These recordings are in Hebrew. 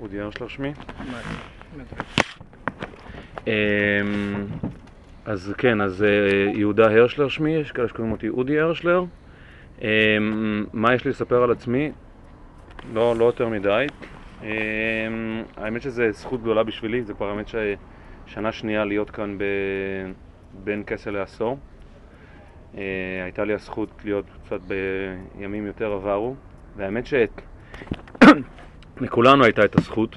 אודי הרשלר שמי. אז כן, אז יהודה הרשלר שמי, יש כאלה שקוראים אותי אודי הרשלר. מה יש לי לספר על עצמי? לא יותר מדי. האמת שזה זכות גדולה בשבילי, זה כבר האמת ששנה שנייה להיות כאן בין כסל לעשור. הייתה לי הזכות להיות קצת בימים יותר עברו, והאמת לכולנו הייתה את הזכות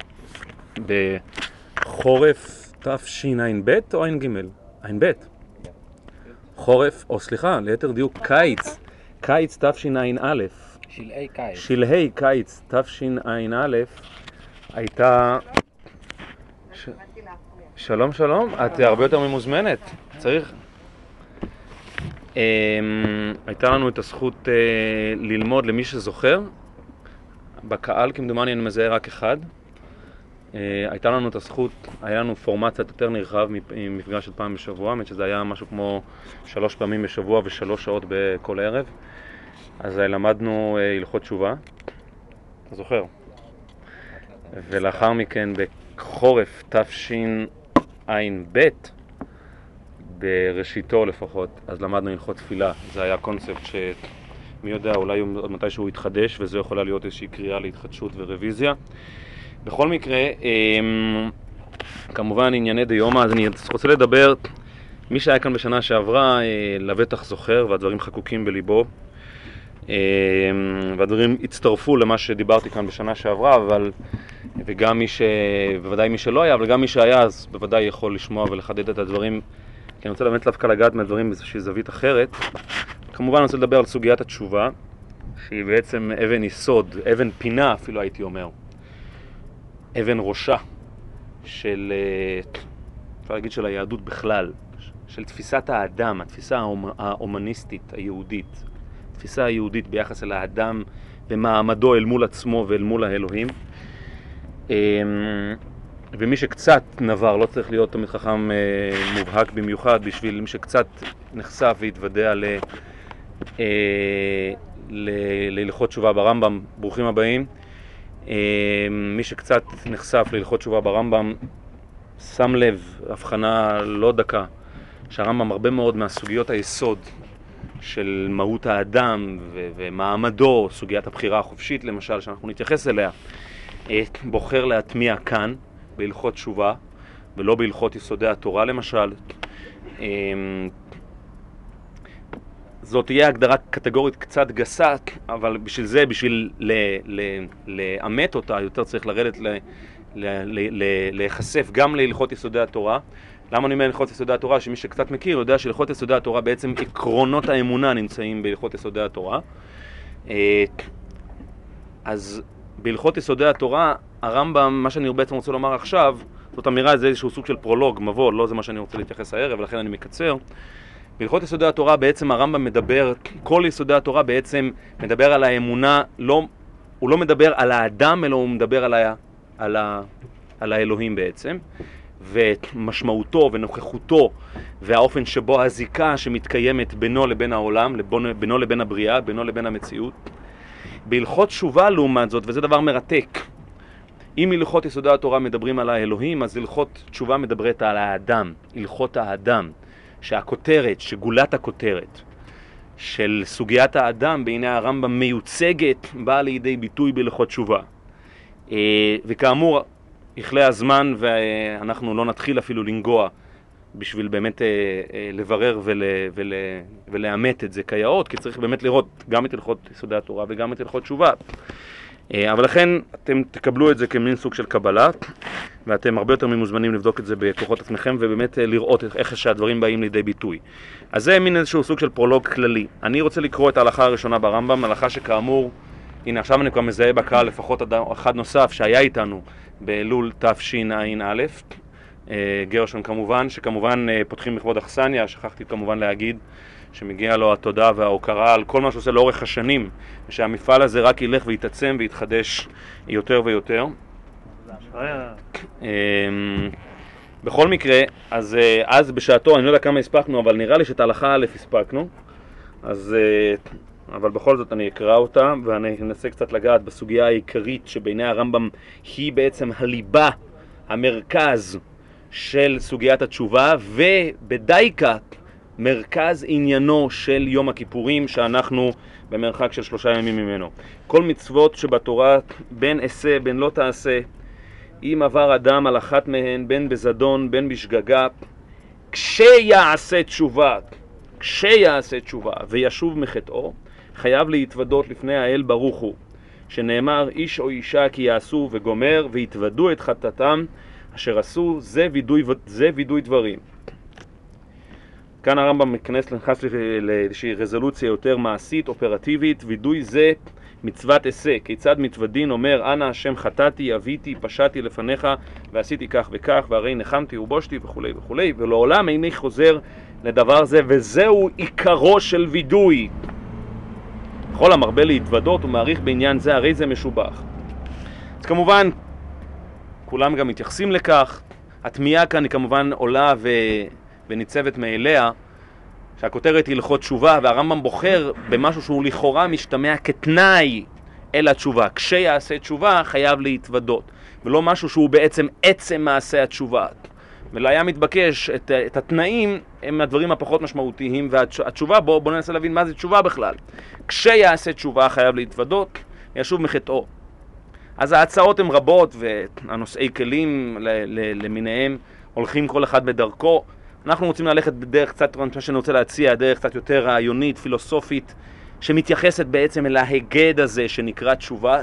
בחורף תשע"ב או ע"ג? ע"ב. חורף, או סליחה, ליתר דיוק קיץ תשע"א. שלהי קיץ תשע"א הייתה... שלום שלום, את הרבה יותר ממוזמנת, צריך... הייתה לנו את הזכות ללמוד, למי שזוכר, בקהל כמדומני אני מזהה רק אחד. הייתה לנו את הזכות, היה לנו פורמט קצת יותר נרחב ממפגש של פעם בשבוע, האמת שזה היה משהו כמו 3 פעמים בשבוע ו3 שעות בכל ערב. אז למדנו הלכות תשובה, אתה זוכר? ולאחר מכן בחורף תשע"ב, בראשיתו לפחות, אז למדנו הלכות תפילה. זה היה קונספט שמי יודע, אולי עוד מתי שהוא יתחדש, וזו יכולה להיות איזושהי קריאה להתחדשות ורוויזיה. בכל מקרה, כמובן ענייני דיומא, אז אני רוצה לדבר, מי שהיה כאן בשנה שעברה, לבטח זוכר, והדברים חקוקים בליבו, והדברים הצטרפו למה שדיברתי כאן בשנה שעברה, אבל וגם בוודאי מי שלא היה, אבל גם מי שהיה, אז בוודאי יכול לשמוע ולחדד את הדברים, כי אני רוצה באמת דווקא לגעת מהדברים באיזושהי זווית אחרת. כמובן אני רוצה לדבר על סוגיית התשובה, שהיא בעצם אבן יסוד, אבן פינה אפילו הייתי אומר, אבן ראשה של, אפשר להגיד של היהדות בכלל, של תפיסת האדם, התפיסה ההומניסטית היהודית, התפיסה היהודית ביחס אל האדם ומעמדו אל מול עצמו ואל מול האלוהים. ומי שקצת נבר, לא צריך להיות תמיד חכם מובהק במיוחד, בשביל מי שקצת נחשף והתוודע להלכות תשובה ברמב"ם, ברוכים הבאים. מי שקצת נחשף להלכות תשובה ברמב"ם, שם לב, הבחנה לא דקה, שהרמב"ם הרבה מאוד מהסוגיות היסוד של מהות האדם ומעמדו, סוגיית הבחירה החופשית למשל, שאנחנו נתייחס אליה, בוחר להטמיע כאן בהלכות תשובה ולא בהלכות יסודי התורה למשל. זאת תהיה הגדרה קטגורית קצת גסה, אבל בשביל זה, בשביל לאמת אותה, יותר צריך לרדת להיחשף גם להלכות יסודי התורה. למה אני אומר הלכות יסודי התורה? שמי שקצת מכיר יודע שהלכות יסודי התורה בעצם עקרונות האמונה נמצאים בהלכות יסודי התורה. אז בהלכות יסודי התורה, הרמב"ם, מה שאני בעצם רוצה לומר עכשיו, זאת אמירה, זה איזשהו סוג של פרולוג, מבוא, לא זה מה שאני רוצה להתייחס הערב, ולכן אני מקצר. בהלכות יסודי התורה בעצם הרמב"ם מדבר, כל יסודי התורה בעצם מדבר על האמונה, הוא לא מדבר על האדם, אלא הוא מדבר על האלוהים בעצם, ומשמעותו ונוכחותו, והאופן שבו הזיקה שמתקיימת בינו לבין העולם, בינו לבין הבריאה, בינו לבין המציאות. בהלכות תשובה לעומת זאת, וזה דבר מרתק, אם הלכות יסודי התורה מדברים על האלוהים, אז הלכות תשובה מדברת על האדם, הלכות האדם, שהכותרת, שגולת הכותרת של סוגיית האדם בעיני הרמב"ם מיוצגת, באה לידי ביטוי בהלכות תשובה. וכאמור, יכלה הזמן ואנחנו לא נתחיל אפילו לנגוע בשביל באמת לברר ולאמת את זה כיאות, כי צריך באמת לראות גם את הלכות יסודי התורה וגם את הלכות תשובה. אבל לכן אתם תקבלו את זה כמין סוג של קבלה, ואתם הרבה יותר ממוזמנים לבדוק את זה בכוחות עצמכם ובאמת לראות איך שהדברים באים לידי ביטוי. אז זה מין איזשהו סוג של פרולוג כללי. אני רוצה לקרוא את ההלכה הראשונה ברמב"ם, הלכה שכאמור, הנה עכשיו אני כבר מזהה בקהל לפחות אחד נוסף שהיה איתנו באלול תשע"א, גרשון כמובן, שכמובן פותחים לכבוד אכסניה, שכחתי כמובן להגיד שמגיע לו התודה וההוקרה על כל מה שעושה לאורך השנים, ושהמפעל הזה רק ילך ויתעצם ויתחדש יותר ויותר. בכל מקרה, אז בשעתו, אני לא יודע כמה הספקנו, אבל נראה לי שאת ההלכה א' הספקנו, אז אבל בכל זאת אני אקרא אותה, ואני אנסה קצת לגעת בסוגיה העיקרית שבעיני הרמב"ם היא בעצם הליבה, המרכז של סוגיית התשובה, ובדייקה מרכז עניינו של יום הכיפורים, שאנחנו במרחק של 3 ימים ממנו. כל מצוות שבתורה, בין עשה בין לא תעשה, אם עבר אדם על אחת מהן, בין בזדון בין בשגגה, כשיעשה תשובה וישוב מחטאו, חייב להתוודות לפני האל ברוך הוא, שנאמר איש או אישה כי יעשו וגומר והתוודו את חטאתם אשר עשו, זה וידוי דברים. כאן הרמב"ם מכנס לאיזושהי רזולוציה יותר מעשית, אופרטיבית. וידוי זה מצוות עשה. כיצד מתוודין? אומר, אנא השם חטאתי, אביתי, פשעתי לפניך, ועשיתי כך וכך, והרי נחמתי ובושתי וכו' וכו', ולעולם איני חוזר לדבר זה, וזהו עיקרו של וידוי. כל המרבה להתוודות ומעריך בעניין זה, הרי זה משובח. אז כמובן, כולם גם מתייחסים לכך. התמיהה כאן היא כמובן עולה וניצבת מאליה, שהכותרת היא הלכות תשובה, והרמב"ם בוחר במשהו שהוא לכאורה משתמע כתנאי אל התשובה. כשיעשה תשובה חייב להתוודות, ולא משהו שהוא בעצם עצם מעשה התשובה. ולא היה מתבקש את התנאים הם הדברים הפחות משמעותיים, והתשובה בוא ננסה להבין מה זה תשובה בכלל. כשיעשה תשובה חייב להתוודות, ישוב מחטאו. אז ההצעות הן רבות, והנושאי כלים למיניהם הולכים כל אחד בדרכו. אנחנו רוצים ללכת בדרך קצת, מה שאני רוצה להציע, דרך קצת יותר רעיונית, פילוסופית, שמתייחסת בעצם אל ההיגד הזה שנקרא תשובה,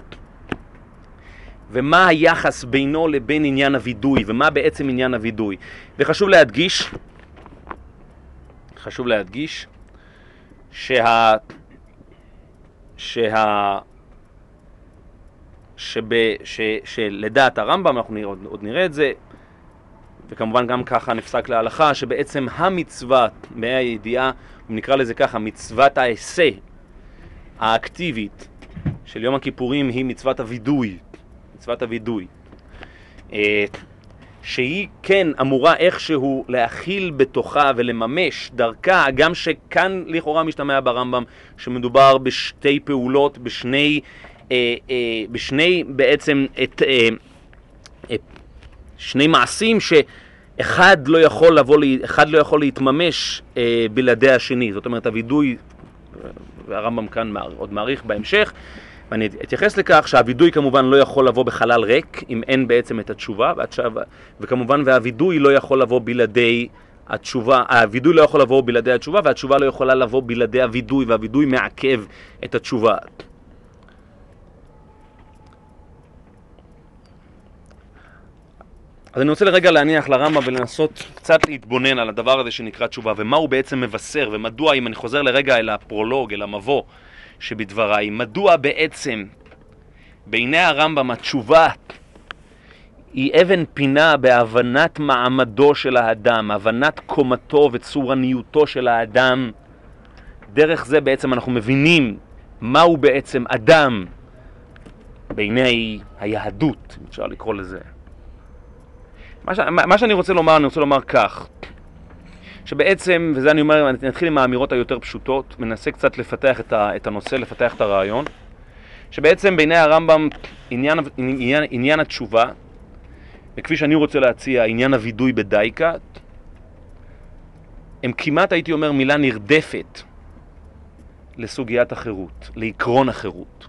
ומה היחס בינו לבין עניין הוידוי, ומה בעצם עניין הוידוי. וחשוב להדגיש שלדעת הרמב"ם, אנחנו עוד נראה את זה, וכמובן גם ככה נפסק להלכה, שבעצם המצווה מהידיעה, נקרא לזה ככה, מצוות העשה האקטיבית של יום הכיפורים היא מצוות הוידוי, שהיא כן אמורה איכשהו להכיל בתוכה ולממש דרכה, גם שכאן לכאורה משתמע ברמב"ם שמדובר בשתי פעולות, בשני בעצם שני מעשים שאחד לא יכול להתממש בלעדי השני. זאת אומרת, הוידוי, והרמב"ם כאן עוד מעריך בהמשך, ואני אתייחס לכך שהוידוי כמובן לא יכול לבוא בחלל ריק, אם אין בעצם את התשובה, וכמובן והוידוי לא יכול לבוא בלעדי התשובה, הוידוי לא יכול לבוא בלעדי התשובה, והתשובה לא יכולה לבוא בלעדי הוידוי, והוידוי מעכב את התשובה. אז אני רוצה לרגע להניח לרמב"ם ולנסות קצת להתבונן על הדבר הזה שנקרא תשובה, ומה הוא בעצם מבשר, ומדוע, אם אני חוזר לרגע אל הפרולוג, אל המבוא שבדבריי, מדוע בעצם בעיני הרמב"ם התשובה היא אבן פינה בהבנת מעמדו של האדם, הבנת קומתו וצורניותו של האדם. דרך זה בעצם אנחנו מבינים מהו בעצם אדם בעיני היהדות, אפשר לקרוא לזה. מה שאני רוצה לומר כך, שבעצם, וזה אני אומר, אני נתחיל עם האמירות היותר פשוטות, מנסה קצת לפתח את הנושא, לפתח את הרעיון, שבעצם בעיני הרמב"ם עניין התשובה, וכפי שאני רוצה להציע, עניין הוידוי בדייקה, הם כמעט, הייתי אומר, מילה נרדפת לסוגיית החירות, לעקרון החירות.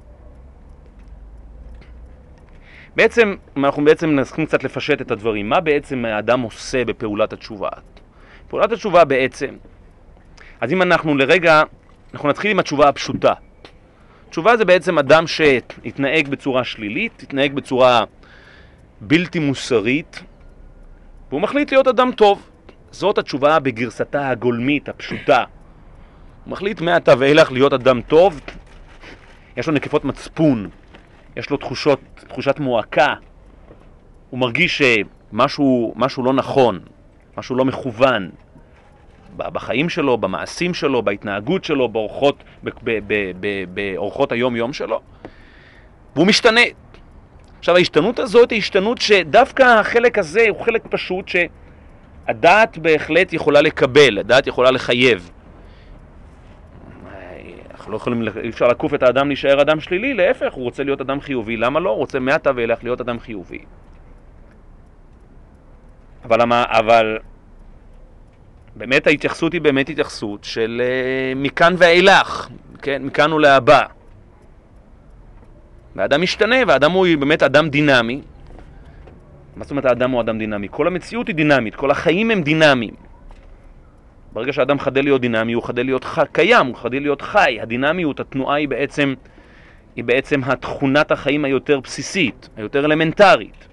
בעצם, אנחנו מנסים קצת לפשט את הדברים. מה בעצם האדם עושה בפעולת התשובה? פעולת התשובה בעצם, אז אם אנחנו נתחיל עם התשובה הפשוטה. תשובה זה בעצם אדם שהתנהג בצורה שלילית, התנהג בצורה בלתי מוסרית, והוא מחליט להיות אדם טוב. זאת התשובה בגרסתה הגולמית, הפשוטה. הוא מחליט מעתה ואילך להיות אדם טוב, יש לו נקיפות מצפון, יש לו תחושת מועקה, הוא מרגיש שמשהו לא נכון, משהו לא מכוון בחיים שלו, במעשים שלו, בהתנהגות שלו, באורחות היום-יום שלו, והוא משתנה. עכשיו, ההשתנות הזאת היא השתנות שדווקא החלק הזה הוא חלק פשוט שהדעת בהחלט יכולה לקבל, הדעת יכולה לחייב. אי אפשר לקוף את האדם להישאר אדם שלילי, להפך, הוא רוצה להיות אדם חיובי. למה לא? הוא רוצה מעתה ואילך להיות אדם חיובי. אבל באמת ההתייחסות היא באמת התייחסות של מכאן ואילך, כן? מכאן ולהבא. והאדם משתנה, והאדם הוא באמת אדם דינמי. מה זאת אומרת האדם הוא אדם דינמי? כל המציאות היא דינמית, כל החיים הם דינמיים. ברגע שהאדם חדל להיות דינמי, הוא חדל להיות קיים, הוא חדל להיות חי. הדינמיות, התנועה היא בעצם התכונת החיים היותר בסיסית, היותר אלמנטרית.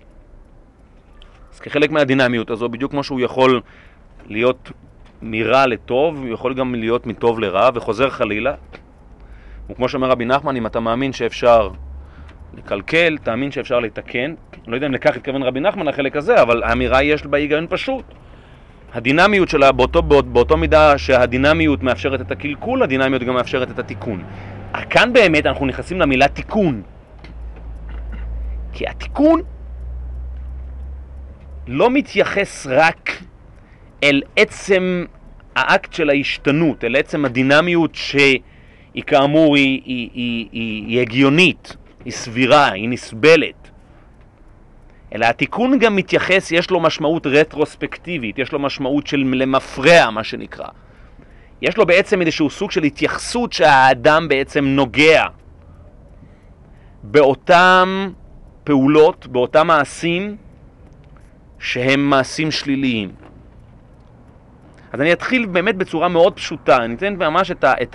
אז כחלק מהדינמיות הזו, בדיוק כמו שהוא יכול להיות מרע לטוב, הוא יכול גם להיות מטוב לרע, וחוזר חלילה. וכמו שאומר רבי נחמן, אם אתה מאמין שאפשר לקלקל, תאמין שאפשר לתקן. אני לא יודע אם לכך התכוון רבי נחמן לחלק הזה, אבל האמירה יש בה היגיון פשוט. הדינמיות שלה, באותו מידה שהדינמיות מאפשרת את הקלקול, הדינמיות גם מאפשרת את התיקון. כאן באמת אנחנו נכנסים למילה תיקון. כי התיקון לא מתייחס רק אל עצם האקט של ההשתנות, אל עצם הדינמיות שהיא כאמור היא הגיונית, היא סבירה, היא נסבלת. אלא התיקון גם מתייחס, יש לו משמעות רטרוספקטיבית, יש לו משמעות של למפרע, מה שנקרא. יש לו בעצם איזשהו סוג של התייחסות שהאדם בעצם נוגע באותם פעולות, באותם מעשים שהם מעשים שליליים. אז אני אתחיל באמת בצורה מאוד פשוטה, אני אתן ממש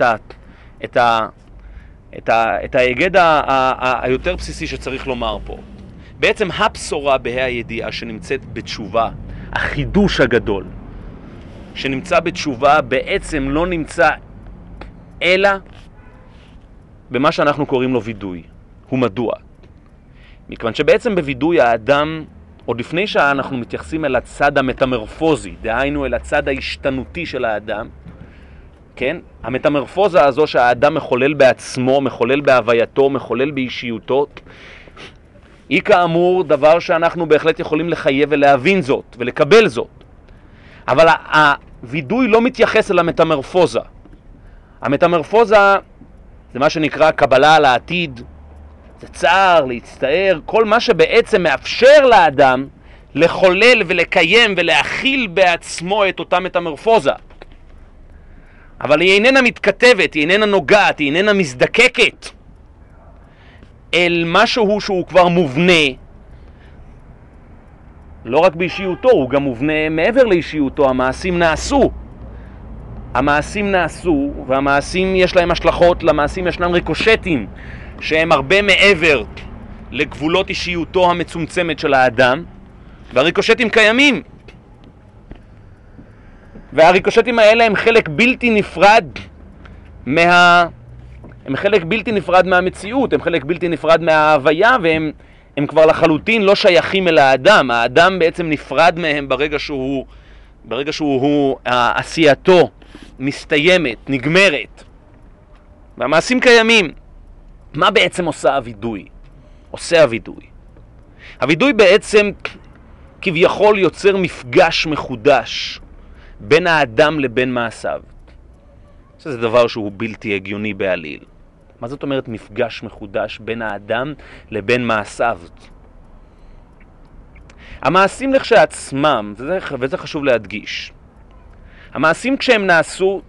את ההיגד היותר בסיסי שצריך לומר פה. בעצם הבשורה בה"א הידיעה שנמצאת בתשובה, החידוש הגדול שנמצא בתשובה בעצם לא נמצא אלא במה שאנחנו קוראים לו וידוי. הוא מדוע? מכיוון שבעצם בוידוי האדם, עוד לפני שאנחנו מתייחסים אל הצד המטמורפוזי, דהיינו אל הצד ההשתנותי של האדם, כן? המטמורפוזה הזו שהאדם מחולל בעצמו, מחולל בהווייתו, מחולל באישיותו, היא כאמור דבר שאנחנו בהחלט יכולים לחייב ולהבין זאת ולקבל זאת. אבל הוידוי לא מתייחס אל המטמורפוזה. המטמורפוזה זה מה שנקרא קבלה על העתיד, זה צער, להצטער, כל מה שבעצם מאפשר לאדם לחולל ולקיים ולהכיל בעצמו את אותה מטמורפוזה. אבל היא איננה מתכתבת, היא איננה נוגעת, היא איננה מזדקקת אל משהו שהוא כבר מובנה, לא רק באישיותו, הוא גם מובנה מעבר לאישיותו. המעשים נעשו, והמעשים יש להם השלכות, למעשים ישנם ריקושטים שהם הרבה מעבר לגבולות אישיותו המצומצמת של האדם, והריקושטים קיימים. והריקושטים האלה הם חלק בלתי נפרד הם חלק בלתי נפרד מהמציאות, הם חלק בלתי נפרד מההוויה, והם כבר לחלוטין לא שייכים אל האדם. האדם בעצם נפרד מהם ברגע שהוא עשייתו מסתיימת, נגמרת. והמעשים קיימים. מה בעצם עושה הוידוי? הוידוי בעצם כביכול יוצר מפגש מחודש בין האדם לבין מעשיו. זה דבר שהוא בלתי הגיוני בעליל. מה זאת אומרת מפגש מחודש בין האדם לבין מעשיו? המעשים לכשעצמם, וזה חשוב להדגיש, המעשים כשהם נעשו,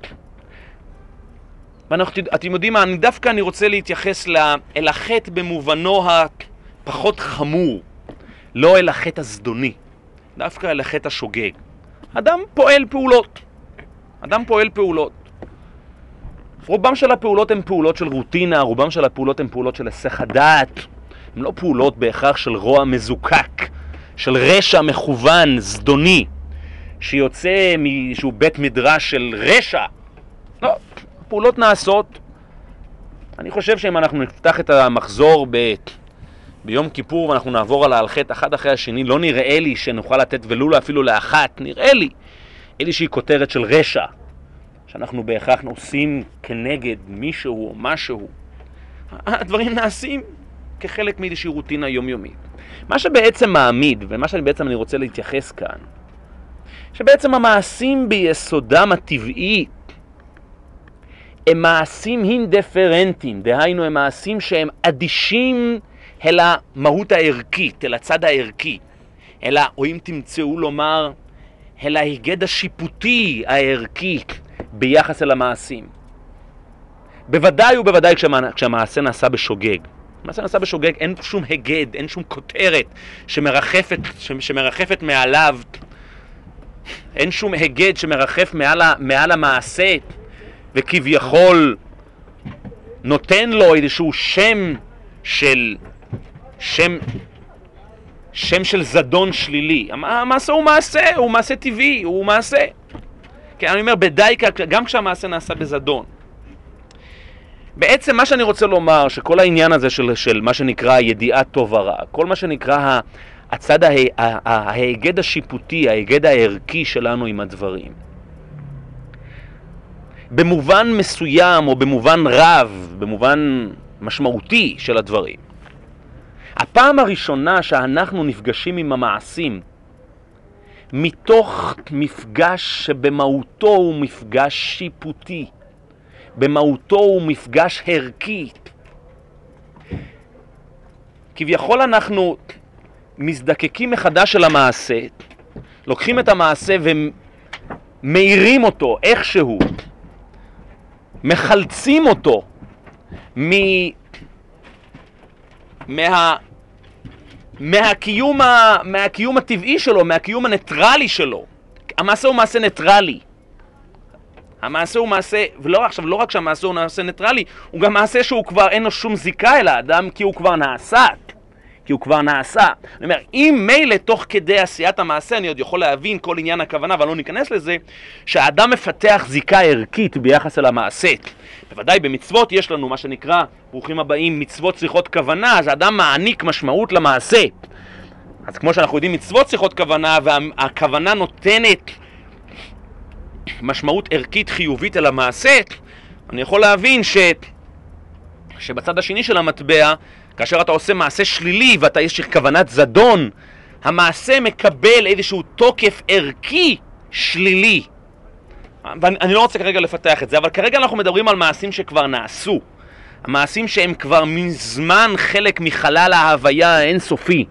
אתם יודעים מה, אני רוצה להתייחס אל החטא במובנו הפחות חמור, לא אל החטא הזדוני, דווקא אל החטא השוגג. אדם פועל פעולות. רובם של הפעולות הן פעולות של רוטינה, רובם של הפעולות הן פעולות של היסח הדעת. הן לא פעולות בהכרח של רוע מזוקק, של רשע מכוון, זדוני, שיוצא מאיזשהו בית מדרש של רשע. לא, הפעולות נעשות. אני חושב שאם אנחנו נפתח את המחזור ביום כיפור ואנחנו נעבור על ההלכת אחד אחרי השני, לא נראה לי שנוכל לתת ולו אפילו לאחת, נראה לי איזושהי כותרת של רשע שאנחנו בהכרח עושים כנגד מישהו או משהו. הדברים נעשים כחלק מאיזושהי רוטינה יומיומית. מה שבעצם מעמיד, ומה שבעצם אני רוצה להתייחס כאן, שבעצם המעשים ביסודם הטבעי הם מעשים אינדיפרנטיים, דהיינו הם מעשים שהם אדישים אל המהות הערכית, אל הצד הערכי, או אם תמצאו לומר, אל ההיגד השיפוטי הערכי ביחס אל המעשים. בוודאי ובוודאי כשהמעשה נעשה בשוגג. המעשה נעשה בשוגג, אין שום הגד, אין שום כותרת שמרחפת מעליו, אין שום הגד שמרחף מעל המעשה, וכביכול נותן לו איזשהו שם של זדון שלילי. המעשה הוא מעשה טבעי, הוא מעשה. כן, אני אומר בדייקה, גם כשהמעשה נעשה בזדון. בעצם מה שאני רוצה לומר, שכל העניין הזה של מה שנקרא ידיעת טוב ורע, כל מה שנקרא הצד ההיגד השיפוטי, ההיגד הערכי שלנו עם הדברים, במובן מסוים או במובן רב, במובן משמעותי של הדברים, הפעם הראשונה שאנחנו נפגשים עם המעשים מתוך מפגש שבמהותו הוא מפגש שיפוטי, במהותו הוא מפגש ערכי, כביכול אנחנו מזדקקים מחדש של המעשה, לוקחים את המעשה ומאירים אותו איכשהו, מחלצים אותו מהקיום הטבעי שלו, מהקיום הניטרלי שלו. המעשה הוא מעשה ניטרלי. המעשה הוא מעשה, ולא רק שהמעשה הוא מעשה ניטרלי, הוא גם מעשה שהוא כבר אין לו שום זיקה אל האדם, כי הוא כבר נעשה. אני אומר, אם מילא תוך כדי עשיית המעשה, אני עוד יכול להבין כל עניין הכוונה, אבל לא ניכנס לזה, שהאדם מפתח זיקה ערכית ביחס אל המעשה. בוודאי במצוות יש לנו מה שנקרא, ברוכים הבאים, מצוות צריכות כוונה, אז האדם מעניק משמעות למעשה. אז כמו שאנחנו יודעים, מצוות צריכות כוונה, והכוונה נותנת משמעות ערכית חיובית אל המעשה, אני יכול להבין שבצד השני של המטבע, כאשר אתה עושה מעשה שלילי ואתה יש כוונת זדון, המעשה מקבל איזשהו תוקף ערכי שלילי. ואני לא רוצה כרגע לפתח את זה, אבל כרגע אנחנו מדברים על מעשים שכבר נעשו. המעשים שהם כבר מזמן חלק מחלל ההוויה האינסופי.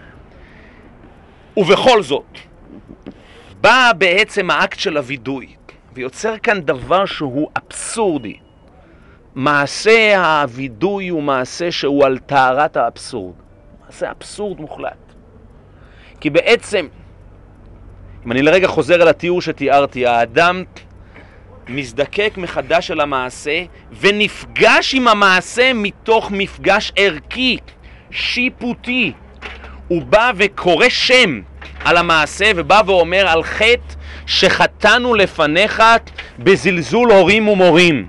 ובכל זאת, בא בעצם האקט של הוידוי, ויוצר כאן דבר שהוא אבסורדי. מעשה הוידוי הוא מעשה שהוא על טהרת האבסורד. מעשה אבסורד מוחלט. כי בעצם, אם אני לרגע חוזר אל התיאור שתיארתי, האדם מזדקק מחדש אל המעשה, ונפגש עם המעשה מתוך מפגש ערכי, שיפוטי. הוא בא וקורא שם על המעשה, ובא ואומר על חטא שחטאנו לפניך בזלזול הורים ומורים.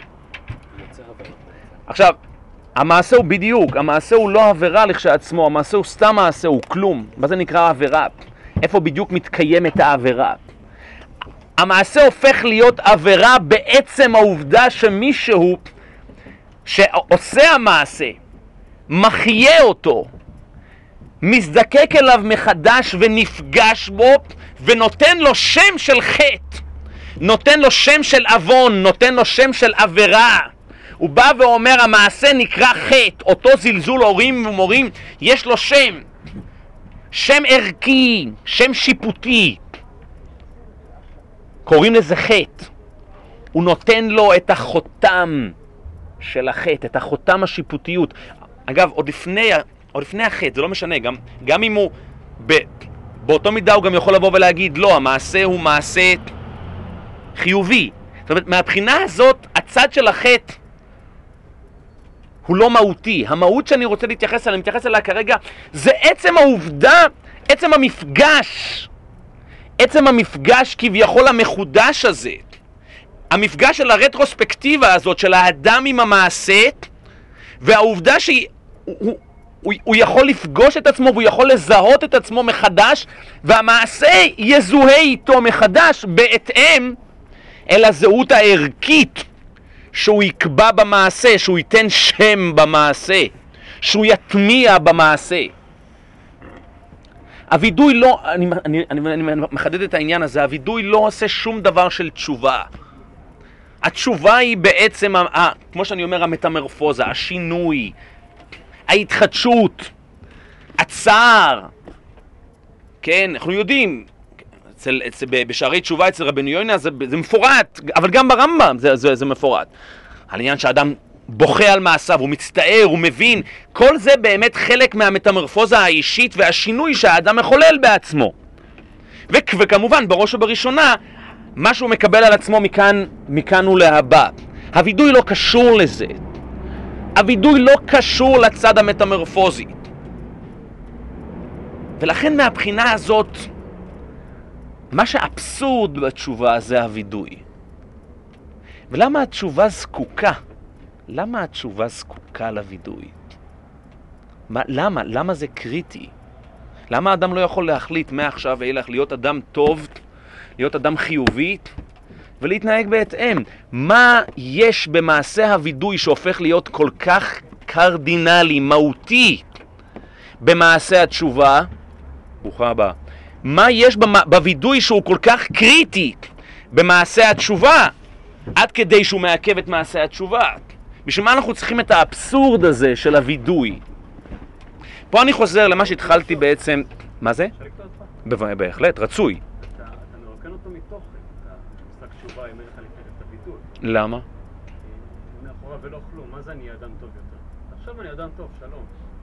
עכשיו, המעשה הוא בדיוק, המעשה הוא לא עבירה לכשעצמו, המעשה הוא סתם מעשה, הוא כלום. מה זה נקרא עבירה? איפה בדיוק מתקיימת העבירה? המעשה הופך להיות עבירה בעצם העובדה שמישהו שעושה המעשה, מחיה אותו, מזדקק אליו מחדש ונפגש בו, ונותן לו שם של חטא, נותן לו שם של עוון, נותן לו שם של עבירה. הוא בא ואומר, המעשה נקרא חטא, אותו זלזול הורים ומורים, יש לו שם ערכי, שם שיפוטי. קוראים לזה חטא. הוא נותן לו את החותם של החטא, את החותם השיפוטיות. אגב, עוד לפני החטא, זה לא משנה, גם אם הוא באותו מידה הוא גם יכול לבוא ולהגיד, לא, המעשה הוא מעשה חיובי. זאת אומרת, מהבחינה הזאת, הצד של החטא הוא לא מהותי. המהות שאני רוצה להתייחס אליה, אני מתייחס אליה כרגע, זה עצם העובדה, עצם המפגש כביכול המחודש הזה. המפגש של הרטרוספקטיבה הזאת של האדם עם המעשה, והעובדה שהוא יכול לפגוש את עצמו והוא יכול לזהות את עצמו מחדש, והמעשה יזוהה איתו מחדש בהתאם אל הזהות הערכית שהוא יקבע במעשה, שהוא ייתן שם במעשה, שהוא יטמיע במעשה. הוידוי לא, אני מחדד את העניין הזה, הוידוי לא עושה שום דבר של תשובה. התשובה היא בעצם, כמו שאני אומר, המטמורפוזה, השינוי, ההתחדשות, הצער. כן, אנחנו יודעים, בשערי תשובה אצל רבנו יונה זה מפורט, אבל גם ברמב"ם זה מפורט. על עניין שהאדם בוכה על מעשיו, הוא מצטער, הוא מבין, כל זה באמת חלק מהמטמורפוזה האישית והשינוי שהאדם מחולל בעצמו. וכמובן, בראש ובראשונה, מה שהוא מקבל על עצמו מכאן ולהבא. הווידוי לא קשור לזה. הווידוי לא קשור לצד המטמורפוזי. ולכן מהבחינה הזאת, מה שאבסורד בתשובה זה הווידוי. ולמה התשובה זקוקה? למה התשובה זקוקה לווידוי? למה? למה זה קריטי? למה האדם לא יכול להחליט מעכשיו ואילך להיות אדם טוב, להיות אדם חיובי ולהתנהג בהתאם? מה יש במעשה הווידוי שהופך להיות כל כך קרדינלי, מהותי במעשה התשובה? ברוכה הבאה. מה יש בווידוי שהוא כל כך קריטי במעשה התשובה עד כדי שהוא מעכב את מעשה התשובה? בשביל מה אנחנו צריכים את האבסורד הזה של הווידוי? פה אני חוזר למה שהתחלתי בעצם. מה זה? בהחלט, רצוי. אתה מרוקן אותו מתוכן, המושג תשובה, אם אין לך לפני את הווידוי. למה? מאחורה ולא כלום, מה זה אני אדם טוב יותר? עכשיו אני אדם טוב, שלום.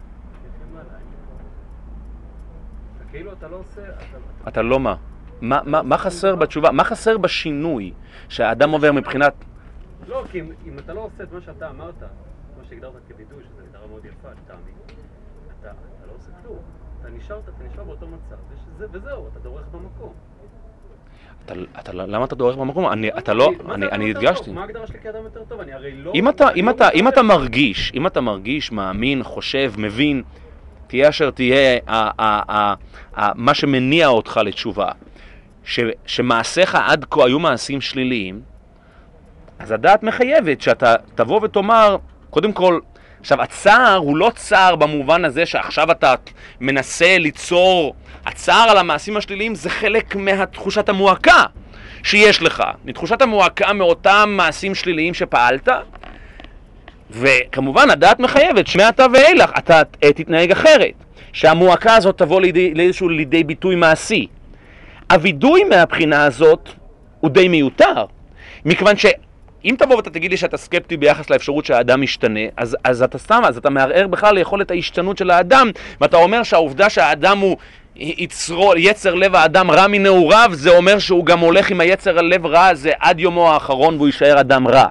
כאילו אתה לא עושה... אתה לא מה? מה חסר בתשובה? מה חסר בשינוי שהאדם עובר מבחינת... לא, כי אם אתה לא עושה את מה שאתה אמרת, מה שהגדרת כווידוי, שזו הגדרה מאוד יפה, לטעמי, אתה לא עושה כלום. אתה נשאר באותו מצב, וזהו, אתה דורך במקום. למה אתה דורך במקום? אני הדגשתי. מה ההגדרה שלי כאדם יותר טוב? אני הרי לא... אם אתה מרגיש, מאמין, חושב, מבין, תהיה אשר תהיה מה שמניע אותך לתשובה, שמעשיך עד כה היו מעשים שליליים, אז הדעת מחייבת שאתה תבוא ותאמר, קודם כל, עכשיו הצער הוא לא צער במובן הזה שעכשיו אתה מנסה ליצור, הצער על המעשים השליליים זה חלק מהתחושת המועקה שיש לך, מתחושת המועקה מאותם מעשים שליליים שפעלת, וכמובן הדעת מחייבת שמעתה ואילך אתה תתנהג אחרת, שהמועקה הזאת תבוא לידי ביטוי מעשי. הווידוי מהבחינה הזאת הוא די מיותר, מכיוון שאם תבוא ואתה תגיד לי שאתה סקפטי ביחס לאפשרות שהאדם ישתנה, אז אתה מערער בכלל ליכולת ההשתנות של האדם, ואתה אומר שהעובדה שהאדם הוא יצר לב האדם רע מנעוריו, זה אומר שהוא גם הולך עם היצר הלב רע הזה עד יומו האחרון והוא יישאר אדם רע.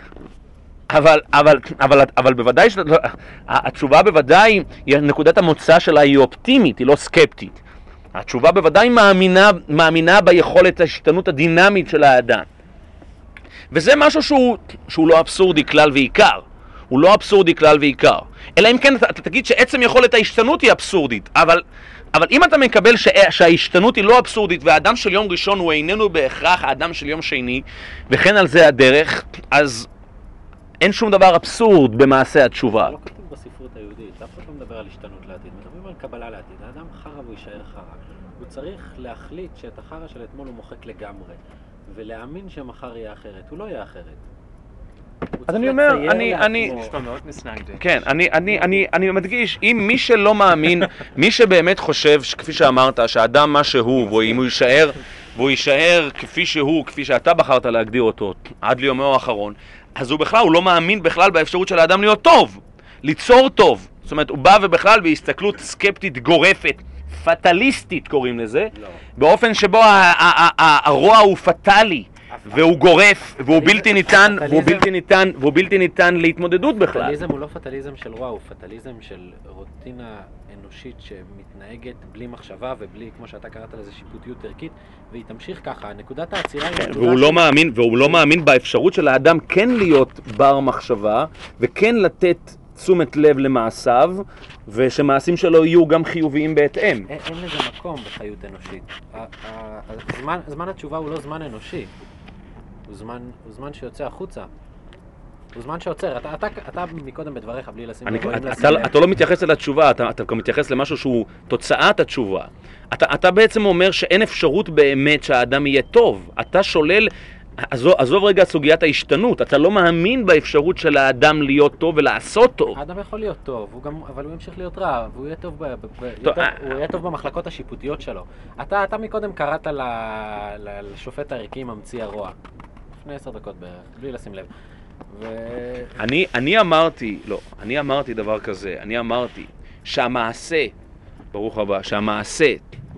אבל בוודאי, התשובה בוודאי, נקודת המוצא שלה היא אופטימית, היא לא סקפטית. התשובה בוודאי מאמינה ביכולת ההשתנות הדינמית של האדם. וזה משהו שהוא לא אבסורדי כלל ועיקר. הוא לא אבסורדי כלל ועיקר. אלא אם כן אתה תגיד שעצם יכולת ההשתנות היא אבסורדית. אבל אם אתה מקבל שההשתנות היא לא אבסורדית והאדם של יום ראשון הוא איננו בהכרח האדם של יום שני, וכן על זה הדרך, אז אין שום דבר אבסורד במעשה התשובה. לא כתוב בספרות היהודית, אף אחד לא מדבר על השתנות לעתיד, מדברים על קבלה לעתיד. האדם חרא והוא יישאר חרא. הוא צריך להחליט שאת החרא של אתמול הוא מוחק לגמרי, ולהאמין שמחר יהיה אחרת. הוא לא יהיה אחרת. אז אני אומר, כן, אני מדגיש, אם מי שלא מאמין, מי שבאמת חושב, כפי שאמרת, שהאדם מה שהוא, ואם הוא יישאר כפי שהוא, כפי שאתה בחרת להגדיר אותו, עד ליומו האחרון, אז הוא לא מאמין בכלל באפשרות של האדם להיות טוב, ליצור טוב. זאת אומרת, הוא בא ובכלל בהסתכלות סקפטית גורפת, פטליסטית קוראים לזה, באופן שבו הרוע הוא פטלי, והוא גורף, והוא בלתי ניתן להתמודדות בכלל. פטליזם הוא לא פטליזם של רוע, הוא פטליזם של רוטינה אנושית שמתנהגת בלי מחשבה ובלי, כמו שאתה קראת לזה, שיפוטיות ערכית, והיא תמשיך ככה. נקודת העצירה היא... והוא לא מאמין באפשרות של האדם כן להיות בר מחשבה, וכן לתת תשומת לב למעשיו, ושמעשים שלו יהיו גם חיוביים בהתאם. אין לזה מקום בחיות אנושית. זמן התשובה הוא לא זמן אנושי. הוא זמן שיוצא החוצה. הוא זמן שעוצר. אתה מקודם בדבריך בלי לשים... אתה לא מתייחס אל התשובה, אתה גם מתייחס למשהו שהוא תוצאת התשובה. אתה בעצם אומר שאין אפשרות באמת שהאדם יהיה טוב. אתה שולל עזוב רגע סוגיית ההשתנות, אתה לא מאמין באפשרות של האדם להיות טוב ולעשות טוב. האדם יכול להיות טוב, אבל הוא ימשיך להיות רע, והוא יהיה טוב, הוא יהיה טוב במחלקות השיפוטיות שלו. אתה מקודם קראת לשופט הערכי ממציא הרוע. לפני 10 דקות בערך, בלי לשים לב. אני אמרתי דבר כזה, אני אמרתי שהמעשה, ברוך הבא, שהמעשה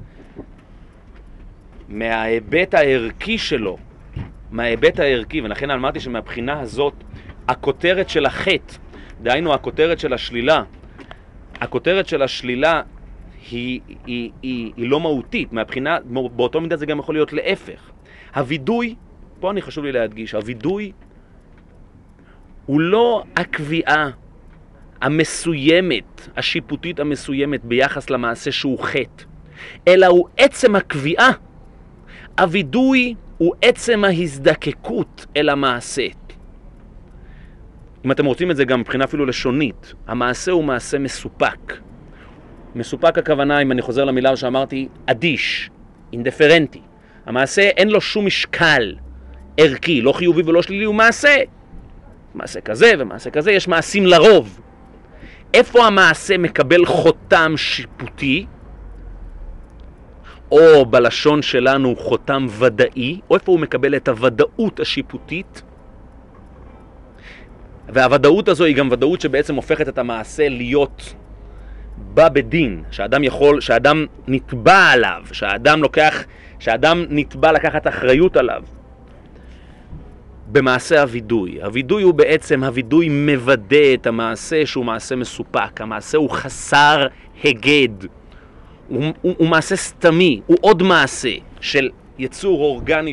מההיבט הערכי שלו, מההיבט הערכי, ולכן אמרתי שמבחינה הזאת הכותרת של החטא, דהיינו הכותרת של השלילה, הכותרת של השלילה היא לא מהותית, מהבחינה, באותו מידה זה גם יכול להיות להפך. הווידוי, פה אני חשוב לי להדגיש, הווידוי הוא לא הקביעה המסוימת, השיפוטית המסוימת ביחס למעשה שהוא חטא, אלא הוא עצם הקביעה. הווידוי הוא עצם ההזדקקות אל המעשה. אם אתם רוצים את זה גם מבחינה אפילו לשונית, המעשה הוא מעשה מסופק. מסופק הכוונה, אם אני חוזר למילה שאמרתי, אדיש, אינדיפרנטי. המעשה אין לו שום משקל ערכי, לא חיובי ולא שלילי, הוא מעשה. מעשה כזה ומעשה כזה, יש מעשים לרוב. איפה המעשה מקבל חותם שיפוטי, או בלשון שלנו חותם ודאי, או איפה הוא מקבל את הוודאות השיפוטית, והוודאות הזו היא גם ודאות שבעצם הופכת את המעשה להיות בא בדין, שאדם נתבע עליו, שאדם נתבע לקחת אחריות עליו. במעשה הווידוי. הווידוי הוא בעצם, הווידוי מוודא את המעשה שהוא מעשה מסופק. המעשה הוא חסר הגד. הוא מעשה סתמי, הוא עוד מעשה של יצור אורגני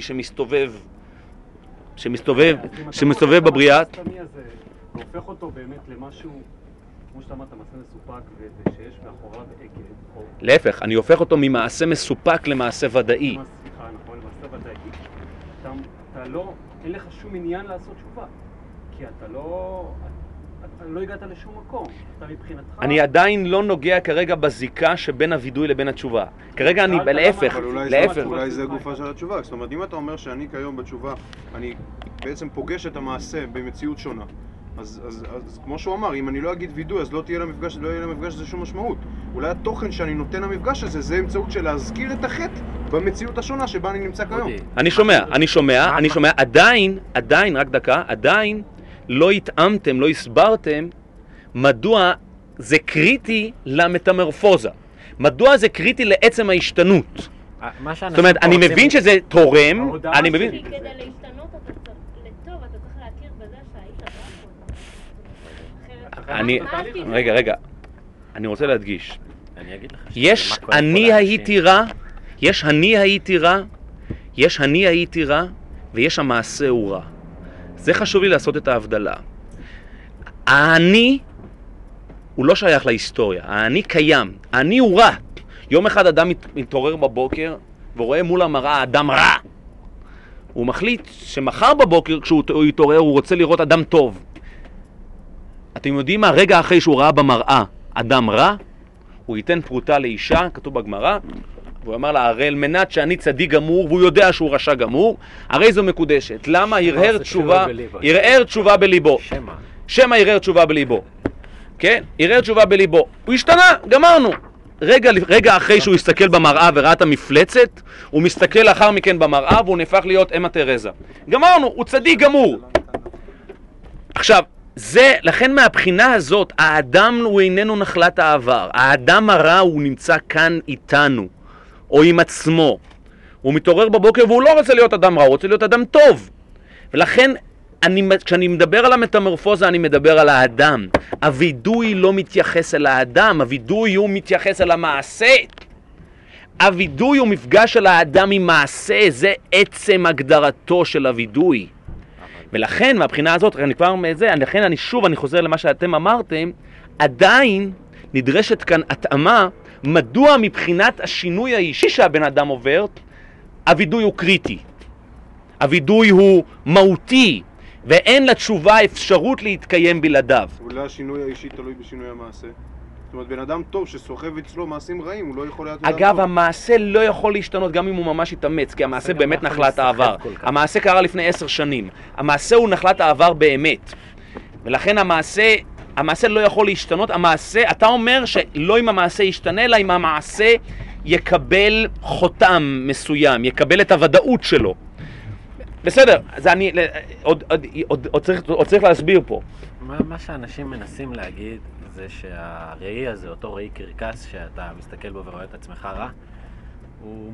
שמסתובב בבריאה. הסתמי הזה הופך אותו באמת למשהו, כמו שאתה אמרת, מעשה מסופק ושיש מאחוריו עקב. להפך, אני הופך אותו ממעשה מסופק למעשה ודאי. סליחה, נכון, למעשה ודאי. אתה לא, אין לך שום עניין לעשות תשובה, כי אתה לא הגעת לשום מקום. אתה מבחינתך... אני עדיין לא נוגע כרגע בזיקה שבין הווידוי לבין התשובה. כרגע אני, להפך, להפך. אולי זה גופה של התשובה. זאת אומרת, אם אתה אומר שאני כיום בתשובה, אני בעצם פוגש את המעשה במציאות שונה. אז כמו שהוא אמר, אם אני לא אגיד וידוי, אז לא יהיה למפגש הזה שום משמעות. אולי התוכן שאני נותן למפגש הזה, זה אמצעות של להזכיר את החטא במציאות השונה שבה אני נמצא כיום. אני שומע, עדיין, רק דקה, עדיין לא התאמתם, לא הסברתם מדוע זה קריטי למטמורפוזה. מדוע זה קריטי לעצם ההשתנות. זאת אומרת, אני מבין שזה תורם, אני מבין... כי כדי להשתנות אתה צריך לטוב, אתה צריך להכיר בזה שהיית רע. רגע, אני רוצה להדגיש. אני אגיד לך יש אני הייתי רע, יש אני הייתי רע, ויש המעשה הוא רע. זה חשוב לי לעשות את ההבדלה. האני הוא לא שייך להיסטוריה, האני קיים, האני הוא רע. יום אחד אדם מתעורר בבוקר ורואה מול המראה אדם רע. הוא מחליט שמחר בבוקר כשהוא יתעורר הוא רוצה לראות אדם טוב. אתם יודעים מה? רגע אחרי שהוא ראה במראה אדם רע, הוא ייתן פרוטה לאישה, כתוב בגמרא, והוא אמר לה, הרי על מנת שאני צדיק גמור, והוא יודע שהוא רשע גמור, הרי זו מקודשת. למה? הרהר תשובה בליבו. שמה הרהר תשובה בליבו. כן? הרהר תשובה בליבו. הוא השתנה, גמרנו. רגע אחרי שהוא הסתכל במראה וראה את המפלצת, הוא מסתכל לאחר מכן במראה והוא נהפך להיות אמא תרזה. גמרנו, הוא צדיק גמור. עכשיו, לכן מהבחינה הזאת, האדם הוא איננו נחלת העבר. האדם הרע הוא נמצא כאן איתנו, או עם עצמו. הוא מתעורר בבוקר והוא לא רוצה להיות אדם רע, הוא רוצה להיות אדם טוב. ולכן, כשאני מדבר על המטמורפוזה, אני מדבר על האדם. הווידוי לא מתייחס אל האדם, הווידוי הוא מתייחס אל המעשה. הווידוי הוא מפגש של האדם עם מעשה, זה עצם הגדרתו של הווידוי. ולכן, מהבחינה הזאת, לכן אני חוזר למה שאתם אמרתם, עדיין נדרשת כאן התאמה, מדוע מבחינת השינוי האישי שהבן אדם עובר, הווידוי הוא קריטי. הווידוי הוא מהותי, ואין לתשובה אפשרות להתקיים בלעדיו. אולי השינוי האישי תלוי בשינוי המעשה? זאת אומרת, בן אדם טוב שסוחב אצלו מעשים רעים, הוא לא יכול להיות אדם טוב. אגב, המעשה לא יכול להשתנות גם אם הוא ממש יתאמץ, כי המעשה באמת נחלת העבר. המעשה קרה לפני 10 שנים. המעשה הוא נחלת העבר באמת. ולכן המעשה לא יכול להשתנות. המעשה, אתה אומר שלא אם המעשה ישתנה, אלא אם המעשה יקבל חותם מסוים, יקבל את הוודאות שלו. בסדר, אז אני עוד צריך להסביר פה. מה שאנשים מנסים להגיד זה שהראי הזה, אותו ראי קרקס שאתה מסתכל בו ורואה את עצמך רע, הוא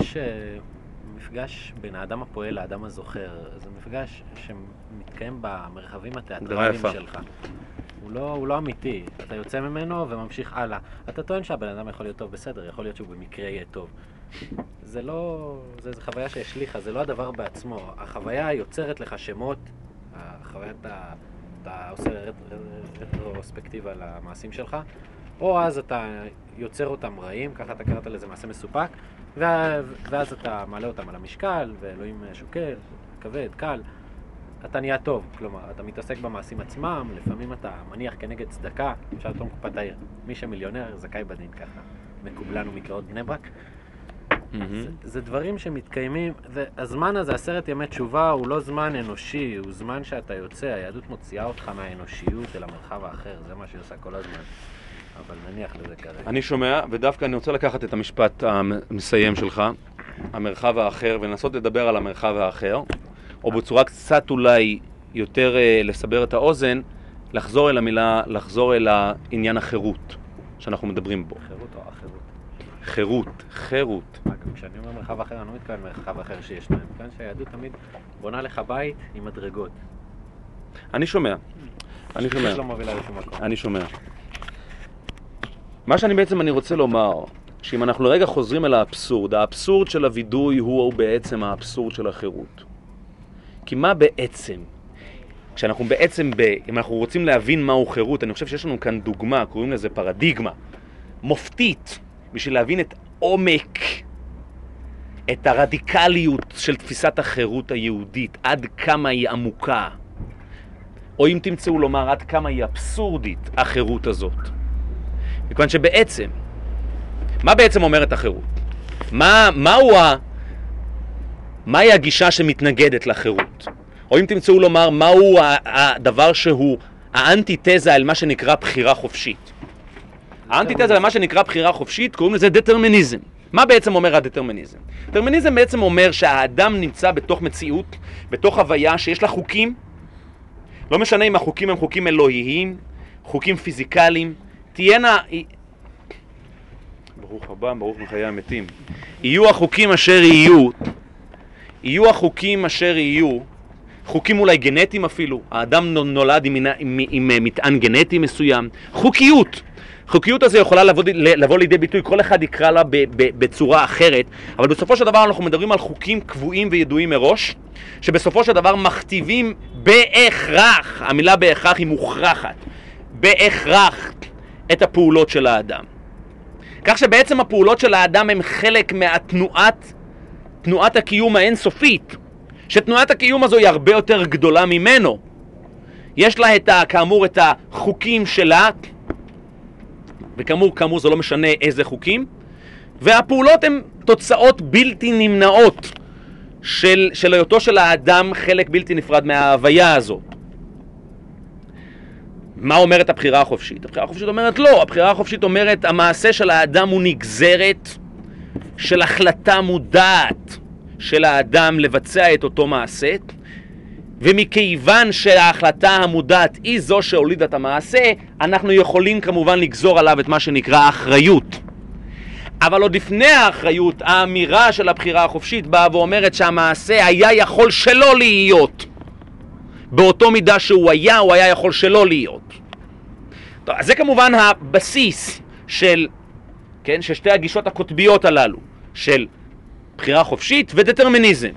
מפגש בין האדם הפועל לאדם הזוכר. זה מפגש שמתקיים במרחבים התיאטרליים שלך. הוא לא אמיתי. אתה יוצא ממנו וממשיך הלאה. אתה טוען שהבן אדם יכול להיות טוב, בסדר, יכול להיות שהוא במקרה יהיה טוב. זה חוויה שהשליחה, זה לא הדבר בעצמו. החוויה יוצרת לך שמות, החוויה אתה עושה רטרוספקטיבה למעשים שלך, או אז אתה יוצר אותם רעים, ככה אתה קראת לזה מעשה מסופק, ואז אתה מעלה אותם על המשקל, ואלוהים שוקל, כבד, קל, אתה נהיה טוב. כלומר, אתה מתעסק במעשים עצמם, לפעמים אתה מניח כנגד צדקה, אפשר לתום קופת העיר. מי שמיליונר זכאי בדין, ככה מקובלנו מקראות בני ברק. זה דברים שמתקיימים, והזמן הזה, 10 ימי תשובה, הוא לא זמן אנושי, הוא זמן שאתה יוצא, היהדות מוציאה אותך מהאנושיות אל המרחב האחר, זה מה שהיא עושה כל הזמן, אבל נניח לזה כרגע. אני שומע, ודווקא אני רוצה לקחת את המשפט המסיים שלך, המרחב האחר, ולנסות לדבר על המרחב האחר, או בצורה קצת אולי יותר לסבר את האוזן, לחזור אל העניין החירות שאנחנו מדברים בו. חירות או החירות? חירות. כשאני אומר מרחב אחר, אני לא מתכוון מרחב אחר שיש להם. כאן שהיהדות תמיד בונה לך בית עם מדרגות. אני שומע. לא מובילה לשום מקום. אני שומע. מה אני רוצה לומר, שאם אנחנו לרגע חוזרים אל האבסורד של הווידוי הוא בעצם האבסורד של החירות. כי מה בעצם? כשאנחנו אם אנחנו רוצים להבין מהו חירות, אני חושב שיש לנו כאן דוגמה, קוראים לזה פרדיגמה, מופתית, בשביל להבין את עומק, את הרדיקליות של תפיסת החירות היהודית, עד כמה היא עמוקה, או אם תמצאו לומר עד כמה היא אבסורדית, החירות הזאת. מכיוון שבעצם, מה בעצם אומרת החירות? מהי הגישה שמתנגדת לחירות? או אם תמצאו לומר מהו הדבר שהוא האנטיתזה אל מה שנקרא בחירה חופשית. האנטיתזה למה שנקרא בחירה חופשית, קוראים לזה דטרמיניזם. מה בעצם אומר הדטרמיניזם? דטרמיניזם בעצם אומר שהאדם נמצא בתוך מציאות, בתוך הוויה שיש לה חוקים, לא משנה אם החוקים הם חוקים אלוהיים, חוקים פיזיקליים, תהיינה... ברוך הבא, ברוך מחיי המתים. יהיו החוקים אשר יהיו, חוקים אולי גנטיים אפילו, האדם נולד עם מטען גנטי מסוים, חוקיות הזה יכולה לבוא לידי ביטוי, כל אחד יקרא לה בצורה אחרת, אבל בסופו של דבר אנחנו מדברים על חוקים קבועים וידועים מראש, שבסופו של דבר מכתיבים בהכרח, המילה בהכרח היא מוכרחת, בהכרח את הפעולות של האדם. כך שבעצם הפעולות של האדם הם חלק תנועת הקיום האינסופית, שתנועת הקיום הזו היא הרבה יותר גדולה ממנו. יש לה כאמור את החוקים שלה, וכאמור זה לא משנה איזה חוקים, והפעולות הן תוצאות בלתי נמנעות של היותו של האדם חלק בלתי נפרד מההוויה הזאת. מה אומרת הבחירה החופשית? הבחירה החופשית אומרת לא, הבחירה החופשית אומרת המעשה של האדם הוא נגזרת של החלטה מודעת של האדם לבצע את אותו מעשה, ומכיוון שההחלטה המודעת היא זו שהולידה את המעשה, אנחנו יכולים כמובן לגזור עליו את מה שנקרא אחריות. אבל עוד לפני האחריות, האמירה של הבחירה החופשית באה ואומרת שהמעשה היה יכול שלא להיות. באותו מידה שהוא היה יכול שלא להיות. טוב, אז זה כמובן הבסיס של שתי הגישות הקוטביות הללו, של בחירה חופשית ודטרמיניזם.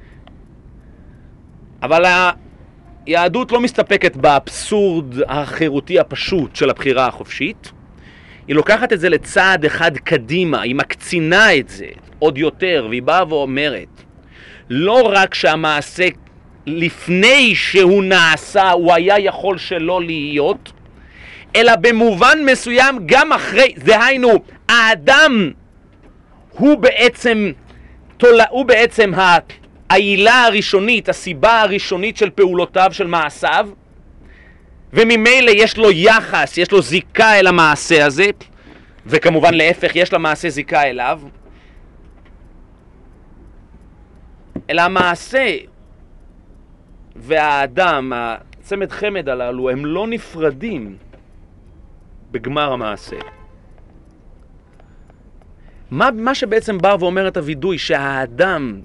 אבל היהדות לא מסתפקת באבסורד החירותי הפשוט של הבחירה החופשית, היא לוקחת את זה לצעד אחד קדימה, היא מקצינה את זה עוד יותר, והיא באה ואומרת, לא רק שהמעשה לפני שהוא נעשה הוא היה יכול שלא להיות, אלא במובן מסוים גם אחרי, דהיינו, האדם הוא בעצם העילה הראשונית, הסיבה הראשונית של פעולותיו, של מעשיו, וממילא יש לו יחס, יש לו זיקה אל המעשה הזה, וכמובן להפך, יש למעשה זיקה אליו. אלא המעשה והאדם, הצמד חמד הללו, הם לא נפרדים בגמר המעשה. מה שבעצם בא ואומר את הוידוי, שהאדם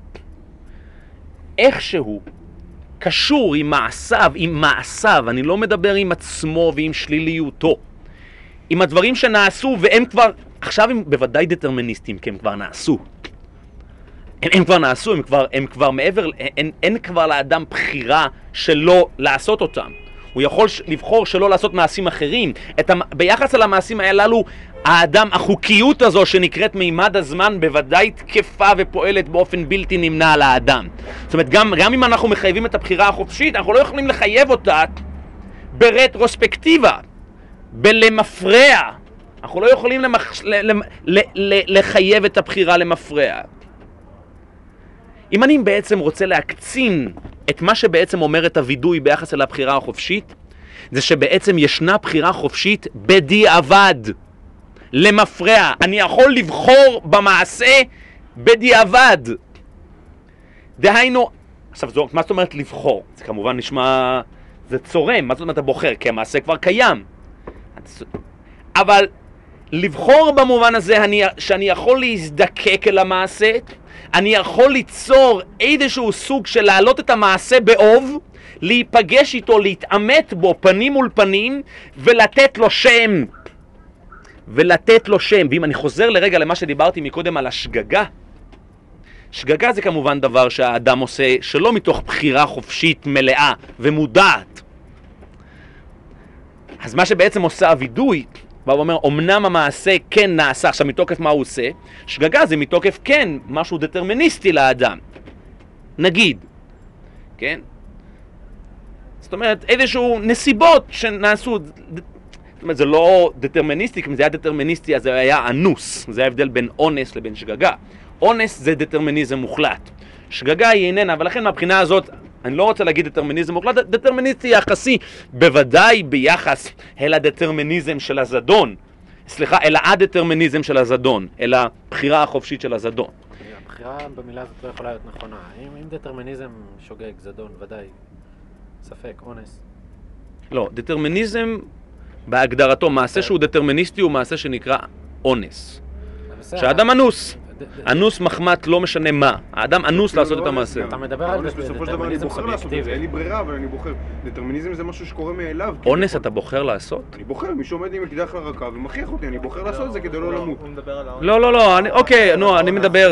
איכשהו קשור עם מעשיו, אני לא מדבר עם עצמו ועם שליליותו, עם הדברים שנעשו, והם כבר, עכשיו הם בוודאי דטרמיניסטים, כי הם כבר נעשו. הם כבר נעשו, הם כבר מעבר, אין כבר לאדם בחירה שלא לעשות אותם. הוא יכול לבחור שלא לעשות מעשים אחרים. ביחס על המעשים הללו, האדם, החוקיות הזו שנקראת מימד הזמן, בוודאי תקפה ופועלת באופן בלתי נמנע על האדם. זאת אומרת, גם אם אנחנו מחייבים את הבחירה החופשית, אנחנו לא יכולים לחייב אותה ברטרוספקטיבה, בלמפרע. אנחנו לא יכולים לחייב את הבחירה למפרע. אם אני בעצם רוצה להקצין את מה שבעצם אומר את הוידוי ביחס אל הבחירה החופשית, זה שבעצם ישנה בחירה חופשית בדיעבד, למפרע. אני יכול לבחור במעשה בדיעבד. דהיינו, עכשיו, מה זאת אומרת לבחור? זה כמובן נשמע, זה צורם, מה זאת אומרת אתה בוחר? כי המעשה כבר קיים. אבל לבחור במובן הזה שאני יכול להזדקק אל המעשה, אני יכול ליצור איזשהו סוג של להעלות את המעשה באוב, להיפגש איתו, להתעמת בו פנים מול פנים, ולתת לו שם. ואם אני חוזר לרגע למה שדיברתי מקודם על השגגה, שגגה זה כמובן דבר שהאדם עושה שלא מתוך בחירה חופשית מלאה ומודעת. אז מה שבעצם עושה הוידוי, הוא אומר, אמנם המעשה כן נעשה, עכשיו מתוקף מה הוא עושה? שגגה זה מתוקף כן משהו דטרמיניסטי לאדם. נגיד, כן? זאת אומרת, איזשהו נסיבות שנעשו, זאת אומרת, זה לא דטרמיניסטי, אם זה היה דטרמיניסטי, אז זה היה אנוס. זה ההבדל בין אונס לבין שגגה. אונס זה דטרמיניזם מוחלט. שגגה היא איננה, ולכן מהבחינה הזאת, אני לא רוצה להגיד דטרמיניזם מוחלט, דטרמיניסטי יחסי, בוודאי ביחס אל הדטרמיניזם של הזדון. סליחה, אל הדטרמיניזם של הזדון, אל הבחירה החופשית של הזדון. הבחירה במילה הזאת לא יכולה להיות נכונה. אם דטרמיניזם שוגג, זדון, ודאי, ספק, אונס. לא, דטרמיניזם בהגדרתו, מעשה שהוא דטרמיניסטי הוא מעשה שנקרא אונס. שהאדם אנוס. אנוס מחמת לא משנה מה. האדם אנוס לעשות את המעשה. אתה מדבר על בסופו של דבר אני בוחר לעשות את זה, אין לי ברירה, אבל אני בוחר. דטרמיניזם זה משהו שקורה מאליו. אונס אתה בוחר לעשות? אני בוחר, מישהו עומד עם אקדח לרקה ומכריח אותי, אני בוחר לעשות את זה כדי לא למות. הוא מדבר על האונס. לא, אוקיי, אני מדבר.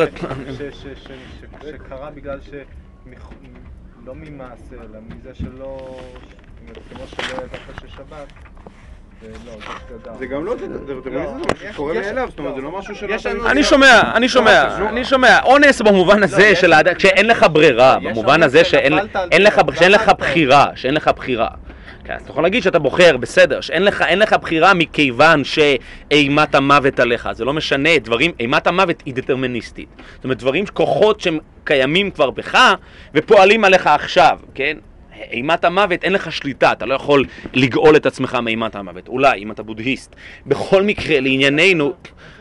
שקרה בגלל לא ממעשה, אלא מזה שלא, כמו שלא ידעת ששבת. זה גם לא דטרמיניזם, זה קורה מאליו, זאת אומרת, זה לא משהו שלא... אני שומע, אונס במובן הזה של האדם, כשאין לך ברירה, במובן הזה שאין לך בחירה, אז אתה יכול להגיד שאתה בוחר, בסדר, שאין לך בחירה מכיוון שאימת המוות עליך, זה לא משנה, אימת המוות היא דטרמיניסטית, זאת אומרת, דברים, כוחות שהם קיימים כבר בך ופועלים עליך עכשיו, כן? אימת המוות אין לך שליטה, אתה לא יכול לגאול את עצמך מאימת המוות, אולי אם אתה בודהיסט. בכל מקרה, לענייננו...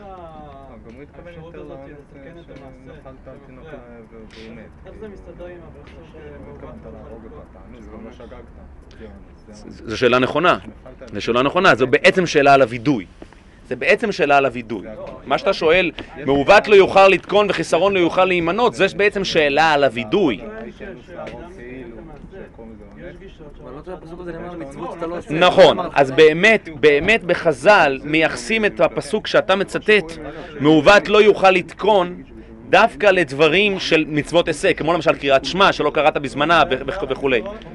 זו שאלה נכונה, זו בעצם שאלה על הוידוי. מה שאתה שואל, מעוות לא יוכל לתקון וחיסרון לא יוכל להימנות, זה בעצם שאלה על הוידוי. נכון, אז באמת בחז"ל מייחסים את הפסוק שאתה מצטט, מעוות לא יוכל לתקון, דווקא לדברים של מצוות עשה, כמו למשל קריאת שמע שלא קראת בזמנה וכו'.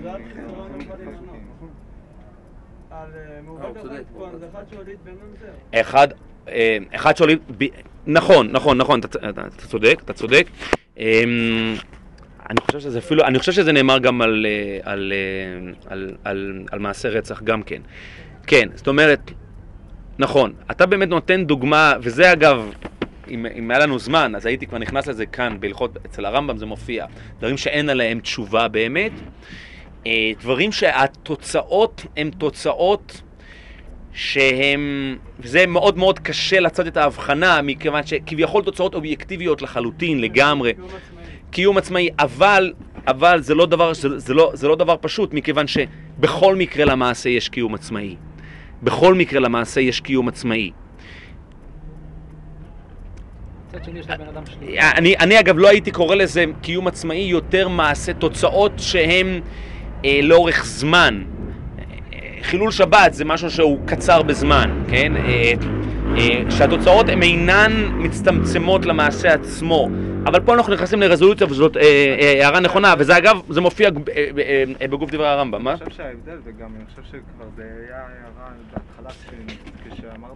אחד שואלים, נכון, אתה צודק. אני חושב שזה נאמר גם על מעשה רצח גם כן. כן, זאת אומרת, נכון, אתה באמת נותן דוגמה, וזה אגב, אם היה לנו זמן, אז הייתי כבר נכנס לזה כאן, בהלכות, אצל הרמב"ם זה מופיע, דברים שאין עליהם תשובה באמת, דברים שהתוצאות הן תוצאות שהם, וזה מאוד מאוד קשה לצאת את ההבחנה, מכיוון שכביכול תוצאות אובייקטיביות לחלוטין, לגמרי, קיום עצמאי, אבל זה לא דבר פשוט, מכיוון שבכל מקרה למעשה יש קיום עצמאי. בכל מקרה למעשה יש קיום עצמאי. מצד שני יש לבן אדם שלי. אני אגב לא הייתי קורא לזה קיום עצמאי, יותר מעשה תוצאות שהן לאורך זמן. חילול שבת זה משהו שהוא קצר בזמן, כן? שהתוצאות הן אינן מצטמצמות למעשה עצמו. אבל פה אנחנו נכנסים לרזולוציה, וזאת הערה נכונה, וזה אגב, זה מופיע בגוף דברי הרמב"ם, מה? אני חושב שההבדל, וגם אני חושב שכבר זה היה הערה בהתחלה כשאמרת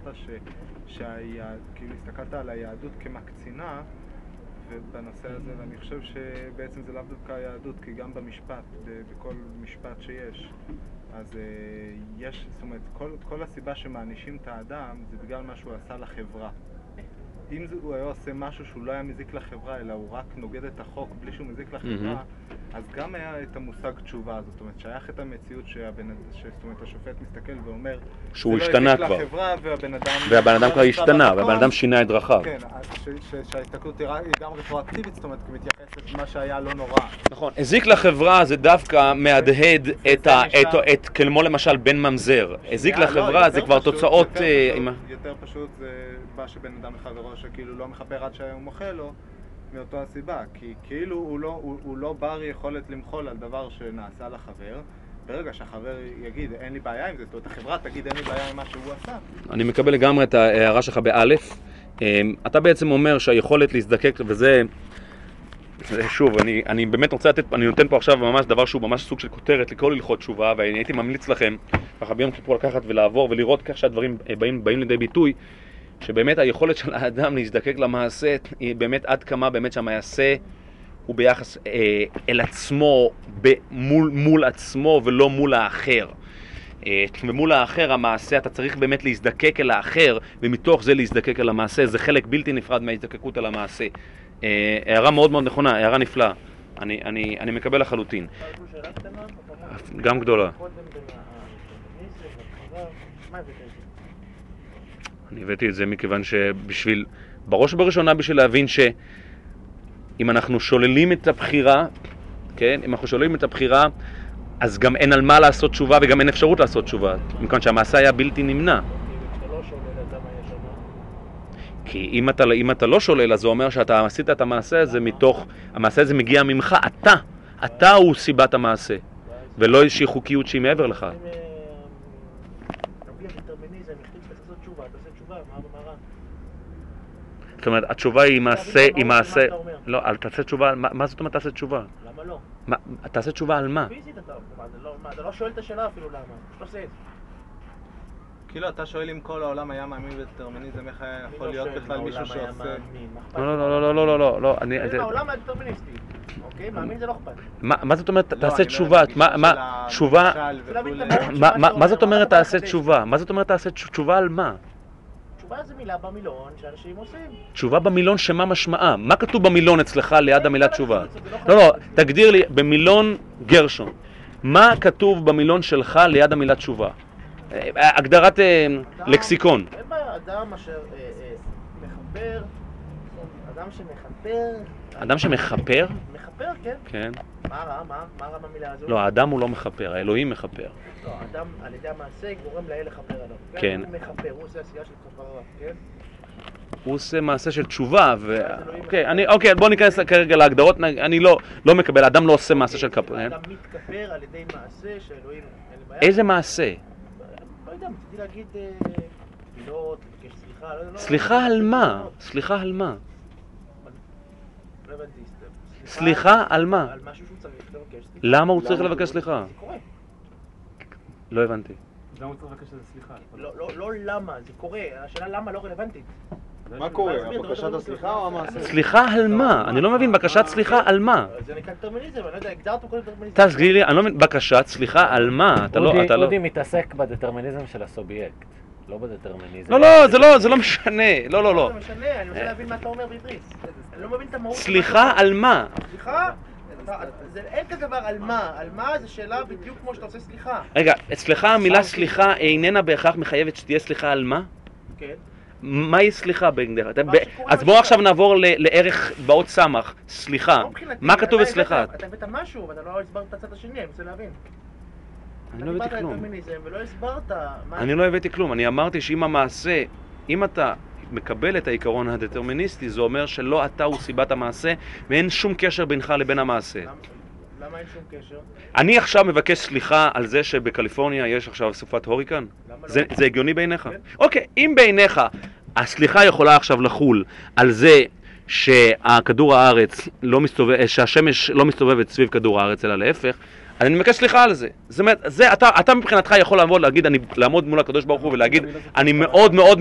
כאילו הסתכלת על היהדות כמקצינה בנושא הזה, ואני חושב שבעצם זה לאו דווקא היהדות, כי גם במשפט, בכל משפט שיש, אז יש, זאת אומרת, כל הסיבה שמענישים את האדם זה בגלל מה שהוא עשה לחברה. אם הוא היה עושה משהו שהוא לא היה מזיק לחברה, אלא הוא רק נוגד את החוק בלי שהוא מזיק לחברה, אז גם היה את המושג תשובה. זאת אומרת, שייך את המציאות זאת אומרת, השופט מסתכל ואומר שהוא השתנה כבר. לחברה, והבן אדם כבר השתנה, והבן אדם שינה את דרכיו. כן, שההסתכלות היא גם רטרואקטיבית, זאת אומרת, מתייחסת למה שהיה לא נורא. נכון, הזיק לחברה זה דווקא מהדהד את כמו למשל בן ממזר. הזיק לחברה זה כבר תוצאות... יותר פשוט זה בא שבן אדם לחברו שכאילו לא מחבר עד שהוא מוחה לו מאותו הסיבה, כי כאילו הוא לא בר יכולת למחול על דבר שנעשה לחבר. ברגע שהחבר יגיד אין לי בעיה עם זה, זאת אומרת החברה תגיד אין לי בעיה עם מה שהוא עשה. אני מקבל לגמרי את ההערה שלך באלף. אתה בעצם אומר שהיכולת להזדקק, וזה שוב, אני באמת רוצה לתת, אני נותן פה עכשיו ממש דבר שהוא ממש סוג של כותרת לכל הלכות תשובה, ואני הייתי ממליץ לכם ככה ביום כיפור לקחת ולעבור ולראות כך שהדברים באים לידי ביטוי, שבאמת היכולת של האדם להזדקק למעשה היא באמת עד כמה באמת שהמעשה הוא ביחס אל עצמו, מול עצמו ולא מול האחר. ומול האחר המעשה אתה צריך באמת להזדקק אל האחר, ומתוך זה להזדקק אל המעשה, זה חלק בלתי נפרד מההזדקקות אל המעשה. הערה מאוד מאוד נכונה, הערה נפלאה, אני מקבל לחלוטין. גם גדולה. אני הבאתי את זה מכיוון שבשביל, בראש ובראשונה בשביל להבין שאם אנחנו שוללים את הבחירה, כן, אם אנחנו שוללים את הבחירה, אז גם אין על מה לעשות תשובה וגם אין אפשרות לעשות תשובה, מכיוון שהמעשה היה בלתי נמנע. כי אם אתה לא שולל, אז זה אומר שאתה עשית את המעשה הזה מתוך, המעשה הזה מגיע ממך, אתה הוא סיבת המעשה, ולא איזושהי חוקיות שהיא מעבר לך. זאת אומרת, התשובה היא מעשה, לא, תעשה תשובה, מה זאת אומרת תעשה תשובה? למה לא? תעשה תשובה על מה? פיזית אתה לא שואל את השאלה אפילו למה, לא עושה את זה. כאילו אתה שואל אם כל העולם היה מאמין בדטרמיניזם, איך היה יכול להיות בכלל מישהו שעושה... לא, העולם היה דטרמיניסטי, אוקיי? מאמין זה לא אכפת. מה זאת אומרת תעשה תשובה? תשובה... מה זאת אומרת תעשה תשובה? מה זאת אומרת תעשה תשובה על מה? תשובה זה מילה במילון שאנשים עושים. תשובה במילון שמה משמעה? מה כתוב במילון אצלך ליד המילה תשובה? לא, תגדיר לי, במילון גרשון. מה כתוב במילון שלך ליד המילה תשובה? הגדרת לקסיקון. אדם אשר מחבר, אדם שמחבר... אדם שמחבר? מחבר, כן. כן. מה רע במילה הזו? לא, האדם הוא לא מחבר, האלוהים מחבר. לא, האדם על ידי המעשה גורם לאל לחבר עליו. כן. הוא מחבר, הוא עושה עשייה של כפרה, כן? הוא עושה מעשה של תשובה, אוקיי, בוא ניכנס כרגע להגדרות, אני לא מקבל, האדם לא עושה מעשה של כפרה. האדם מתכפר על ידי מעשה שאלוהים, אין לי בעיה. איזה מעשה? לא יודע, רציתי להגיד תפילות, לבקש סליחה, לא... סליחה על מה? סליחה על מה? לא הבנתי. סליחה על מה? על משהו שהוא צריך לבקש סליחה. למה הוא צריך לבקש סליחה? זה קורה. לא הבנתי. למה הוא צריך לבקש סליחה? לא למה, זה קורה. השאלה למה לא רלוונטית. מה קורה? הבקשת הסליחה או המעשה? סליחה על מה? אני לא מבין, בקשת סליחה על מה? זה נקרא דטרמיניזם, אני לא יודע, הגדרת קודם דטרמיניזם. תסגרי לי, אני לא מבין, בקשת סליחה על מה? אתה לא... אודי מתעסק בדטרמיניזם של הסובייקט, לא בדטרמיניזם. לא, זה לא משנה. לא. זה משנה, אני רוצה להבין מה אתה אומר בעברית. אני לא מבין את המהות. סליחה על מה? סליחה? אין כזה דבר על מה. על מה זה שאלה בדיוק כמו שאתה עושה סליחה. רגע, אצלך המילה סליחה איננה בהכרח מחייבת שתהיה סליחה על מה? כן. מהי סליחה בהגדרה? אז בואו עכשיו נעבור לערך באות סמך, סליחה. מה כתוב בסליחה? אתה הבאת משהו ואתה לא הסברת את הצד השני, אני רוצה להבין. אני לא הבאתי כלום. ולא הסברת מה... אני לא הבאתי כלום, אני אמרתי שאם המעשה, אם אתה מקבל את העיקרון הדטרמיניסטי, זה אומר שלא אתה הוא סיבת המעשה ואין שום קשר בינך לבין המעשה. למה אין שום קשר? אני עכשיו מבקש סליחה על זה שבקליפורניה יש עכשיו סופת הוריקן? זה הגיוני בעיניך? אוקיי, אם בעיניך הסליחה יכולה עכשיו לחול על זה שהכדור הארץ לא מסתובב, שהשמש לא מסתובבת סביב כדור הארץ אלא להפך, אז אני מבקש סליחה על זה. זאת אומרת, אתה מבחינתך יכול לעמוד מול הקדוש ברוך הוא ולהגיד, אני מאוד מאוד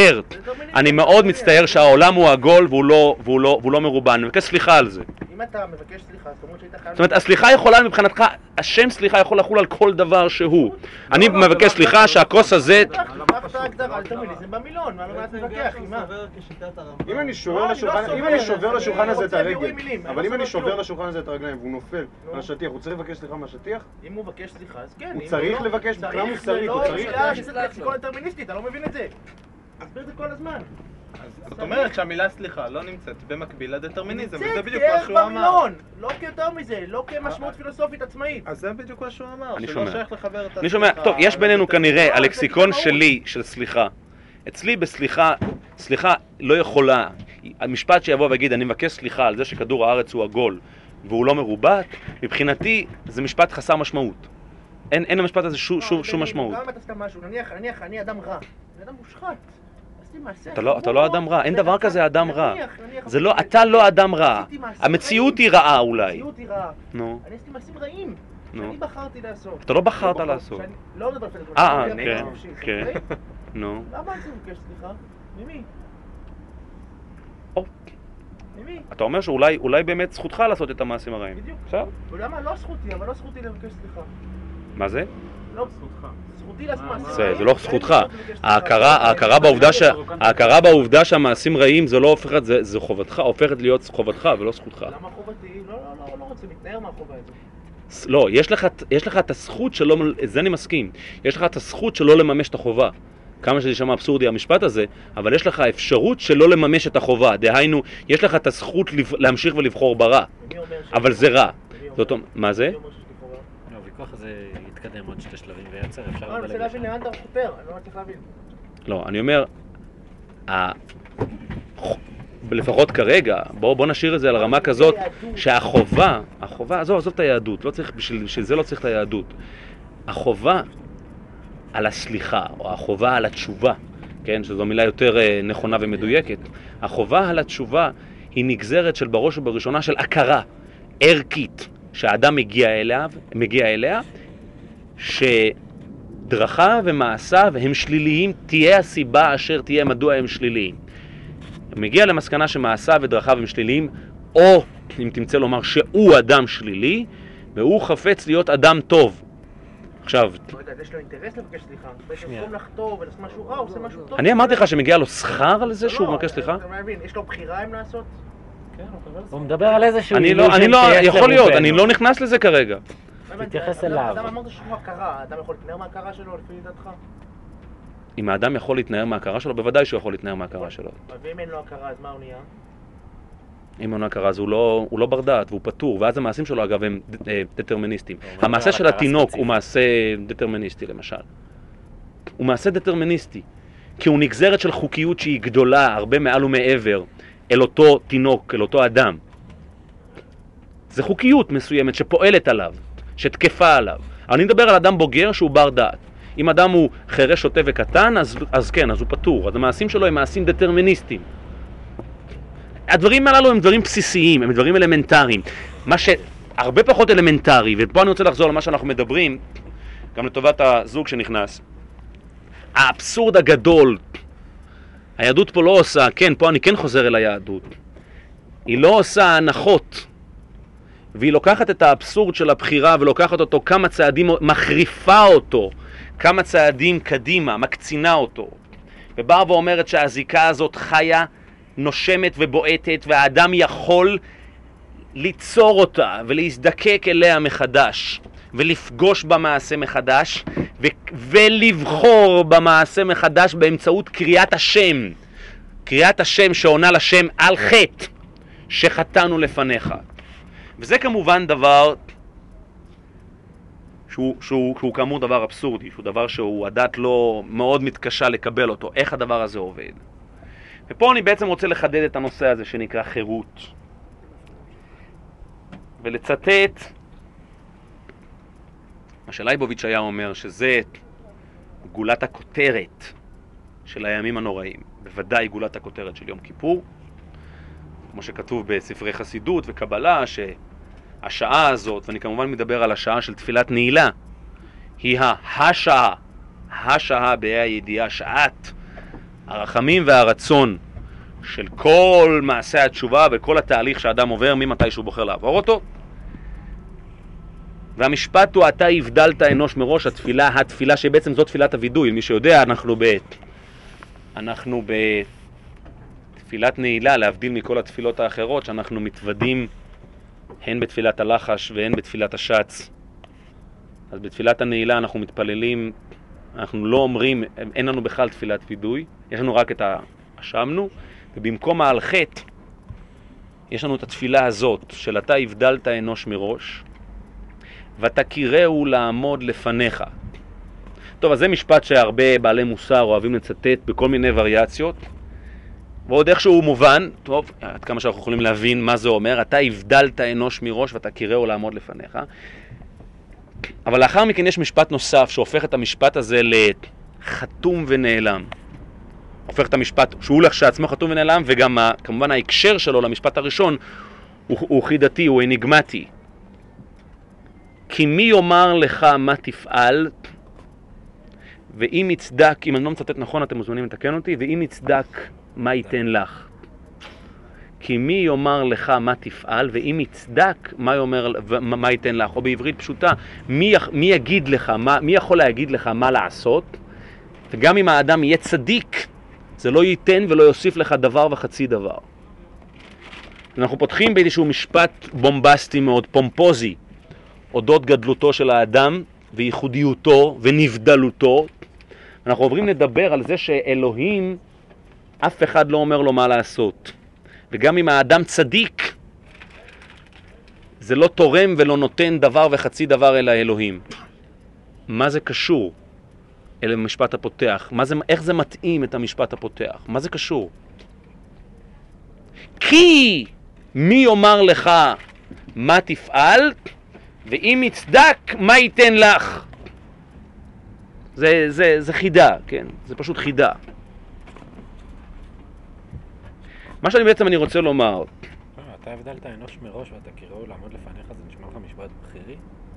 מצטער שהעולם הוא עגול והוא לא מרובע, אני מבקש סליחה על זה. אם אתה מבקש סליחה, זאת אומרת שהיית חייב... זאת אומרת, הסליחה יכולה מבחינתך, השם סליחה יכול לחול על כל דבר שהוא. אני מבקש סליחה שהכוס הזה... קח את ההגדרה, דטרמיניזם במילון, מה לא מעט מתווכח, עם מה? אם אני שובר לשולחן הזה את הרגל, אבל אם אני שובר לשולחן הזה את הרגליים והוא נופל על השטיח, הוא צריך לבקש סליחה מהשטיח? אם הוא מבקש סליחה, אז כן. הוא צריך לבקש, מבחינה מוסרית, הוא צריך... זה לקסיקון דטרמיניסטי, אתה לא מבין את זה. תסביר את זה כל הזמן. זאת אומרת שהמילה סליחה לא נמצאת במקביל לדטרמיניזם, וזה בדיוק נמצאת מה שהוא אמר. במילון, לא כיותר מזה, לא כמשמעות פילוסופית עצמאית. אז זה בדיוק מה שהוא אמר, אני שלא שומע. שייך לחבר את הסליחה. אני שומע, טוב, יש בינינו כנראה, זה הלקסיקון משמעות. שלי של סליחה. אצלי בסליחה, סליחה לא יכולה, המשפט שיבוא ויגיד, אני מבקש סליחה על זה שכדור הארץ הוא עגול והוא לא מרובע, מבחינתי זה משפט חסר משמעות. אין למשפט הזה שום משמעות. גם אם אתה סתם משהו, נניח, אני אדם רע, אני אדם מושחת. אתה לא אדם רע, אין דבר כזה אדם רע. זה לא, אתה לא אדם רע. המציאות היא רעה אולי. המציאות היא רעה. נו. אני עשיתי מעשים רעים, נו. שאני בחרתי לעשות. אתה לא בחרת לעשות. לא מדבר על כן, כן. נו. למה אני מבקש סליחה? ממי? ממי? אתה אומר שאולי באמת זכותך לעשות את המעשים הרעים. בדיוק. בסדר? ולמה? לא זכותי, אבל לא זכותי לבקש סליחה. מה זה? לא זכותך. זכותי לעשות מעשים זה רעים. לא זכותך. ההכרה בעובדה שהמעשים רעים זה לא הופכת, זה חובתך, הופכת להיות חובתך ולא זכותך. למה חובתי? לא רוצה להתנער מהחובה הזאת. לא, יש לך את הזכות שלא, זה אני מסכים, יש לך את הזכות שלא לממש את החובה. כמה שזה יישמע אבסורדי המשפט הזה, אבל יש לך אפשרות שלא לממש את החובה. דהיינו, יש לך את הזכות להמשיך ולבחור ברע. אבל זה רע. מה זה? הוויכוח הזה יתקדם עוד 2 שלבים וייצר, אפשר... אני רוצה להבין לאן אתה חופר, אני לא מצליח להבין. לא, אני אומר, לפחות כרגע, בוא נשאיר את זה על רמה כזאת, שהחובה, עזוב את היהדות, בשביל זה לא צריך את היהדות. החובה על הסליחה, או החובה על התשובה, כן, שזו מילה יותר נכונה ומדויקת, החובה על התשובה היא נגזרת של בראש ובראשונה של הכרה ערכית, שהאדם מגיע אליה, שדרכיו ומעשיו הם שליליים, תהיה הסיבה אשר תהיה מדוע הם שליליים. מגיע למסקנה שמעשיו ודרכיו הם שליליים, או אם תמצא לומר שהוא אדם שלילי, והוא חפץ להיות אדם טוב. עכשיו... רגע, יש לו אינטרס לבקש סליחה. במקום לחטוא ולעשות משהו רע, הוא עושה משהו טוב. אני אמרתי לך שמגיע לו שכר על זה שהוא מבקש סליחה? אתה מבין, יש לו בחירה אם לעשות? הוא מדבר על איזשהו... אני לא, יכול להיות, אני לא נכנס לזה כרגע. תתייחס אליו. אדם אמרת שהוא הכרה, האדם יכול להתנער מההכרה שלו לפי דעתך? אם האדם יכול להתנער מההכרה שלו, בוודאי שהוא יכול להתנער מההכרה שלו. ואם אין לו הכרה, אז מה הוא נהיה? אם אין לו הכרה, אז הוא לא בר דעת והוא פטור, ואז המעשים שלו אגב הם דטרמיניסטיים. המעשה של התינוק הוא מעשה דטרמיניסטי למשל. הוא מעשה דטרמיניסטי, כי הוא נגזרת של חוקיות שהיא גדולה, הרבה מעל ומעבר, אל אותו תינוק, אל אותו אדם. זה חוקיות מסוימת שפועלת עליו, שתקפה עליו. אני מדבר על אדם בוגר שהוא בר דעת. אם אדם הוא חירש, שוטה וקטן, אז כן, אז הוא פטור. אז המעשים שלו הם מעשים דטרמיניסטיים. הדברים הללו הם דברים בסיסיים, הם דברים אלמנטריים. מה שהרבה פחות אלמנטרי, ופה אני רוצה לחזור למה שאנחנו מדברים, גם לטובת הזוג שנכנס. האבסורד הגדול היהדות פה לא עושה, כן, פה אני כן חוזר אל היהדות. היא לא עושה הנחות, והיא לוקחת את האבסורד של הבחירה ולוקחת אותו כמה צעדים, מחריפה אותו, כמה צעדים קדימה, מקצינה אותו. ובאה ואומרת שהזיקה הזאת חיה, נושמת ובועטת, והאדם יכול ליצור אותה ולהזדקק אליה מחדש, ולפגוש במעשה מחדש, ולבחור במעשה מחדש באמצעות קריאת השם. קריאת השם שעונה לשם על חטא שחטאנו לפניך. וזה כמובן דבר שהוא כאמור דבר אבסורדי, שהוא דבר שהוא הדת לא מאוד מתקשה לקבל אותו, איך הדבר הזה עובד. ופה אני בעצם רוצה לחדד את הנושא הזה שנקרא חירות. ולצטט מה שלייבוביץ' היה אומר, שזה גולת הכותרת של הימים הנוראים, בוודאי גולת הכותרת של יום כיפור, כמו שכתוב בספרי חסידות וקבלה, שהשעה הזאת, ואני כמובן מדבר על השעה של תפילת נעילה, היא השעה בה"א הידיעה, שעת הרחמים והרצון של כל מעשה התשובה וכל התהליך שהאדם עובר ממתי שהוא בוחר לעבור אותו. והמשפט הוא אתה הבדלת אנוש מראש, התפילה שבעצם זו תפילת הוידוי. מי שיודע, אנחנו בתפילת נעילה, להבדיל מכל התפילות האחרות שאנחנו מתוודים הן בתפילת הלחש והן בתפילת השץ. אז בתפילת הנעילה אנחנו מתפללים, אנחנו לא אומרים, אין לנו בכלל תפילת וידוי, יש לנו רק את האשמנו, ובמקום על חטא יש לנו את התפילה הזאת של אתה הבדלת אנוש מראש ותכירהו לעמוד לפניך. טוב, אז זה משפט שהרבה בעלי מוסר אוהבים לצטט בכל מיני וריאציות, ועוד איכשהו מובן, טוב, עד כמה שאנחנו יכולים להבין מה זה אומר, אתה הבדלת אנוש מראש ותכירהו לעמוד לפניך. אבל לאחר מכן יש משפט נוסף שהופך את המשפט הזה לחתום ונעלם. הופך את המשפט שהוא לעצמו חתום ונעלם, וגם כמובן ההקשר שלו למשפט הראשון הוא חידתי, הוא אניגמטי. כי מי יאמר לך מה תפעל, ואם יצדק, אם אני לא מצטט נכון אתם מוזמנים לתקן אותי, ואם יצדק מה ייתן לך. כי מי יאמר לך מה תפעל, ואם יצדק מה ייתן לך. או בעברית פשוטה, מי יגיד לך, מי יכול להגיד לך מה לעשות, וגם אם האדם יהיה צדיק, זה לא ייתן ולא יוסיף לך דבר וחצי דבר. אנחנו פותחים באיזשהו משפט בומבסטי מאוד, פומפוזי, אודות גדלותו של האדם וייחודיותו ונבדלותו. אנחנו עוברים לדבר על זה שאלוהים, אף אחד לא אומר לו מה לעשות. וגם אם האדם צדיק, זה לא תורם ולא נותן דבר וחצי דבר אל האלוהים. מה זה קשור אל המשפט הפותח? איך זה מתאים את המשפט הפותח? מה זה קשור? כי מי יאמר לך מה תפעל, ואם יצדק מה ייתן לך. זה חידה, כן? זה פשוט חידה. מה שאני בעצם רוצה לומר, אתה הבדלת אנוש מראש ותכירהו לעמוד לפניך, זה נשמע לך משפט בחירי?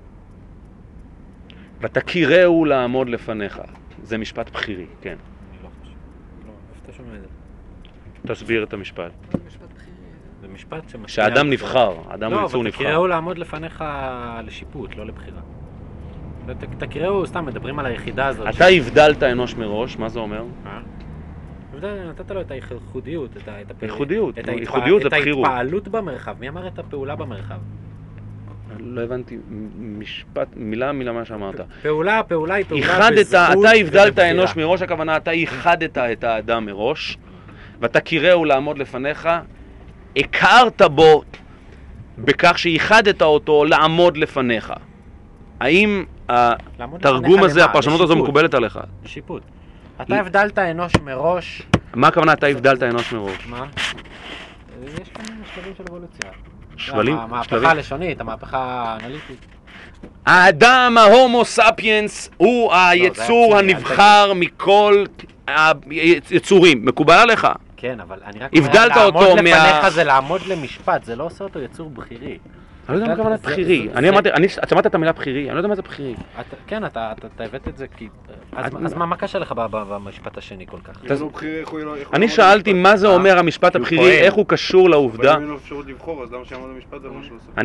ותכירהו לעמוד לפניך, זה משפט בחירי, כן. אני לא חושב. לא, איפה אתה שומע את זה? תסביר את המשפט. זה משפט בחירי. זה משפט שהאדם נבחר, האדם הוא יצור נבחר. לא, ותכירהו לעמוד לפניך לשיפוט, לא לבחירה. תכירהו, סתם מדברים על היחידה הזאת. אתה הבדלת אנוש מראש, מה זה אומר? נתת לו את הייחודיות, הייחודיות זה בחירות. את ההתפעלות במרחב. מי אמר את הפעולה במרחב? לא הבנתי מילה מה שאמרת. פעולה היא פעולה בזכות. אתה הבדלת אנוש מראש, הכוונה אתה ייחדת את האדם מראש, ותכירהו לעמוד לפניך, הכרת בו בכך שייחדת אותו לעמוד לפניך. האם התרגום הזה, הפרשנות הזו מקובלת עליך? שיפוט. אתה הבדלת אנוש מראש. מה הכוונה אתה הבדלת אנוש מראש? מה? יש כאן שלבים של אבולוציה. שלבים? המהפכה הלשונית, המהפכה האנליטית. האדם, ההומו ספיאנס, הוא היצור הנבחר מכל היצורים. מקובל עליך? כן, אבל אני רק הבדלת אותו לעמוד לפניך זה לעמוד למשפט, זה לא עושה אותו יצור בחירי. אני לא יודע מה הכוונת בחירי. את שמעת את המילה בחירי? אני לא יודע מה זה בחירי. כן, אתה הבאת את זה כי... אז מה קשה לך במשפט השני כל כך? אני שאלתי מה זה אומר המשפט הבחירי, איך הוא קשור לעובדה. אבל אם אין לו אפשרות לבחור, אז למה שיעמוד המשפט על משהו עושה?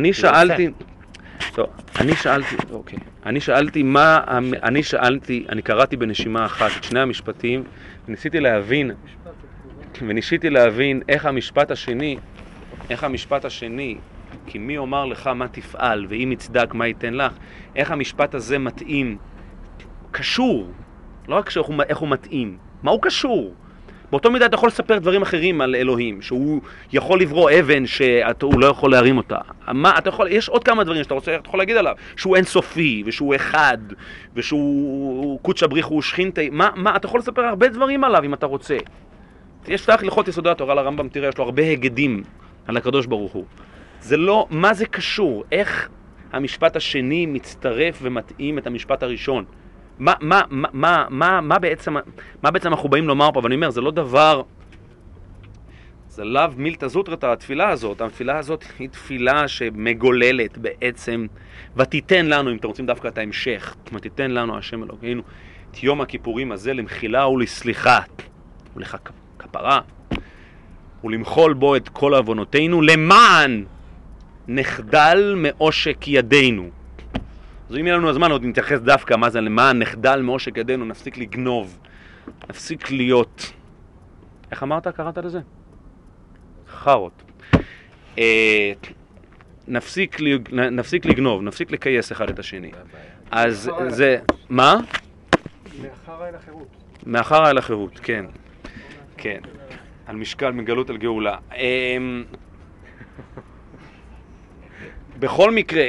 אני קראתי בנשימה אחת את שני המשפטים, וניסיתי להבין איך המשפט השני, כי מי אומר לך מה תפעל, ואם יצדק מה ייתן לך, איך המשפט הזה מתאים, קשור, לא רק איך הוא מתאים, מה הוא קשור? באותו מידה אתה יכול לספר דברים אחרים על אלוהים, שהוא יכול לברוא אבן שהוא לא יכול להרים אותה. יש עוד כמה דברים שאתה רוצה, אתה יכול להגיד עליו, שהוא אינסופי, ושהוא אחד, ושהוא קודשא בריך הוא שכינתי, אתה יכול לספר הרבה דברים עליו אם אתה רוצה. יש פתח הלכות יסודי התורה לרמב"ם, תראה, יש לו הרבה הגדים על הקדוש ברוך הוא. זה לא, מה זה קשור? איך המשפט השני מצטרף ומתאים את המשפט הראשון? מה בעצם אנחנו באים לומר פה? ואני אומר, זה לא דבר, זה לאו מילתא זוטרתא, התפילה הזאת. התפילה הזאת היא תפילה שמגוללת בעצם, ותיתן לנו, אם אתם רוצים דווקא את ההמשך, ותיתן לנו השם אלוקינו את יום הכיפורים הזה למחילה ולסליחה ולכפרה, ולמחול בו את כל עוונותינו, למען נחדל מעושק ידינו. אז אם יהיה לנו הזמן עוד נתייחס דווקא מה זה למען נחדל מעושק ידינו, נפסיק לגנוב, נפסיק להיות, איך אמרת? קראת לזה? חרות. נפסיק לגנוב, נפסיק לקייס אחד את השני. אז זה, מה? מאחר אל החירות. מאחר אל החירות, כן. כן. על משקל מגלות על גאולה. בכל מקרה,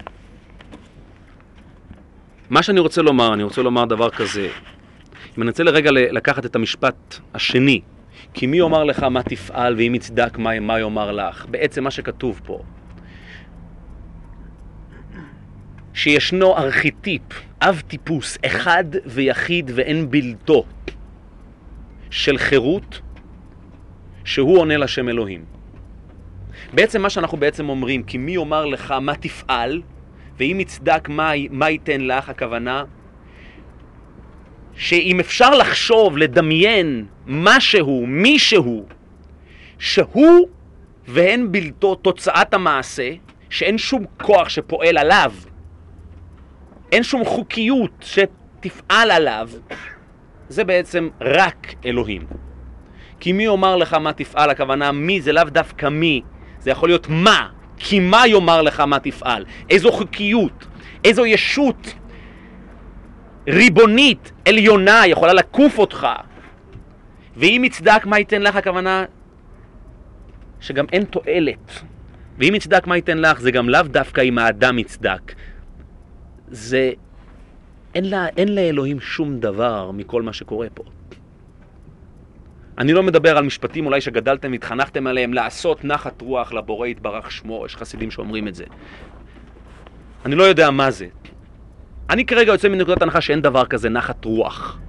מה שאני רוצה לומר, אני רוצה לומר דבר כזה. אם אני רוצה לרגע לקחת את המשפט השני, כי מי יאמר לך מה תפעל ואם יצדק מה יאמר לך? בעצם מה שכתוב פה, שישנו ארכיטיפ, אב טיפוס, אחד ויחיד ואין בלתו, של חירות, שהוא עונה לשם אלוהים. בעצם מה שאנחנו בעצם אומרים, כי מי יאמר לך מה תפעל, ואם יצדק מה ייתן לך, הכוונה, שאם אפשר לחשוב, לדמיין משהו, מישהו, שהוא ואין בלתו תוצאת המעשה, שאין שום כוח שפועל עליו, אין שום חוקיות שתפעל עליו, זה בעצם רק אלוהים. כי מי יאמר לך מה תפעל, הכוונה מי, זה לאו דווקא מי, זה יכול להיות מה, כי מה יאמר לך מה תפעל, איזו חוקיות, איזו ישות ריבונית, עליונה, יכולה לקוף אותך. ואם יצדק מה ייתן לך, הכוונה שגם אין תועלת. ואם יצדק מה ייתן לך, זה גם לאו דווקא אם האדם יצדק. זה, אין לאלוהים שום דבר מכל מה שקורה פה. אני לא מדבר על משפטים אולי שגדלתם והתחנכתם עליהם, לעשות נחת רוח לבורא יתברך שמו, יש חסידים שאומרים את זה. אני לא יודע מה זה. אני כרגע יוצא מנקודת הנחה שאין דבר כזה נחת רוח.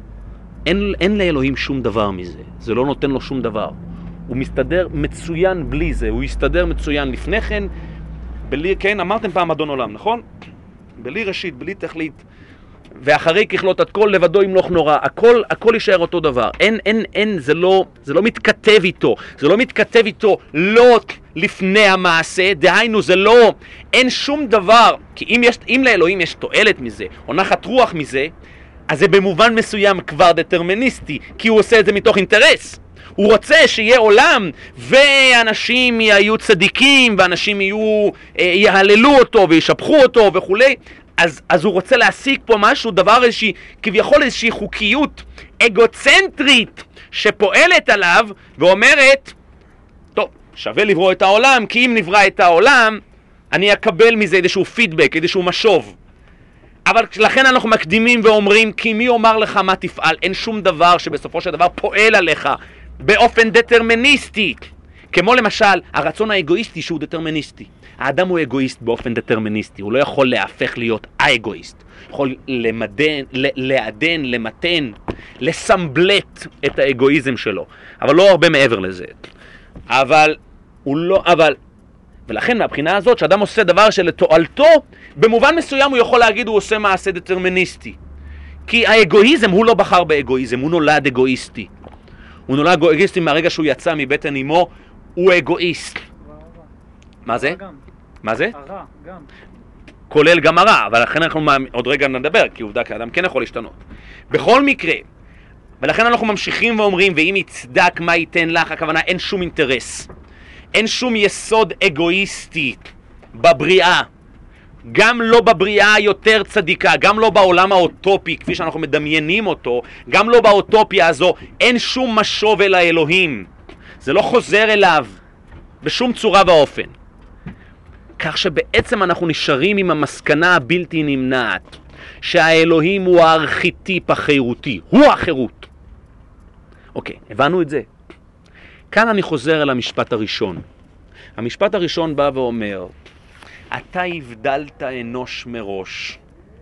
אין לאלוהים שום דבר מזה, זה לא נותן לו שום דבר. הוא מסתדר מצוין בלי זה, הוא יסתדר מצוין לפני כן, בלי, כן, אמרתם פעם אדון עולם, נכון? בלי ראשית, בלי תכלית, ואחרי ככלות עד כל לבדו ימלוך נורא, הכל יישאר אותו דבר. זה לא מתכתב איתו, זה לא מתכתב איתו לא לפני המעשה, דהיינו זה לא, אין שום דבר, כי אם לאלוהים יש תועלת מזה, או נחת רוח מזה, אז זה במובן מסוים כבר דטרמיניסטי, כי הוא עושה את זה מתוך אינטרס. הוא רוצה שיהיה עולם, ואנשים יהיו צדיקים, ואנשים יהללו אותו וישבחו אותו וכולי. אז הוא רוצה להשיג פה משהו, דבר איזושהי, כביכול איזושהי חוקיות אגוצנטרית שפועלת עליו ואומרת, טוב, שווה לברוא את העולם, כי אם נברא את העולם, אני אקבל מזה איזשהו פידבק, איזשהו משוב. אבל לכן אנחנו מקדימים ואומרים, כי מי אומר לך מה תפעל? אין שום דבר שבסופו של דבר פועל עליך באופן דטרמיניסטי. כמו למשל, הרצון האגואיסטי שהוא דטרמיניסטי. האדם הוא אגואיסט באופן דטרמיניסטי, הוא לא יכול להפך להיות האגואיסט. יכול לעדן, למתן, לסמבלט את האגואיזם שלו. אבל לא הרבה מעבר לזה. אבל ולכן מהבחינה הזאת שאדם עושה דבר שלתועלתו, במובן מסוים הוא יכול להגיד הוא עושה מעשה דטרמיניסטי. כי האגואיזם, הוא לא בחר באגואיזם, הוא נולד אגואיסטי. הוא נולד אגואיסטי מהרגע שהוא יצא מבטן אמו, הוא אגואיסט. מה זה? מה זה? הרע, גם. כולל גם הרע, אבל לכן אנחנו עוד רגע נדבר, כי עובדה כאדם כן יכול להשתנות. בכל מקרה, ולכן אנחנו ממשיכים ואומרים, ואם יצדק מה ייתן לך, הכוונה אין שום אינטרס. אין שום יסוד אגואיסטי בבריאה. גם לא בבריאה היותר צדיקה, גם לא בעולם האוטופי, כפי שאנחנו מדמיינים אותו, גם לא באוטופיה הזו, אין שום משוב אל האלוהים. זה לא חוזר אליו בשום צורה ואופן. כך שבעצם אנחנו נשארים עם המסקנה הבלתי נמנעת, שהאלוהים הוא הארכיטיפ החירותי, הוא החירות. אוקיי, הבנו את זה. כאן אני חוזר אל המשפט הראשון. המשפט הראשון בא ואומר, אתה הבדלת אנוש מראש,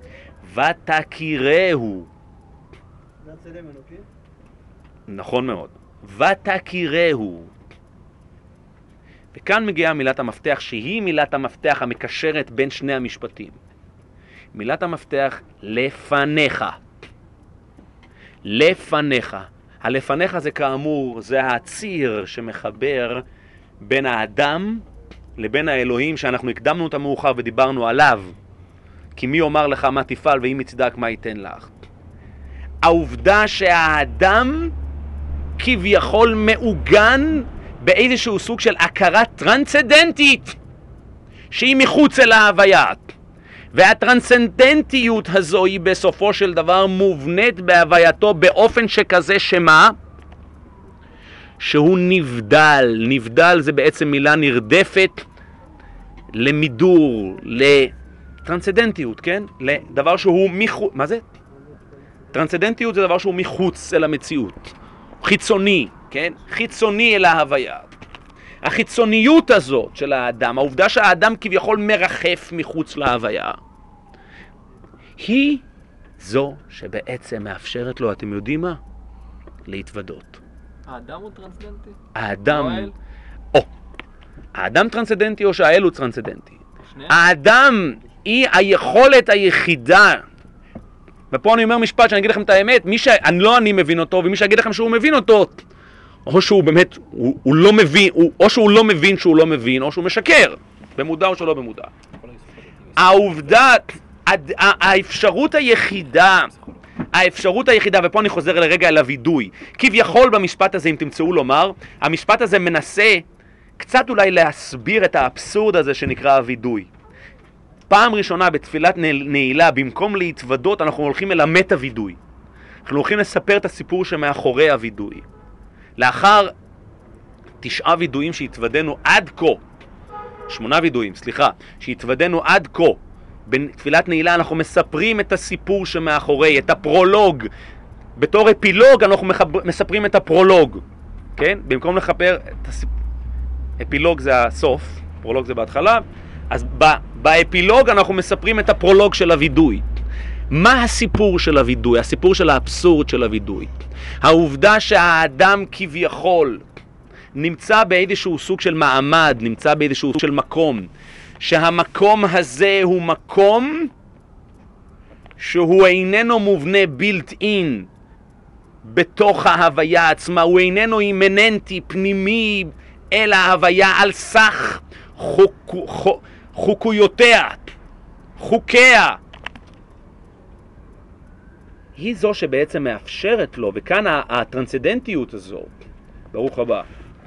ותכירהו. זה הצלם אלוקי? נכון מאוד. ותכירהו. וכאן מגיעה מילת המפתח, שהיא מילת המפתח המקשרת בין שני המשפטים. מילת המפתח לפניך. לפניך. הלפניך זה כאמור, זה הציר שמחבר בין האדם לבין האלוהים, שאנחנו הקדמנו אותה מאוחר ודיברנו עליו. כי מי אומר לך מה תפעל ואם יצדק מה ייתן לך. העובדה שהאדם כביכול מעוגן באיזשהו סוג של הכרה טרנסצנדנטית שהיא מחוץ אל ההוויה. והטרנסצנדנטיות הזו היא בסופו של דבר מובנית בהווייתו באופן שכזה שמה? שהוא נבדל. נבדל זה בעצם מילה נרדפת למידור, לטרנסצנדנטיות, כן? לדבר שהוא מחוץ... מה זה? טרנסצנדנטיות זה דבר שהוא מחוץ אל המציאות. חיצוני, כן? חיצוני אל ההוויה. החיצוניות הזאת של האדם, העובדה שהאדם כביכול מרחף מחוץ להוויה, היא זו שבעצם מאפשרת לו, אתם יודעים מה? להתוודות. האדם הוא טרנסדנטי? האדם... האל? או, האדם טרנסדנטי או שהאל הוא טרנסדנטי? שניהם? האדם היא היכולת היחידה, ופה אני אומר משפט שאני אגיד לכם את האמת, מי שלא אני מבין אותו, ומי שיגיד לכם שהוא מבין אותו, או שהוא באמת, הוא לא מבין, או שהוא לא מבין שהוא לא מבין, או שהוא משקר, במודע או שלא במודע. העובדה, האפשרות היחידה, ופה אני חוזר לרגע אל הוידוי, כביכול במשפט הזה, אם תמצאו לומר, המשפט הזה מנסה קצת אולי להסביר את האבסורד הזה שנקרא הוידוי. פעם ראשונה בתפילת נעילה, במקום להתוודות, אנחנו הולכים אל המטה וידוי. אנחנו הולכים לספר את הסיפור שמאחורי הוידוי. לאחר 9 וידויים שהתוודנו עד כה, 8 וידויים, סליחה, שהתוודנו עד כה, בתפילת נעילה אנחנו מספרים את הסיפור שמאחורי, את הפרולוג. בתור אפילוג אנחנו מספרים את הפרולוג, כן? במקום לחפר את אפילוג זה הסוף, פרולוג זה בהתחלה, אז באפילוג אנחנו מספרים את הפרולוג של הוידוי. מה הסיפור של הוידוי? הסיפור של האבסורד של הוידוי. העובדה שהאדם כביכול נמצא באיזשהו סוג של מעמד, נמצא באיזשהו סוג של מקום, שהמקום הזה הוא מקום שהוא איננו מובנה built in בתוך ההוויה עצמה, הוא איננו אימננטי פנימי אל ההוויה על סך חוקיותיה, חוקיה. היא זו שבעצם מאפשרת לו, וכאן הטרנסצנדנטיות הזו, ברוך הבא.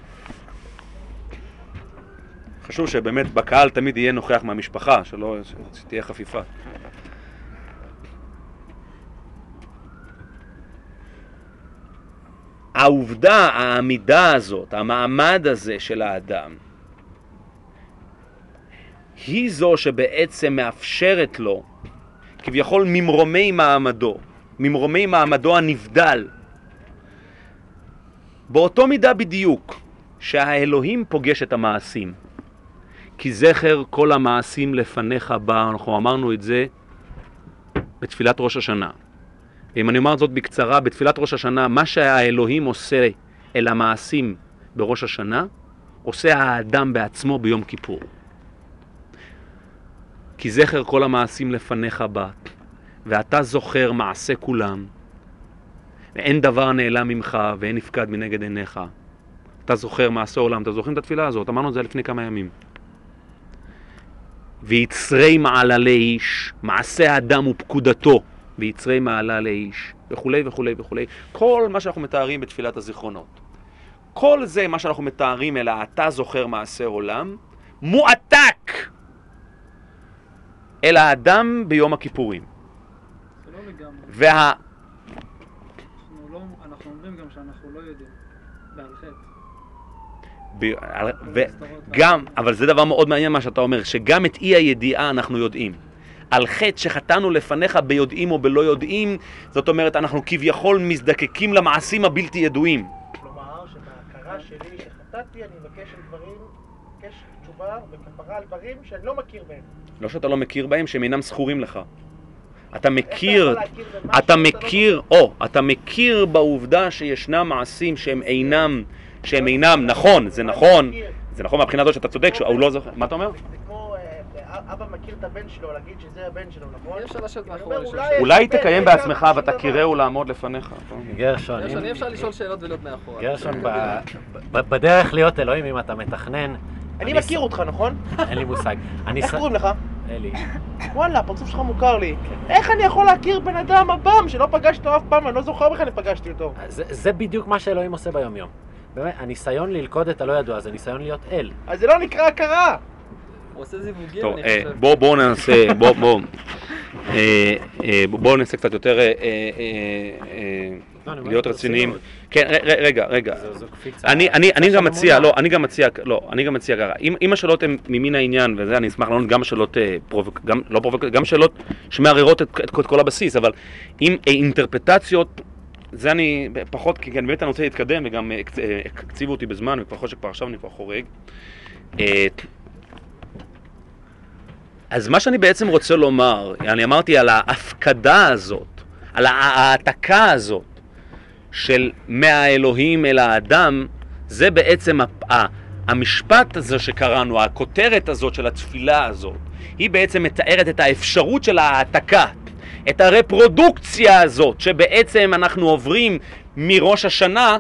חשוב שבאמת בקהל תמיד יהיה נוכח מהמשפחה, שתהיה חפיפה. העובדה, העמידה הזאת, המעמד הזה של האדם, היא זו שבעצם מאפשרת לו, כביכול ממרומי מעמדו הנבדל. באותו מידה בדיוק שהאלוהים פוגש את המעשים. כי זכר כל המעשים לפניך בא, אנחנו אמרנו את זה בתפילת ראש השנה. ואם אני אומר זאת בקצרה, בתפילת ראש השנה, מה שהאלוהים עושה אל המעשים בראש השנה, עושה האדם בעצמו ביום כיפור. כי זכר כל המעשים לפניך בא, ואתה זוכר מעשה כולם, ואין דבר נעלם ממך ואין נפקד מנגד עיניך. אתה זוכר מעשה עולם, אתה זוכרים את התפילה הזאת, אמרנו את זה לפני כמה ימים. ויצרי מעלה לאיש, מעשה האדם ופקודתו, ויצרי מעלה לאיש, וכולי וכולי וכולי. כל מה שאנחנו מתארים בתפילת הזיכרונות. כל זה מה שאנחנו מתארים אלא אתה זוכר מעשה עולם, מועתק אל האדם ביום הכיפורים. זה לא לגמרי. אנחנו אומרים גם שאנחנו לא יודעים, בעל חטא. גם, אבל זה דבר מאוד מעניין מה שאתה אומר, שגם את אי הידיעה אנחנו יודעים. על חטא שחטאנו לפניך ביודעים או בלא יודעים, זאת אומרת אנחנו כביכול מזדקקים למעשים הבלתי ידועים. כלומר, שבהכרה שלי שחטאתי אני מבקש תשובה וכפרה על דברים שאני לא מכיר בהם. לא שאתה לא מכיר בהם, שהם אינם זכורים לך. אתה מכיר בעובדה שישנם מעשים שהם אינם, נכון, זה נכון מהבחינה הזאת שאתה צודק, הוא לא זוכר, מה אתה אומר? זה כמו אבא מכיר את הבן שלו, להגיד שזה הבן שלו, נכון? אפשר לשבת מאחורי. אולי תקיים בעצמך ותכירהו לעמוד לפניך. גרשון, אי אפשר לשאול שאלות ולהיות מאחורי. גרשון, בדרך להיות אלוהים, אם אתה מתכנן... אני מכיר אותך, נכון? אין לי מושג. איך קוראים לך? אלי. וואלה, הפרצוף שלך מוכר לי. איך אני יכול להכיר בן אדם הבם שלא פגשתי אותו אף פעם, אני לא זוכר בכלל אם פגשתי אותו. זה בדיוק מה שאלוהים עושה ביום יום. באמת, הניסיון ללכוד את הלא ידוע, זה ניסיון להיות אל. אז זה לא נקרא הכרה. הוא עושה זיווגים, טוב, אני חושב. בואו ננסה קצת יותר להיות רציניים. כן, רגע. אני גם מציע ככה. אם השאלות הן ממין העניין, וזה אני אשמח לענות גם שאלות גם שאלות שמערערות את כל הבסיס, אבל אם אינטרפטציות, זה אני פחות, כי באמת אני רוצה להתקדם, וגם הקציבו אותי בזמן, ופחות שכבר עכשיו אני כבר חורג. אז מה שאני בעצם רוצה לומר, אני אמרתי על ההפקדה הזאת, על ההעתקה הזאת של מהאלוהים אל האדם, זה בעצם המשפט הזה שקראנו, הכותרת הזאת של התפילה הזאת, היא בעצם מתארת את האפשרות של ההעתקה, את הרפרודוקציה הזאת, שבעצם אנחנו עוברים מראש השנה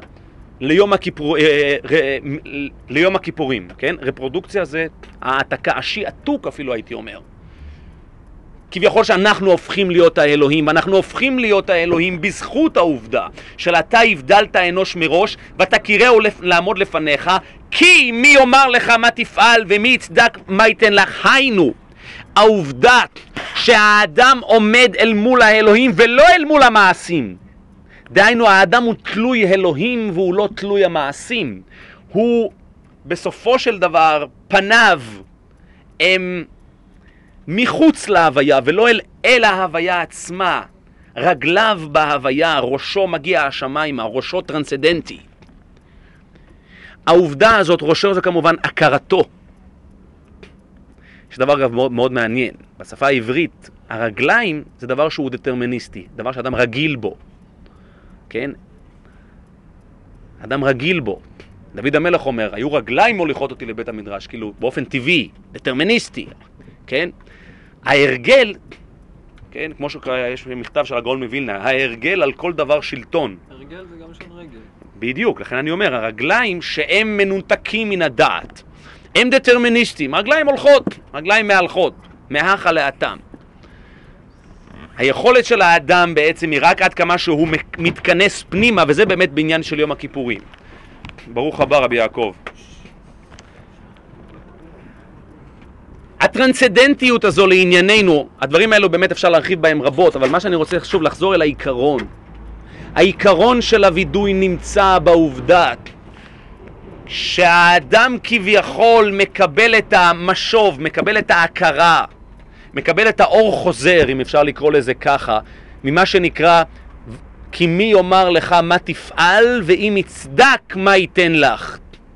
ליום הכיפורים, כן? רפרודוקציה זה העתקה, השעתוק אפילו הייתי אומר. כביכול שאנחנו הופכים להיות האלוהים, ואנחנו הופכים להיות האלוהים בזכות העובדה של אתה הבדלת האנוש מראש, ואתה קירהו לעמוד לפניך, כי מי יאמר לך מה תפעל ומי יצדק מה ייתן לך. היינו, העובדה שהאדם עומד אל מול האלוהים ולא אל מול המעשים. דהיינו, האדם הוא תלוי אלוהים והוא לא תלוי המעשים. הוא בסופו של דבר, פניו הם מחוץ להוויה ולא אל ההוויה עצמה. רגליו בהוויה, ראשו מגיע השמיימה, ראשו טרנסדנטי. העובדה הזאת, ראשו זה כמובן הכרתו. יש דבר אגב מאוד, מאוד מעניין. בשפה העברית, הרגליים זה דבר שהוא דטרמיניסטי, דבר שאדם רגיל בו. כן? אדם רגיל בו. דוד המלך אומר, היו רגליים מוליכות אותי לבית המדרש, כאילו באופן טבעי, דטרמיניסטי, כן? ההרגל, כן, כמו שיש מכתב של הגאון מווילנה, ההרגל על כל דבר שלטון. הרגל זה גם שם רגל. בדיוק, לכן אני אומר, הרגליים שהם מנותקים מן הדעת, הם דטרמיניסטים, הרגליים הולכות, הרגליים מהלכות, מהכה לאטם. היכולת של האדם בעצם היא רק עד כמה שהוא מתכנס פנימה, וזה באמת בעניין של יום הכיפורים. ברוך הבא רבי יעקב. הטרנסדנטיות הזו לענייננו, הדברים האלו באמת אפשר להרחיב בהם רבות, אבל מה שאני רוצה שוב לחזור אל העיקרון. העיקרון של הווידוי נמצא בעובדה שהאדם כביכול מקבל את המשוב, מקבל את ההכרה, מקבל את האור חוזר, אם אפשר לקרוא לזה ככה, ממה שנקרא, כי מי יאמר לך מה תפעל, ואם יצדק מה ייתן לך.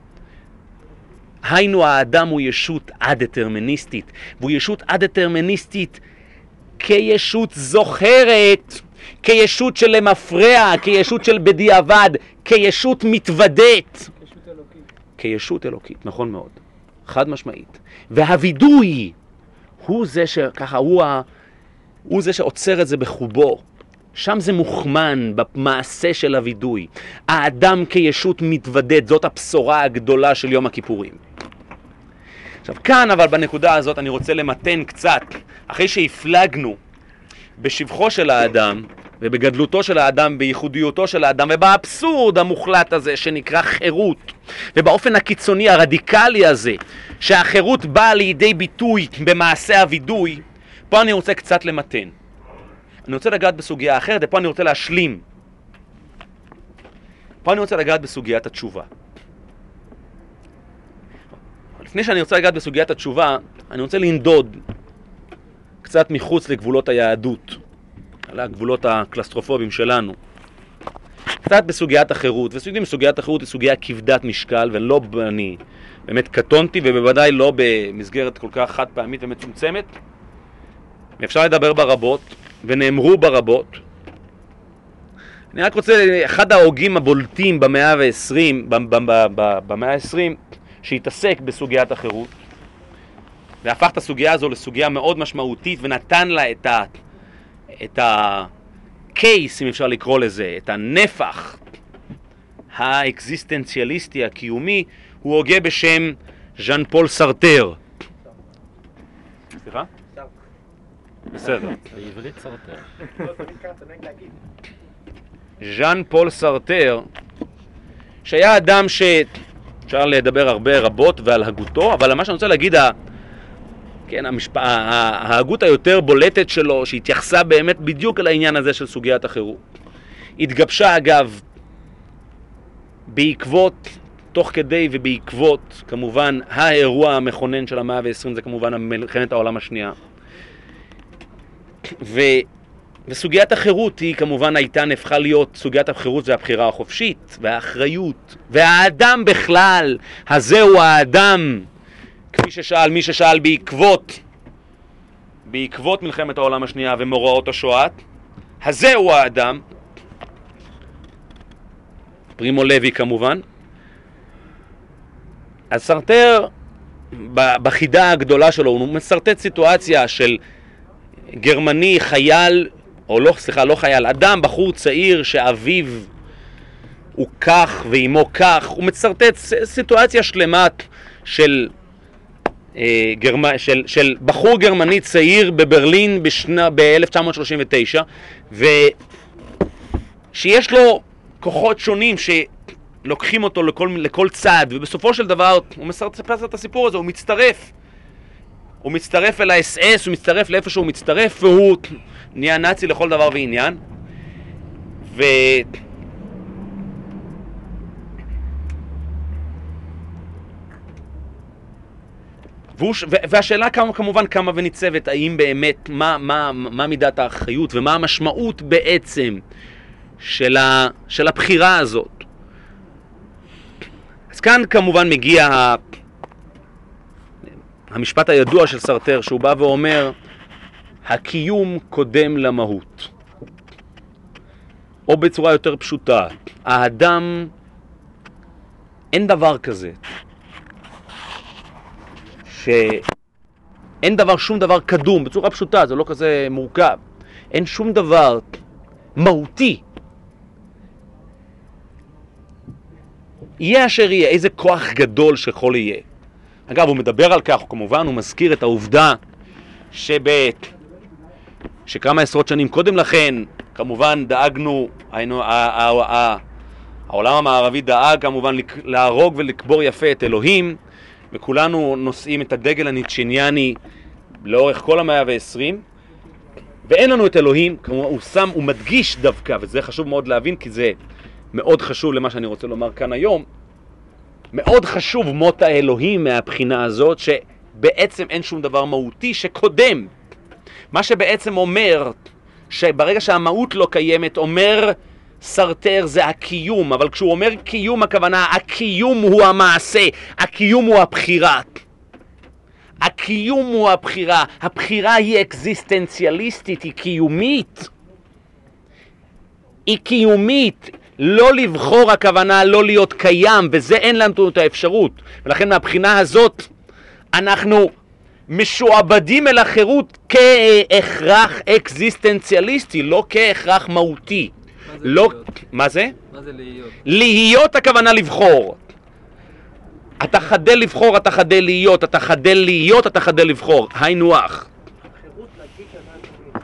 היינו, האדם הוא ישות א-דטרמיניסטית, והוא ישות א-דטרמיניסטית כישות זוכרת, כישות של למפרע, כישות של בדיעבד, כישות מתוודית. כישות אלוקית. כישות אלוקית, נכון מאוד. חד משמעית. והווידוי הוא זה שככה, הוא זה שעוצר את זה בחובו. שם זה מוכמן במעשה של הוידוי. האדם כישות מתוודד, זאת הבשורה הגדולה של יום הכיפורים. עכשיו כאן אבל בנקודה הזאת אני רוצה למתן קצת, אחרי שהפלגנו בשבחו של האדם ובגדלותו של האדם, בייחודיותו של האדם ובאבסורד המוחלט הזה שנקרא חירות, ובאופן הקיצוני הרדיקלי הזה שהחירות באה לידי ביטוי במעשה הוידוי, פה אני רוצה קצת למתן. אני רוצה לגעת בסוגיה אחרת, ופה אני רוצה להשלים. פה אני רוצה לגעת בסוגיית התשובה. לפני שאני רוצה לגעת בסוגיית התשובה, אני רוצה לנדוד קצת מחוץ לגבולות היהדות, על הגבולות הקלסטרופובים שלנו. קצת בסוגיית החירות, וסוגיית החירות היא סוגיה כבדת משקל, ולא אני באמת קטונתי, ובוודאי לא במסגרת כל כך חד פעמית ומצומצמת. אפשר לדבר ברבות, ונאמרו ברבות. אני רק רוצה, אחד ההוגים הבולטים במאה ה-20, שהתעסק בסוגיית החירות, והפך את הסוגיה הזו לסוגיה מאוד משמעותית, ונתן לה את הקייס, אם אפשר לקרוא לזה, את הנפח האקזיסטנציאליסטי הקיומי, הוא הוגה בשם ז'אן פול סרטר. סליחה? בסדר. בעברית סרטר. ז'אן פול סרטר, שהיה אדם שאפשר לדבר הרבה רבות ועל הגותו, אבל מה שאני רוצה להגיד, כן, ההגות היותר בולטת שלו, שהתייחסה באמת בדיוק על העניין הזה של סוגיית החירות. התגבשה אגב בעקבות, תוך כדי ובעקבות, כמובן, האירוע המכונן של המאה ה-20, זה כמובן מלחמת העולם השנייה. וסוגיית החירות היא כמובן נהפכה להיות סוגיית החירות והבחירה החופשית והאחריות והאדם בכלל. הזה הוא האדם, כפי ששאל מי ששאל בעקבות מלחמת העולם השנייה ומאורעות השואה. הזה הוא האדם, פרימו לוי כמובן. אז סרטר בחידה הגדולה שלו הוא מסרטט סיטואציה של גרמני, חייל, או לא, סליחה, לא חייל, אדם, בחור צעיר שאביו הוא כך ואימו כך. הוא מצרטט סיטואציה שלמה של בחור גרמני צעיר בברלין ב-1939, ושיש לו כוחות שונים שלוקחים אותו לכל צד, ובסופו של דבר הוא מספר את הסיפור הזה, הוא מצטרף אל ה-SS, הוא מצטרף לאיפה שהוא מצטרף, והוא נהיה נאצי לכל דבר ועניין. והשאלה כמובן כמה וניצבת, האם באמת, מה מידת האחריות ומה המשמעות בעצם של הבחירה הזאת. אז כאן כמובן מגיע המשפט הידוע של סרטר, שהוא בא ואומר, הקיום קודם למהות. או בצורה יותר פשוטה, האדם, אין דבר כזה, שאין שום דבר קדום, בצורה פשוטה, זה לא כזה מורכב. אין שום דבר מהותי. יהיה אשר יהיה, איזה כוח גדול שיכול יהיה. אגב, הוא מדבר על כך, כמובן, הוא מזכיר את העובדה שכמה עשרות שנים קודם לכן, כמובן דאגנו, העולם המערבי דאג כמובן להרוג ולקבור יפה את אלוהים, וכולנו נושאים את הדגל הניטשיניאני לאורך כל המאה ה-20, ואין לנו את אלוהים. הוא מדגיש דווקא, וזה חשוב מאוד להבין, כי זה מאוד חשוב למה שאני רוצה לומר כאן היום, מאוד חשוב מות האלוהים מהבחינה הזאת, שבעצם אין שום דבר מהותי שקודם. מה שבעצם אומר, שברגע שהמהות לא קיימת, אומר סרטר זה הקיום, אבל כשהוא אומר קיום, הכוונה, הקיום הוא המעשה, הקיום הוא הבחירה. הקיום הוא הבחירה, הבחירה היא אקזיסטנציאליסטית, היא קיומית. היא קיומית. לא לבחור, הכוונה לא להיות קיים, וזה אין לנו את האפשרות. ולכן מהבחינה הזאת אנחנו משועבדים אל החירות כהכרח אקזיסטנציאליסטי, לא כהכרח מהותי. מה זה לא... להיות? מה זה? מה זה להיות? להיות הכוונה לבחור. אתה חדל לבחור, אתה חדל להיות, אתה חדל להיות, אתה חדל לבחור. היינו אח. החירות להגיד שאתה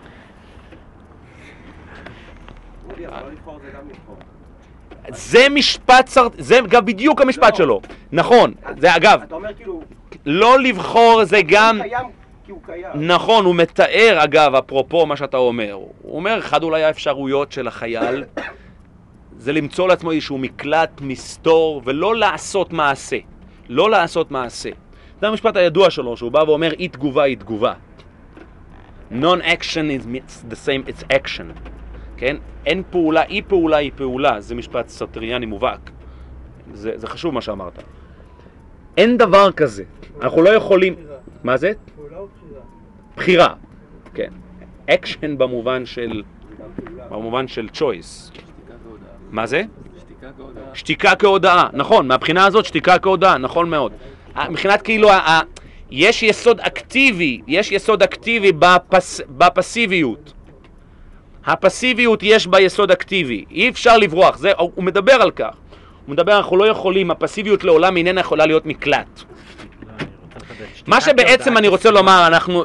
זה משפט זה גם בדיוק המשפט שלו. נכון. זה אגב, אתה אומר כאילו, לא לבחור זה גם... הוא קיים כי הוא קיים. נכון, הוא מתאר, אגב, אפרופו מה שאתה אומר. הוא אומר, אחד אולי האפשרויות של החייל זה למצוא לעצמו איזשהו מקלט, מסתור, ולא לעשות מעשה. לא לעשות מעשה. זה המשפט הידוע שלו, שהוא בא ואומר, אי תגובה היא תגובה. Non-action is the same, it's action. כן? אין פעולה, אי פעולה היא פעולה. זה משפט סרטריאני מובהק. זה חשוב מה שאמרת. אין דבר כזה. אנחנו לא יכולים... מה זה? פעולה או בחירה? בחירה. כן. action במובן של choice. מה זה? שתיקה כהודאה. שתיקה כהודאה, נכון, מהבחינה הזאת שתיקה כהודאה, נכון מאוד. מבחינת כאילו, יש יסוד אקטיבי בפסיביות. הפסיביות יש בה יסוד אקטיבי, אי אפשר לברוח, הוא מדבר על כך. הוא מדבר, אנחנו לא יכולים, הפסיביות לעולם איננה יכולה להיות מקלט. מה שבעצם אני רוצה לומר, אנחנו...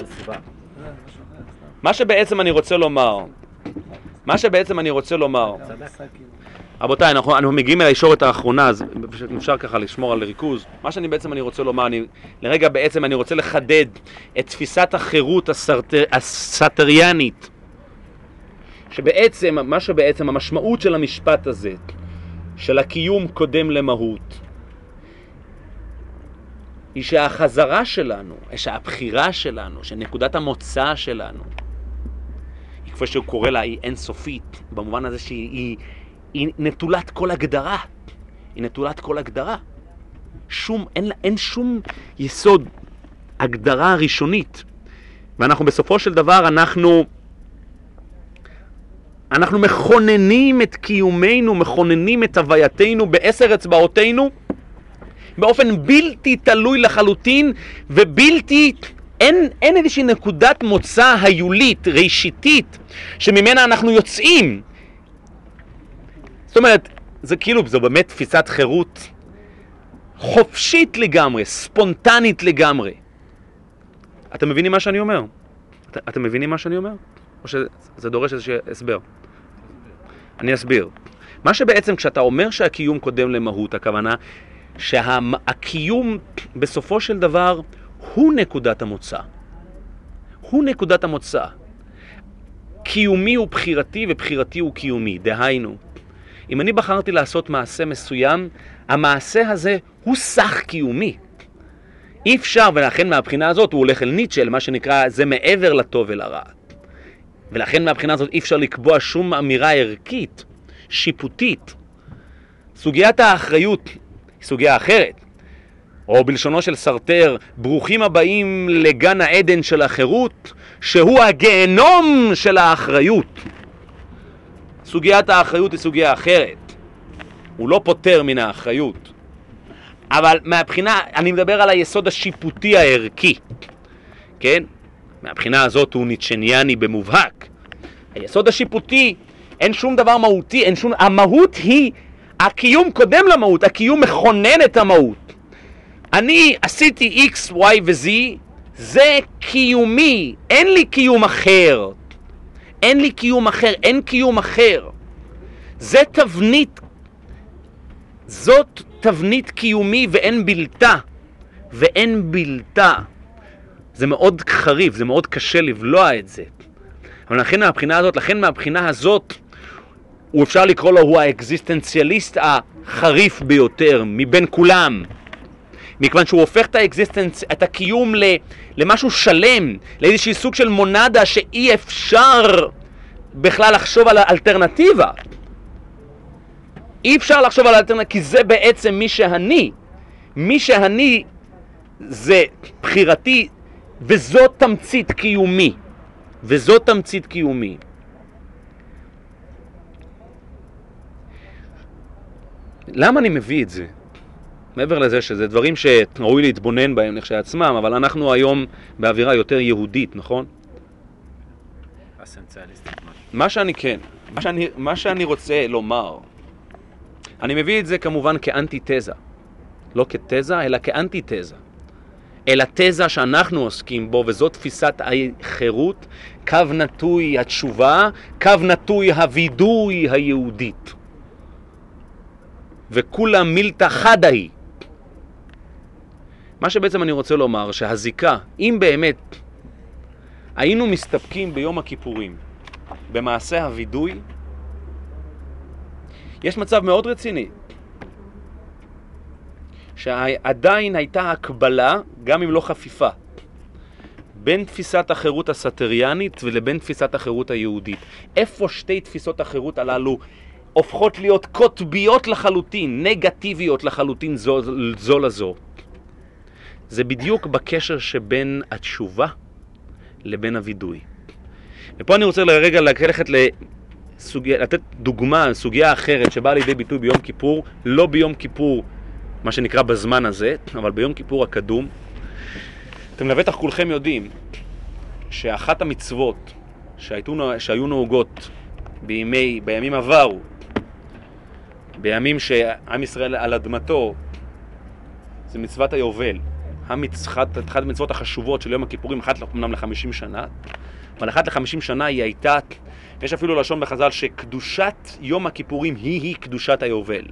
מה שבעצם אני רוצה לומר, רבותיי, אנחנו מגיעים אל הישורת האחרונה, אז אפשר ככה לשמור על ריכוז. מה שאני בעצם אני רוצה לומר, לרגע בעצם אני רוצה לחדד את תפיסת החירות הסרטריאנית, שבעצם, מה שבעצם המשמעות של המשפט הזה, של הקיום קודם למהות, היא שהחזרה שלנו, שהבחירה שלנו, שנקודת המוצא שלנו, היא כפי שהוא קורא לה, היא אינסופית, במובן הזה שהיא נטולת כל הגדרה. היא נטולת כל הגדרה. אין שום יסוד הגדרה ראשונית. ואנחנו בסופו של דבר, אנחנו מכוננים את קיומנו, מכוננים את הווייתנו בעשר אצבעותינו, באופן בלתי תלוי לחלוטין, ובלתי, אין איזושהי נקודת מוצא היולית, ראשיתית, שממנה אנחנו יוצאים. זאת אומרת, זה כאילו, זו באמת תפיסת חירות חופשית לגמרי, ספונטנית לגמרי. אתם מבינים מה שאני אומר? אתם מבינים מה שאני אומר? או שזה דורש איזשהו הסבר? אני אסביר. מה שבעצם כשאתה אומר שהקיום קודם למהות, הכוונה שהקיום בסופו של דבר הוא נקודת המוצא. הוא נקודת המוצא. קיומי הוא בחירתי ובחירתי הוא קיומי. דהיינו, אם אני בחרתי לעשות מעשה מסוים, המעשה הזה הוא סך קיומי. אי אפשר, ולכן מהבחינה הזאת הוא הולך אל ניטשה, מה שנקרא, זה מעבר לטוב ולרע. ולכן מהבחינה הזאת אי אפשר לקבוע שום אמירה ערכית, שיפוטית. סוגיית האחריות היא סוגיה אחרת. או בלשונו של סרטר, ברוכים הבאים לגן העדן של החירות, שהוא הגיהנום של האחריות. סוגיית האחריות היא סוגיה אחרת. הוא לא פותר מן האחריות. אבל מהבחינה, אני מדבר על היסוד השיפוטי הערכי. כן? מהבחינה הזאת הוא ניטשניאני במובהק. היסוד השיפוטי, אין שום דבר מהותי, המהות היא, הקיום קודם למהות, הקיום מכונן את המהות. אני עשיתי X, Y ו-Z, זה קיומי, אין לי קיום אחר. אין לי קיום אחר, אין קיום אחר. זה תבנית, זאת תבנית קיומי ואין בלתה. ואין בלתה. זה מאוד חריף, זה מאוד קשה לבלוע את זה. אבל לכן מהבחינה הזאת, הוא אפשר לקרוא לו, הוא האקזיסטנציאליסט החריף ביותר מבין כולם. מכיוון שהוא הופך את הקיום למשהו שלם, לאיזושהי סוג של מונדה שאי אפשר בכלל לחשוב על האלטרנטיבה. אי אפשר לחשוב על האלטרנטיבה, כי זה בעצם מי שאני. מי שאני זה בחירתי, וזו תמצית קיומי. וזו תמצית קיומי. למה אני מביא את זה? מעבר לזה שזה דברים שראוי להתבונן בהם לכשעצמם, אבל אנחנו היום באווירה יותר יהודית, נכון? אסנציאליסטית משהו. מה שאני רוצה לומר, אני מביא את זה כמובן כאנטי-תזה. לא כתזה, אלא כאנטי-תזה. אלא תזה שאנחנו עוסקים בו, וזאת תפיסת החירות, קו נטוי התשובה, קו נטוי הווידוי היהודית. וכולה מילתא חדה היא. מה שבעצם אני רוצה לומר, שהזיקה, אם באמת היינו מסתפקים ביום הכיפורים, במעשה הווידוי, יש מצב מאוד רציני, שעדיין הייתה הקבלה, גם אם לא חפיפה, בין תפיסת החירות הסטריאנית ולבין תפיסת החירות היהודית. איפה שתי תפיסות החירות הללו הופכות להיות קוטביות לחלוטין, נגטיביות לחלוטין זו לזו. זה בדיוק בקשר שבין התשובה לבין הווידוי. ופה אני רוצה לרגע ללכת לתת דוגמה, סוגיה אחרת שבאה לידי ביטוי ביום כיפור, לא ביום כיפור מה שנקרא בזמן הזה, אבל ביום כיפור הקדום. אתם לבטח כולכם יודעים שאחת המצוות שהיו נהוגות בימים עברו, בימים שעם ישראל על אדמתו, זה מצוות היובל. אחת המצוות החשובות של יום הכיפורים, אחת אמנם ל-50 שנה, אבל אחת ל-50 שנה היא הייתה, יש אפילו לשון בחז"ל שקדושת יום הכיפורים היא קדושת היובל.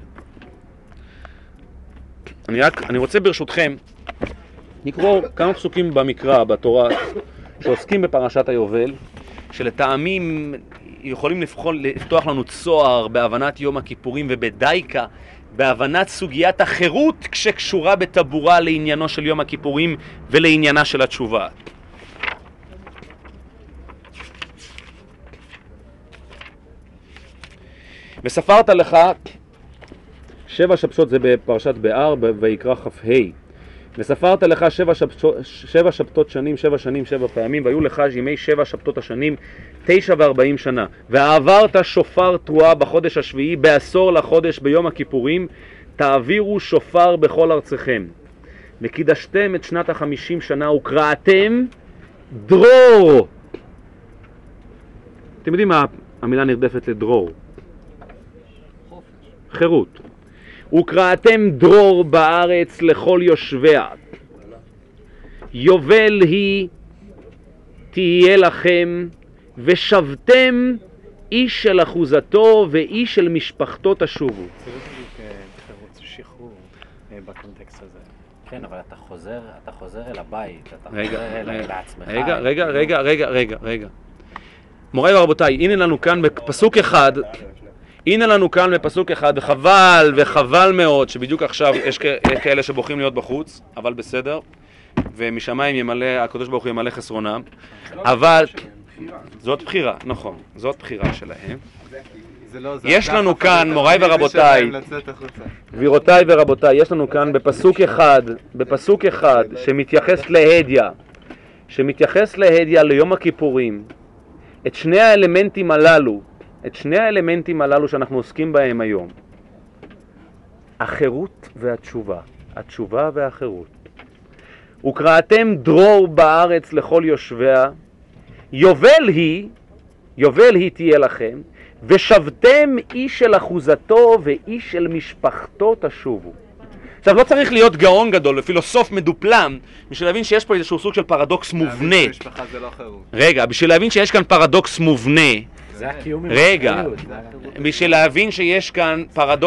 אני רוצה ברשותכם לקרוא כמה פסוקים במקרא, בתורה, שעוסקים בפרשת היובל, שלטעמים יכולים לפתוח לנו צוהר בהבנת יום הכיפורים ובדייקה בהבנת סוגיית החירות כשקשורה בטבורה לעניינו של יום הכיפורים ולעניינה של התשובה. וספרת לך 7 שבתות, זה בפרשת בהר, ויקרא כ"ה. וספרת לך 7 שבתות שנים, 7 שנים, 7 פעמים, והיו לך ימי 7 שבתות השנים, 49 שנה. ועברת שופר תרועה בחודש השביעי, בעשור לחודש ביום הכיפורים, תעבירו שופר בכל ארצכם. וקידשתם את שנת 50 שנה, וקראתם דרור. אתם יודעים מה המילה נרדפת לדרור? חירות. וקראתם דרור בארץ לכל יושביה. יובל היא תהיה לכם, ושבתם איש של אחוזתו ואיש של משפחתו תשובו. זה לא בדיוק חירות שחרור בקונטקסט הזה. כן, אבל אתה חוזר אל הבית, אתה חוזר לעצמך. רגע. מוריי ורבותיי, הנה לנו כאן בפסוק אחד, וחבל מאוד שבדיוק עכשיו יש כאלה שבוחרים להיות בחוץ, אבל בסדר, ומשמיים ימלא, הקדוש ברוך הוא ימלא חסרונם, אבל זאת בחירה, נכון, זאת בחירה שלהם. יש לנו כאן, מוריי ורבותיי, גבירותיי ורבותיי, יש לנו כאן בפסוק אחד שמתייחס להדיה ליום הכיפורים, את שני האלמנטים הללו שאנחנו עוסקים בהם היום, החירות והתשובה, התשובה והחירות. וקראתם דרור בארץ לכל יושביה, יובל היא תהיה לכם, ושבתם איש של אחוזתו ואיש של משפחתו תשובו. עכשיו לא צריך להיות גאון גדול ופילוסוף מדופלם בשביל להבין שיש פה איזשהו סוג של פרדוקס מובנה. רגע, בשביל להבין שיש כאן פרדוקס מובנה, בשביל להבין שיש כאן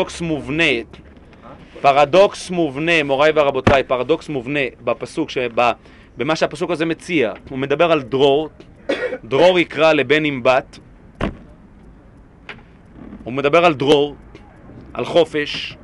פרדוקס מובנה, מוריי ורבותיי, פרדוקס מובנה בפסוק, במה שהפסוק הזה מציע. הוא מדבר על דרור יקרא לבן עם בת, הוא מדבר על דרור, על חופש,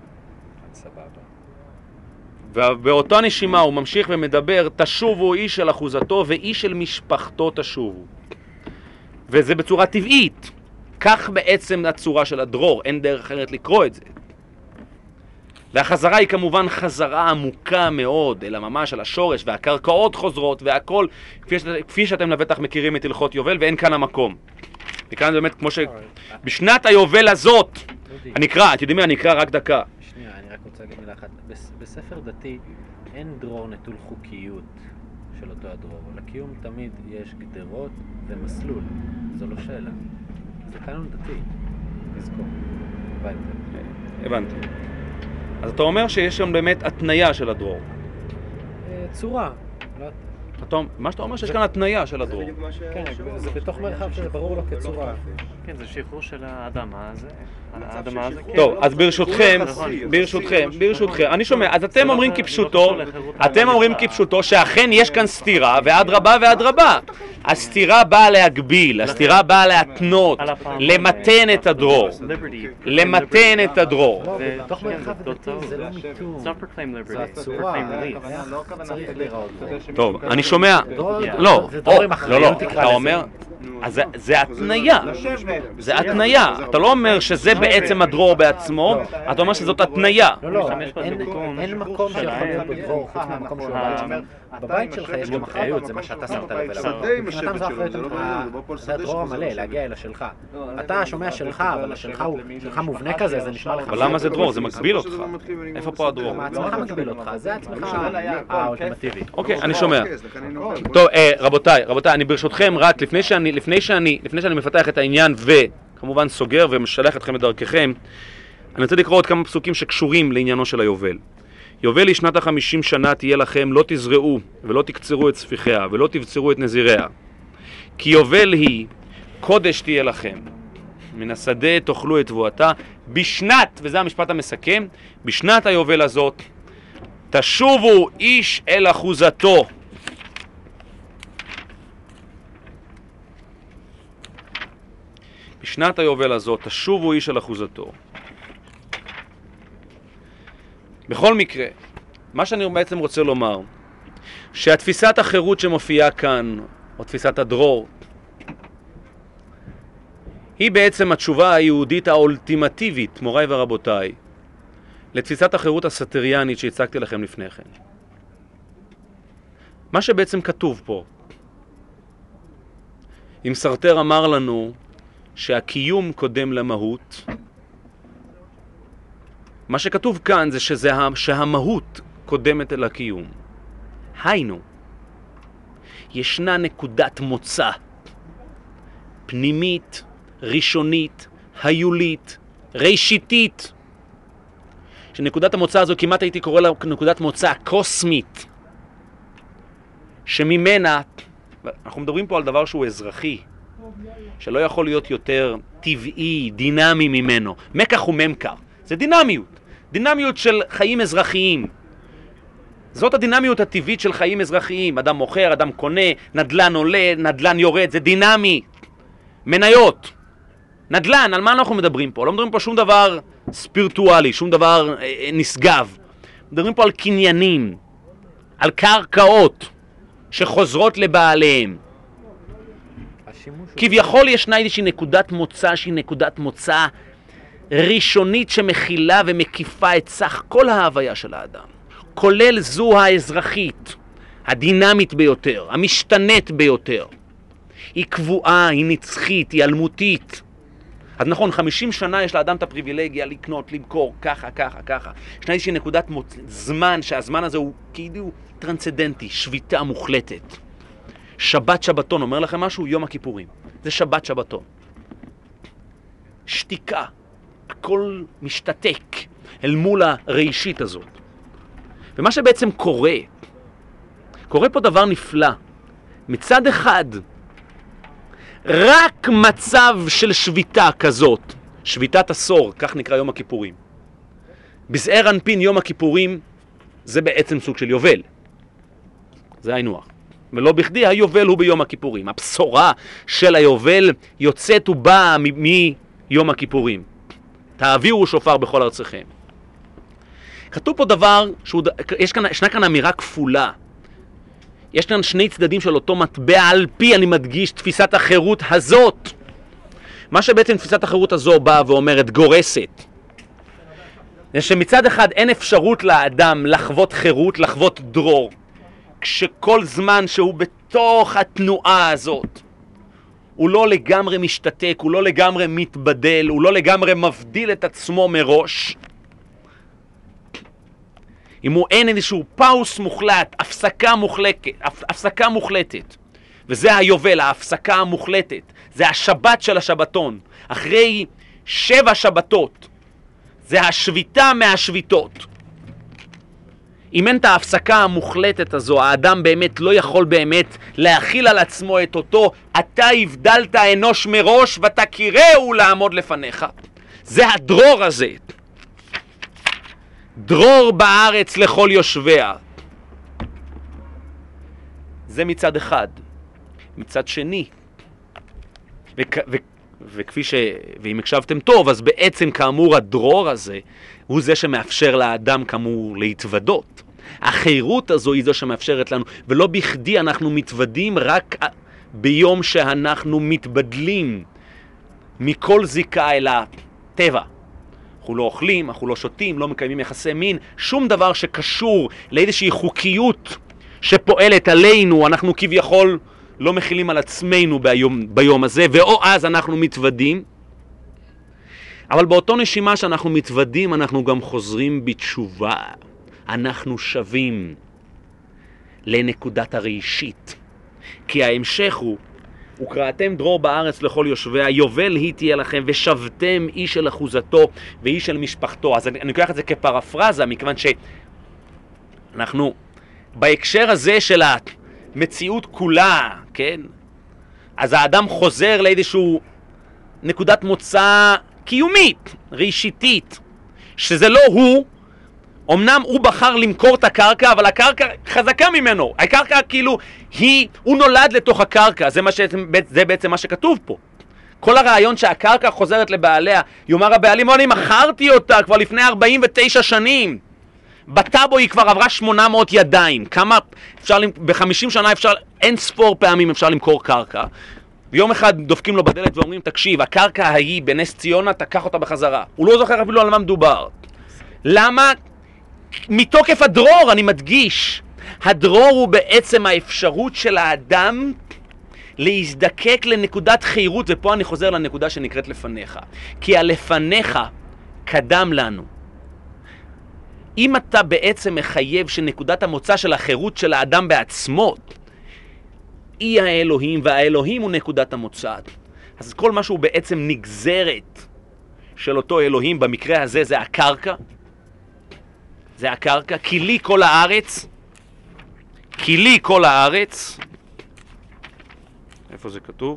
ובאותה נשימה הוא ממשיך ומדבר, תשובו איש של אחוזתו ואיש של משפחתו תשובו. וזה בצורה טבעית. כך בעצם הצורה של הדרור, אין דרך אחרת לקרוא את זה. והחזרה היא כמובן חזרה עמוקה מאוד, אלא ממש על השורש, והקרקעות חוזרות, והכל, כפי שאתם לבטח מכירים את הלכות יובל, ואין כאן המקום. וכאן באמת כמו בשנת היובל הזאת, אני אקרא, אתם יודעים מה, אני אקרא רק דקה. שנייה, אני רק רוצה רוצה להגיד מילה אחת. בספר דתי אין דרור נטול חוקיות של אותו הדרור. לקיום תמיד יש גדרות ומסלול. זו לא שאלה. זה קנון דתי. נזכור. הבנתי. אז אתה אומר שיש שם באמת התניה של הדרור. צורה. מה שאתה אומר שיש כאן התניה של הדרור. כן, זה בתוך מרחב שזה ברור לו כצורה. כן, זה שחרור של האדמה הזה. האדמה הזה. טוב, אז ברשותכם, אני שומע, אז אתם אומרים כפשוטו שאכן יש כאן סתירה, ואדרבה ואדרבה. הסתירה באה להגביל, הסתירה באה להתנות, למתן את הדרור. למתן את הדרור. בתוך מרחב דתי זה לא מיתון. זה הצורה. צריך להיראות. טוב, אני שומע, לא, אתה אומר, אז זה התניה, זה התניה, אתה לא אומר שזה בעצם הדרור בעצמו, אתה אומר שזאת התניה. לא, אין מקום שיכול להיות בדרור חוץ מהמקום שהוא הבית שלך. בבית שלך יש גם אחריות, זה מה שאתה שמת לב אליו. מבחינתם זו אחריות זה הדרור המלא, להגיע אל השלך. אתה שומע שלך, אבל השלך הוא שלך מובנה כזה, זה נשמע לך. אבל למה זה דרור? זה מגביל אותך. איפה פה הדרור? עצמך מגביל אותך, זה עצמך האולטימטיבי. אוקיי, אני שומע. טוב, רבותיי, אני ברשותכם רק לפני שאני מפתח את העניין וכמובן סוגר ומשלח אתכם לדרככם, אני רוצה לקרוא עוד כמה פסוקים שקשורים לעניינו של היובל. יובל היא שנת 50 שנה תהיה לכם, לא תזרעו ולא תקצרו את ספיחיה ולא תבצרו את נזיריה. כי יובל היא קודש תהיה לכם, מן השדה תאכלו את תבואתה. בשנת, וזה המשפט המסכם, בשנת היובל הזאת תשובו איש אל אחוזתו. בשנת היובל הזאת תשובו איש אל אחוזתו. בכל מקרה, מה שאני בעצם רוצה לומר, שהתפיסת החירות שמופיעה כאן, או תפיסת הדרור, היא בעצם התשובה היהודית האולטימטיבית, מוריי ורבותיי, לתפיסת החירות הסטריאנית שהצגתי לכם לפני כן. מה שבעצם כתוב פה, אם סרטר אמר לנו שהקיום קודם למהות, מה שכתוב כאן זה שהמהות קודמת אל הקיום. היינו, ישנה נקודת מוצא פנימית, ראשונית, היולית, ראשיתית, שנקודת המוצא הזו כמעט הייתי קורא לה נקודת מוצא קוסמית, שממנה, אנחנו מדברים פה על דבר שהוא אזרחי, שלא יכול להיות יותר טבעי, דינמי ממנו. מקח וממכר. זה דינמיות. דינמיות של חיים אזרחיים. זאת הדינמיות הטבעית של חיים אזרחיים. אדם מוכר, אדם קונה, נדלן עולה, נדלן יורד. זה דינמי. מניות. נדלן, על מה אנחנו מדברים פה? לא מדברים פה שום דבר ספירטואלי, שום דבר נשגב. מדברים פה על קניינים, על קרקעות שחוזרות לבעליהם. כביכול ישנה איזושהי נקודת מוצא שהיא נקודת מוצא ראשונית שמכילה ומקיפה את סך כל ההוויה של האדם, כולל זו האזרחית, הדינמית ביותר, המשתנית ביותר. היא קבועה, היא נצחית, היא אלמותית. אז נכון, 50 שנה יש לאדם את הפריבילגיה לקנות, למכור, ככה. ישנה איזושהי נקודת זמן, שהזמן הזה הוא כאילו טרנסצנדנטי, שביתה מוחלטת. שבת שבתון, אומר לכם משהו? יום הכיפורים. זה שבת שבתון. שתיקה. הכל משתתק אל מול הראשית הזאת. ומה שבעצם קורה פה דבר נפלא. מצד אחד, רק מצב של שביתה כזאת, שביתת עשור, כך נקרא יום הכיפורים. בזעיר אנפין יום הכיפורים זה בעצם סוג של יובל. זה היינו. ולא בכדי היובל הוא ביום הכיפורים. הבשורה של היובל יוצאת ובאה מיום הכיפורים. תעבירו שופר בכל ארציכם. כתוב פה דבר, ישנה כאן אמירה כפולה. יש כאן שני צדדים של אותו מטבע, על פי, אני מדגיש, תפיסת החירות הזאת. מה שבעצם תפיסת החירות הזו באה ואומרת, גורסת. זה שמצד אחד אין אפשרות לאדם לחוות חירות, לחוות דרור. כשכל זמן שהוא בתוך התנועה הזאת, הוא לא לגמרי משתתק, הוא לא לגמרי מתבדל, הוא לא לגמרי מבדיל את עצמו מראש. אם הוא אין איזשהו פאוס מוחלט, הפסקה מוחלטת. וזה היובל, ההפסקה המוחלטת. זה השבת של השבתון. אחרי 7 שבתות. זה השביתה מהשביתות. אם אין את ההפסקה המוחלטת הזו, האדם באמת לא יכול באמת להכיל על עצמו את אותו, אתה הבדלת אנוש מראש ואתה קיראו לעמוד לפניך. זה הדרור הזה. דרור בארץ לכל יושביה. זה מצד אחד. מצד שני, ואם הקשבתם טוב, אז בעצם כאמור הדרור הזה הוא זה שמאפשר לאדם כאמור להתוודות. החירות הזו היא זו שמאפשרת לנו, ולא בכדי אנחנו מתוודים רק ביום שאנחנו מתבדלים מכל זיקה אל הטבע. אנחנו לא אוכלים, אנחנו לא שותים, לא מקיימים יחסי מין, שום דבר שקשור לאיזושהי חוקיות שפועלת עלינו, אנחנו כביכול לא מכילים על עצמנו ביום הזה, ואו אז אנחנו מתוודים. אבל באותו נשימה שאנחנו מתוודים, אנחנו גם חוזרים בתשובה. אנחנו שווים לנקודת הראשית. כי ההמשך הוא, וקראתם דרור בארץ לכל יושביה, יובל היא תהיה לכם, ושבתם איש אל אחוזתו ואיש אל משפחתו. אז אני לוקח את זה כפרפרזה, מכיוון שאנחנו בהקשר הזה של המציאות כולה, כן? אז האדם חוזר לאיזשהו נקודת מוצא קיומית, ראשיתית, שזה לא הוא, אמנם הוא בחר למכור את הקרקע, אבל הקרקע חזקה ממנו. הקרקע כאילו, הוא נולד לתוך הקרקע, זה בעצם מה שכתוב פה. כל הרעיון שהקרקע חוזרת לבעליה, יאמר הבעלים, אני מכרתי אותה כבר לפני 49 שנים. בטאבו היא כבר עברה 800 ידיים. כמה אפשר, ב-50 שנה אפשר, אין ספור פעמים אפשר למכור קרקע. ויום אחד דופקים לו בדלת ואומרים, תקשיב, הקרקע ההיא בנס ציונה, תקח אותה בחזרה. הוא לא זוכר אפילו על מה מדובר. למה? מתוקף הדרור, אני מדגיש. הדרור הוא בעצם האפשרות של האדם להזדקק לנקודת חירות, ופה אני חוזר לנקודה שנקראת לפניך. כי הלפניך קדם לנו. אם אתה בעצם מחייב שנקודת המוצא של החירות של האדם בעצמו, היא האלוהים, והאלוהים הוא נקודת המוצא. אז כל משהו בעצם נגזרת של אותו אלוהים, במקרה הזה זה הקרקע. זה הקרקע, כי לי כל הארץ, כי לי כל הארץ, איפה זה כתוב?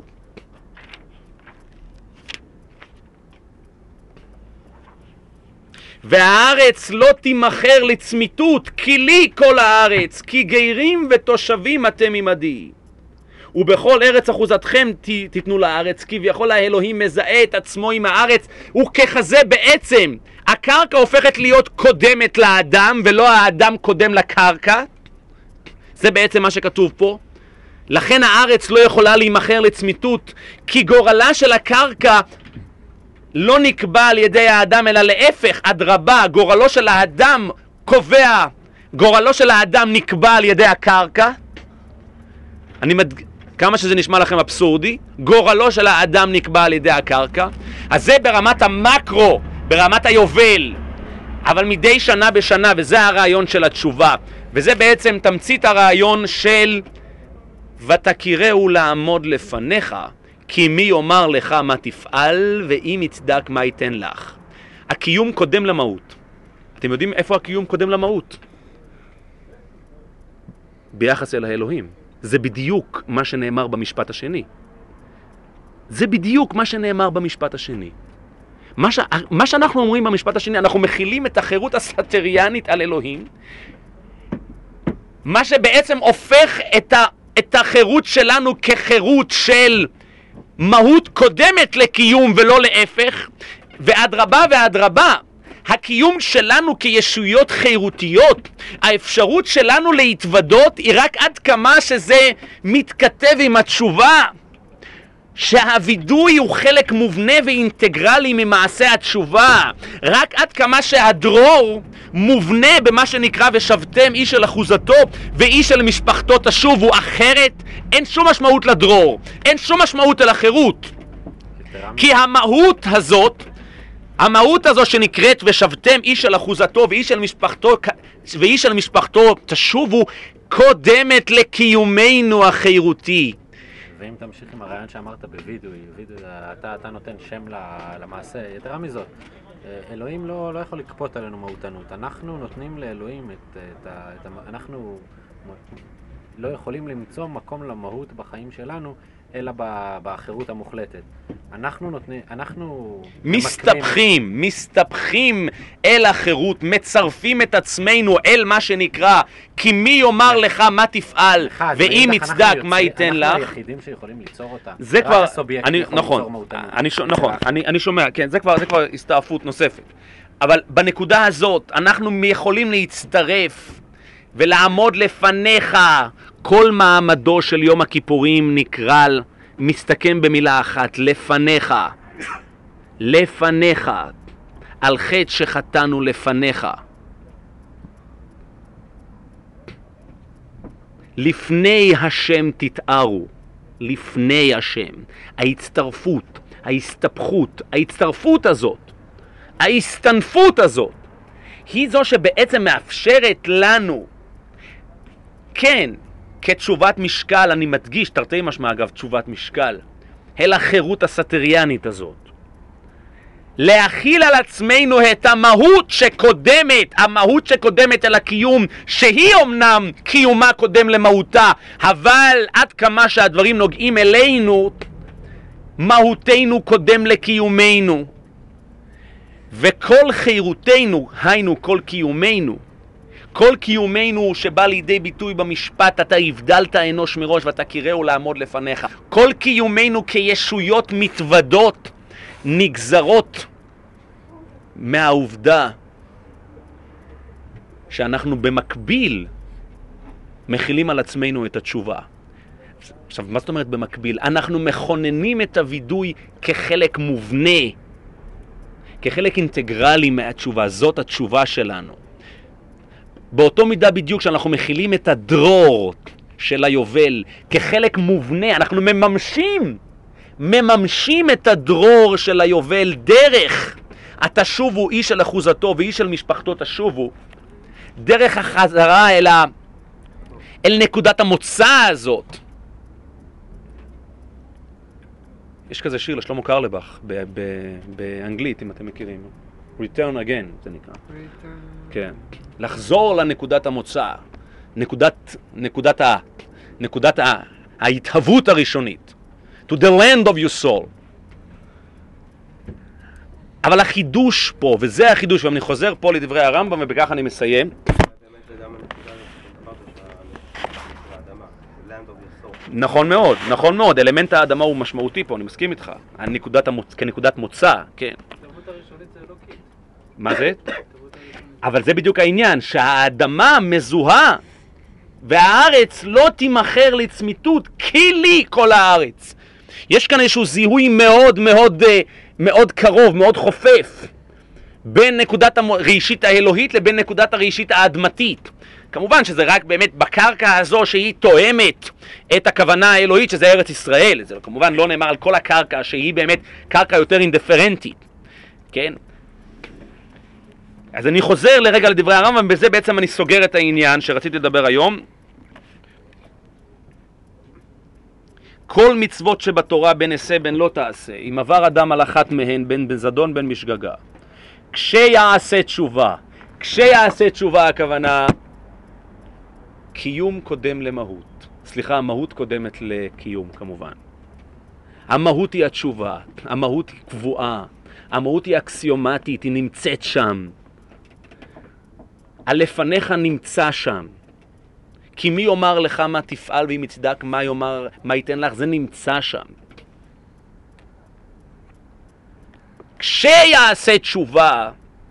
והארץ לא תימכר לצמיתות, כי לי כל הארץ, כי גיירים ותושבים אתם עמדי. ובכל ארץ אחוזתכם תיתנו לארץ, כביכול האלוהים מזהה את עצמו עם הארץ, וככזה בעצם הקרקע הופכת להיות קודמת לאדם, ולא האדם קודם לקרקע. זה בעצם מה שכתוב פה. לכן הארץ לא יכולה להימכר לצמיתות, כי גורלה של הקרקע לא נקבע על ידי האדם, אלא להפך, אדרבה, גורלו של האדם קובע, גורלו של האדם נקבע על ידי הקרקע. כמה שזה נשמע לכם אבסורדי, גורלו של האדם נקבע על ידי הקרקע. אז זה ברמת המקרו, ברמת היובל, אבל מדי שנה בשנה, וזה הרעיון של התשובה, וזה בעצם תמצית הרעיון של ותקיראו לעמוד לפניך, כי מי יאמר לך מה תפעל, ואם יצדק מה ייתן לך. הקיום קודם למהות. אתם יודעים איפה הקיום קודם למהות? ביחס אל האלוהים. זה בדיוק מה שנאמר במשפט השני. זה בדיוק מה שנאמר במשפט השני. מה שאנחנו אומרים במשפט השני, אנחנו מכילים את החירות הסטריאנית על אלוהים, מה שבעצם הופך את החירות שלנו כחירות של מהות קודמת לקיום ולא להפך, ואדרבה ואדרבה, הקיום שלנו כישויות חירותיות, האפשרות שלנו להתוודות היא רק עד כמה שזה מתכתב עם התשובה, שהווידוי הוא חלק מובנה ואינטגרלי ממעשה התשובה, רק עד כמה שהדרור מובנה במה שנקרא ושבתם איש אל אחוזתו ואיש אל משפחתו תשובו, אחרת אין שום משמעות לדרור, אין שום משמעות אל החירות. כי המהות הזאת המהות הזו שנקראת ושבתם איש על אחוזתו ואיש על משפחתו תשובו קודמת לקיומנו החירותי. ואם תמשיך עם הרעיון שאמרת בווידוי, אתה נותן שם למעשה, יתרה מזאת, אלוהים לא יכול לקפות עלינו מהותנות, אנחנו נותנים לאלוהים אנחנו לא יכולים למצוא מקום למהות בחיים שלנו, אלא באחרות המוחלטת. אנחנו מסתבכים אל החירות, מצרפים את עצמנו אל מה שנקרא, כי מי יאמר לך מה תפעל, ואם יצדק מה ייתן לך. אנחנו היחידים שיכולים ליצור אותה. זה כבר, נכון, אני שומע, כן, זה כבר הסתעפות נוספת. אבל בנקודה הזאת, אנחנו יכולים להצטרף ולעמוד לפניך. כל מעמדו של יום הכיפורים נקרא, מסתכם במילה אחת, לפניך. לפניך. על חטא שחטאנו לפניך. לפני השם תתארו. לפני השם. ההצטרפות, ההסתפחות, ההצטרפות הזאת, ההסתנפות הזאת, היא זו שבעצם מאפשרת לנו, כן, כתשובת משקל, אני מדגיש, תרתי משמע אגב, תשובת משקל, אל החירות הסטריאנית הזאת. להכיל על עצמנו את המהות שקודמת אל הקיום, שהיא אומנם קיומה קודם למהותה, אבל עד כמה שהדברים נוגעים אלינו, מהותנו קודם לקיומנו. וכל חירותנו, היינו כל קיומנו, כל קיומנו שבא לידי ביטוי במשפט, אתה הבדלת אנוש מראש ואתה קיראו לעמוד לפניך. כל קיומנו כישויות מתוודות, נגזרות מהעובדה שאנחנו במקביל מכילים על עצמנו את התשובה. עכשיו, מה זאת אומרת במקביל? אנחנו מכוננים את הווידוי כחלק מובנה, כחלק אינטגרלי מהתשובה. זאת התשובה שלנו. באותו מידה בדיוק שאנחנו מכילים את הדרור של היובל כחלק מובנה, אנחנו מממשים את הדרור של היובל דרך התשובו איש על אחוזתו ואיש על משפחתו תשובו, דרך החזרה אל נקודת המוצא הזאת. יש כזה שיר לשלמה קרלבך באנגלית, אם אתם מכירים, Return Again זה נקרא. כן. לחזור לנקודת המוצא, נקודת ההתהוות הראשונית. To the land of your soul. אבל החידוש פה, וזה החידוש, ואני חוזר פה לדברי הרמב"ם ובכך אני מסיים. נכון מאוד, אלמנט האדמה הוא משמעותי פה, אני מסכים איתך. כנקודת מוצא, כן. התרבות הראשונית זה אלוקית. מה זה? אבל זה בדיוק העניין, שהאדמה מזוהה והארץ לא תימחר לצמיתות, כי לי כל הארץ. יש כאן איזשהו זיהוי מאוד קרוב, מאוד חופף, בין נקודת הראשית האלוהית לבין נקודת הראשית האדמתית. כמובן שזה רק באמת בקרקע הזו שהיא תואמת את הכוונה האלוהית, שזה ארץ ישראל. זה כמובן לא נאמר על כל הקרקע שהיא באמת קרקע יותר אינדיפרנטית. כן? אז אני חוזר לרגע לדברי הרמב"ם, ובזה בעצם אני סוגר את העניין שרציתי לדבר היום. כל מצוות שבתורה בין עשה בין לא תעשה, אם עבר אדם על אחת מהן, בין בזדון בין משגגה, כשיעשה תשובה הכוונה, קיום קודם למהות. סליחה, המהות קודמת לקיום כמובן. המהות היא התשובה, המהות היא קבועה, המהות היא אקסיומטית, היא נמצאת שם. הלפניך נמצא שם. כי מי יאמר לך מה תפעל ואם יצדק מה ייתן לך, זה נמצא שם. כשיעשה תשובה,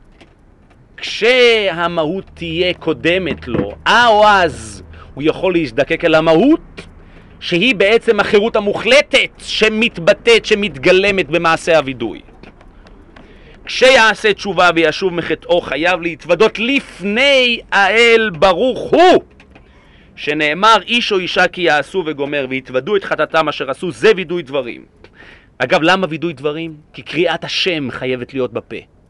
כשהמהות תהיה קודמת לו, או אז הוא יכול להזדקק אל המהות, שהיא בעצם החירות המוחלטת שמתבטאת, שמתגלמת במעשה הווידוי. כשיעשה תשובה וישוב מחטאו, חייב להתוודות לפני האל ברוך הוא, שנאמר איש או אישה כי יעשו וגומר והתוודו את חטאתם אשר עשו, זה וידוי דברים. אגב, למה וידוי דברים? כי קריאת השם חייבת להיות בפה.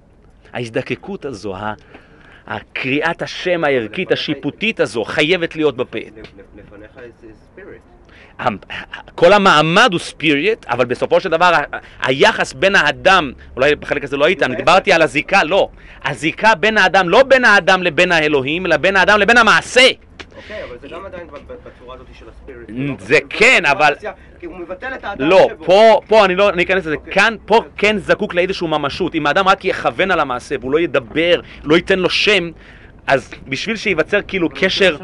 ההזדקקות הזו, הקריאת השם הערכית, השיפוטית הזו, חייבת להיות בפה. לפניך זה ספיריט. כל המעמד הוא ספיריט, אבל בסופו של דבר היחס בין האדם, אולי בחלק הזה לא היית, אני דיברתי על הזיקה, לא. הזיקה בין האדם, לא בין האדם לבין האלוהים, אלא בין האדם לבין המעשה. אוקיי, אבל זה גם עדיין בצורה הזאת של הספיריט. זה כן, אבל... כי הוא מבטל את האדם לא, שבו. פה אני לא אכנס לזה, כאן, פה כן זקוק לאיזשהו ממשות. אם האדם רק יכוון על המעשה והוא לא ידבר, לא ייתן לו שם, אז בשביל שייווצר כאילו קשר...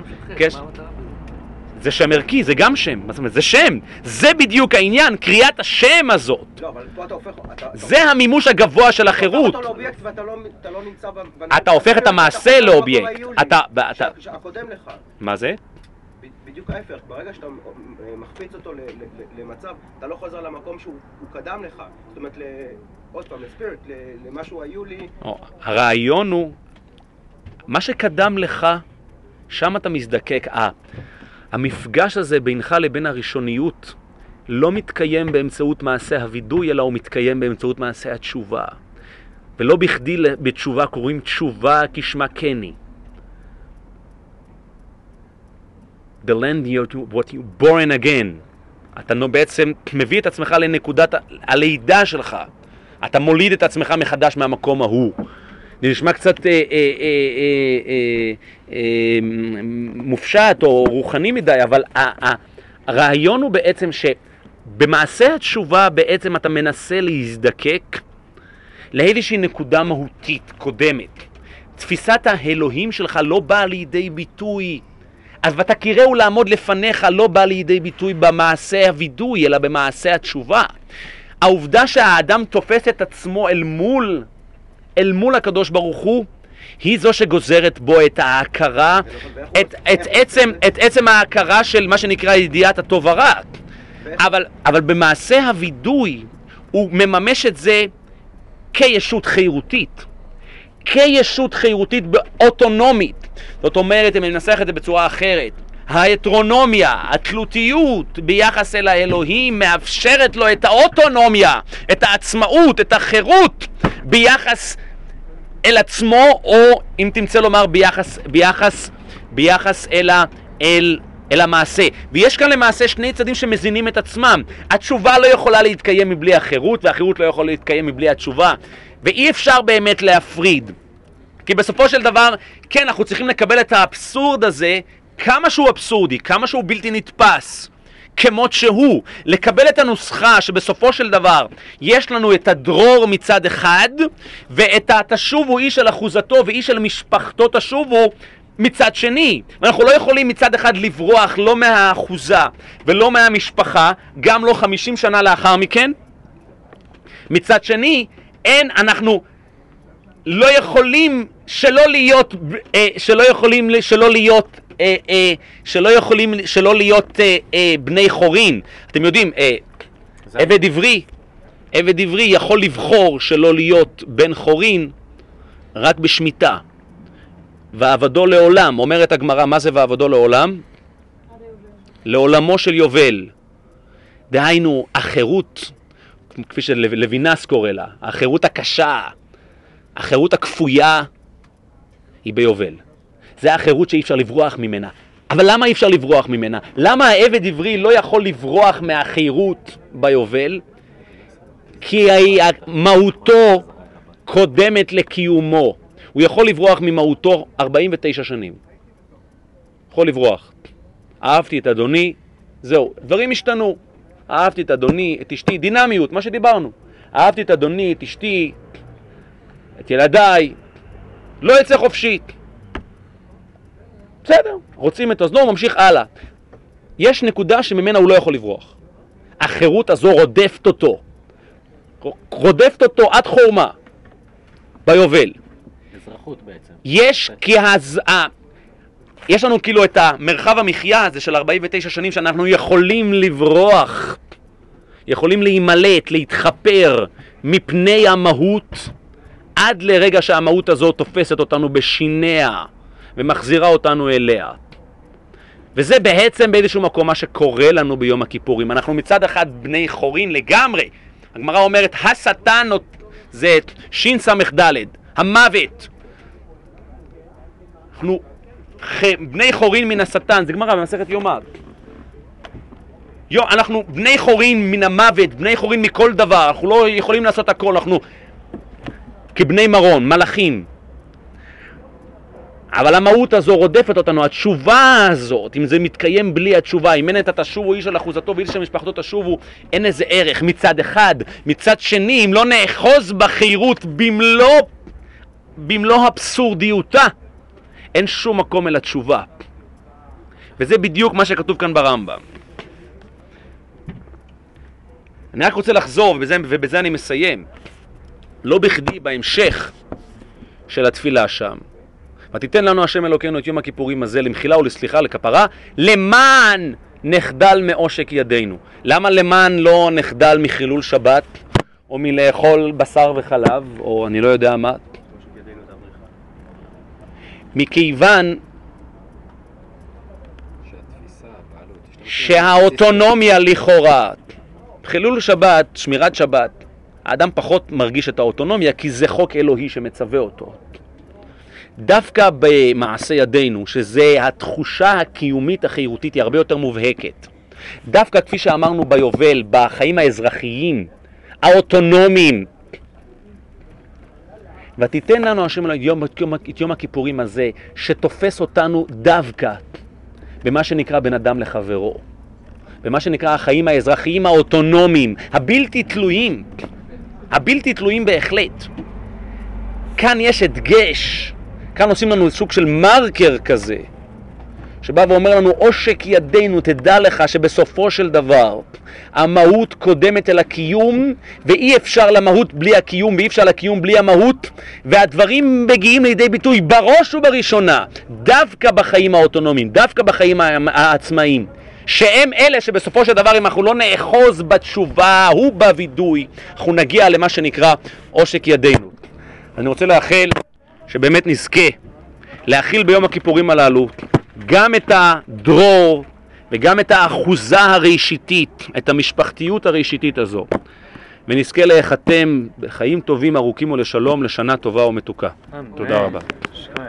זה שם ערכי, זה גם שם, מה זאת אומרת? זה שם, זה בדיוק העניין, קריאת השם הזאת. לא, אבל פה אתה הופך... זה המימוש הגבוה של החירות. אתה הופך אותו לאובייקט ואתה לא נמצא... אתה הופך את המעשה לאובייקט. הקודם לך. מה זה? בדיוק ההפך, ברגע שאתה מחפיץ אותו למצב, אתה לא חוזר למקום שהוא קדם לך. זאת אומרת, עוד פעם, לספיריט, למשהו היו לי... הרעיון הוא, מה שקדם לך, שם אתה מזדקק. המפגש הזה בינך לבין הראשוניות לא מתקיים באמצעות מעשה הווידוי, אלא הוא מתקיים באמצעות מעשה התשובה. ולא בכדי בתשובה קוראים תשובה כשמה כני. The land what you born again. אתה בעצם מביא את עצמך לנקודת הלידה שלך. אתה מוליד את עצמך מחדש מהמקום ההוא. זה נשמע קצת מופשט או רוחני מדי, אבל הרעיון הוא בעצם שבמעשה התשובה בעצם אתה מנסה להזדקק לאיזושהי נקודה מהותית קודמת. תפיסת האלוהים שלך לא באה לידי ביטוי, אז ותכירהו לעמוד לפניך לא באה לידי ביטוי במעשה הווידוי, אלא במעשה התשובה. העובדה שהאדם תופס את עצמו אל מול הקדוש ברוך הוא, היא זו שגוזרת בו את ההכרה, את עצם ההכרה של מה שנקרא ידיעת הטוב הרע. אבל במעשה הווידוי הוא מממש את זה כישות חירותית. כישות חירותית אוטונומית. זאת אומרת, אם אני מנסח את זה בצורה אחרת, ההטרונומיה, התלותיות ביחס אל האלוהים מאפשרת לו את האוטונומיה, את העצמאות, את החירות ביחס אל עצמו, או אם תמצא לומר ביחס אל המעשה. ויש כאן למעשה שני צדדים שמזינים את עצמם. התשובה לא יכולה להתקיים מבלי החירות, והחירות לא יכולה להתקיים מבלי התשובה. ואי אפשר באמת להפריד. כי בסופו של דבר, כן, אנחנו צריכים לקבל את האבסורד הזה, כמה שהוא אבסורדי, כמה שהוא בלתי נתפס, כמות שהוא, לקבל את הנוסחה שבסופו של דבר יש לנו את הדרור מצד אחד, ואת התשובו איש על אחוזתו ואיש על משפחתו תשובו מצד שני. ואנחנו לא יכולים מצד אחד לברוח לא מהאחוזה ולא מהמשפחה, גם לא 50 שנה לאחר מכן. מצד שני, אנחנו לא יכולים שלא להיות בני חורין. אתם יודעים, עבד עברי יכול לבחור שלא להיות בן חורין רק בשמיטה. ועבדו לעולם, אומרת הגמרא, מה זה ועבדו לעולם? לעולמו של יובל. דהיינו, החירות, כפי שלוינס קורא לה, החירות הקשה, החירות הכפויה, היא ביובל. זה החירות שאי אפשר לברוח ממנה. אבל למה אי אפשר לברוח ממנה? למה העבד עברי לא יכול לברוח מהחירות ביובל? כי מהותו קודמת לקיומו. הוא יכול לברוח ממהותו 49 שנים. יכול לברוח. אהבתי את אדוני, זהו, דברים השתנו. אהבתי את אדוני, את אשתי, דינמיות, מה שדיברנו. אהבתי את אדוני, את אשתי, את ילדיי, לא יצא חופשית. בסדר, רוצים את אוזנו, הוא ממשיך הלאה. יש נקודה שממנה הוא לא יכול לברוח. החירות הזו רודפת אותו עד חורמה, ביובל. אזרחות בעצם. יש לנו כאילו את המרחב המחיה הזה של 49 שנים שאנחנו יכולים לברוח, יכולים להימלט, להתחפר מפני המהות, עד לרגע שהמהות הזו תופסת אותנו בשיניה ומחזירה אותנו אליה. וזה בעצם באיזשהו מקום מה שקורה לנו ביום הכיפורים. אנחנו מצד אחד בני חורין לגמרי. הגמרא אומרת, השטן זה שין סמך ד', המוות. אנחנו בני חורין מן השטן, זה גמרא במסכת יומא. אנחנו בני חורין מן המוות, בני חורין מכל דבר, אנחנו לא יכולים לעשות הכל, אנחנו כבני מרון, מלאכים. אבל המהות הזו רודפת אותנו, התשובה הזאת, אם זה מתקיים בלי התשובה, אם אין את התשובו איש על אחוזתו ואיש על משפחתו תשובו, אין איזה ערך מצד אחד. מצד שני, אם לא נאחוז בחירות במלוא אבסורדיותה, אין שום מקום אל התשובה. וזה בדיוק מה שכתוב כאן ברמב"ם. אני רק רוצה לחזור, ובזה אני מסיים. לא בכדי בהמשך של התפילה שם. ותיתן לנו השם אלוקינו את יום הכיפורים הזה למחילה ולסליחה, לכפרה, למען נחדל מעושק ידינו. למה למען לא נחדל מחילול שבת, או מלאכול בשר וחלב, או אני לא יודע מה? מכיוון שהאוטונומיה לכאורה, חילול שבת, שמירת שבת, האדם פחות מרגיש את האוטונומיה, כי זה חוק אלוהי שמצווה אותו. דווקא במעשה ידינו, שזה התחושה הקיומית החירותית, היא הרבה יותר מובהקת. דווקא כפי שאמרנו ביובל, בחיים האזרחיים, האוטונומיים, ותיתן לנו השם את יום הכיפורים הזה, שתופס אותנו דווקא במה שנקרא בין אדם לחברו, במה שנקרא החיים האזרחיים האוטונומיים, הבלתי תלויים, הבלתי תלויים בהחלט. כאן יש הדגש, כאן עושים לנו סוג של מרקר כזה, שבא ואומר לנו, עושק ידינו, תדע לך שבסופו של דבר המהות קודמת אל הקיום, ואי אפשר למהות בלי הקיום, ואי אפשר לקיום בלי המהות, והדברים מגיעים לידי ביטוי בראש ובראשונה, דווקא בחיים האוטונומיים, דווקא בחיים העצמאיים, שהם אלה שבסופו של דבר, אם אנחנו לא נאחוז בתשובה, הוא בווידוי, אנחנו נגיע למה שנקרא עושק ידינו. אני רוצה לאחל שבאמת נזכה להכיל ביום הכיפורים הללו גם את הדרור וגם את האחוזה הראשיתית, את המשפחתיות הראשיתית הזו, ונזכה להיחתם בחיים טובים, ארוכים ולשלום, לשנה טובה ומתוקה. תודה רבה.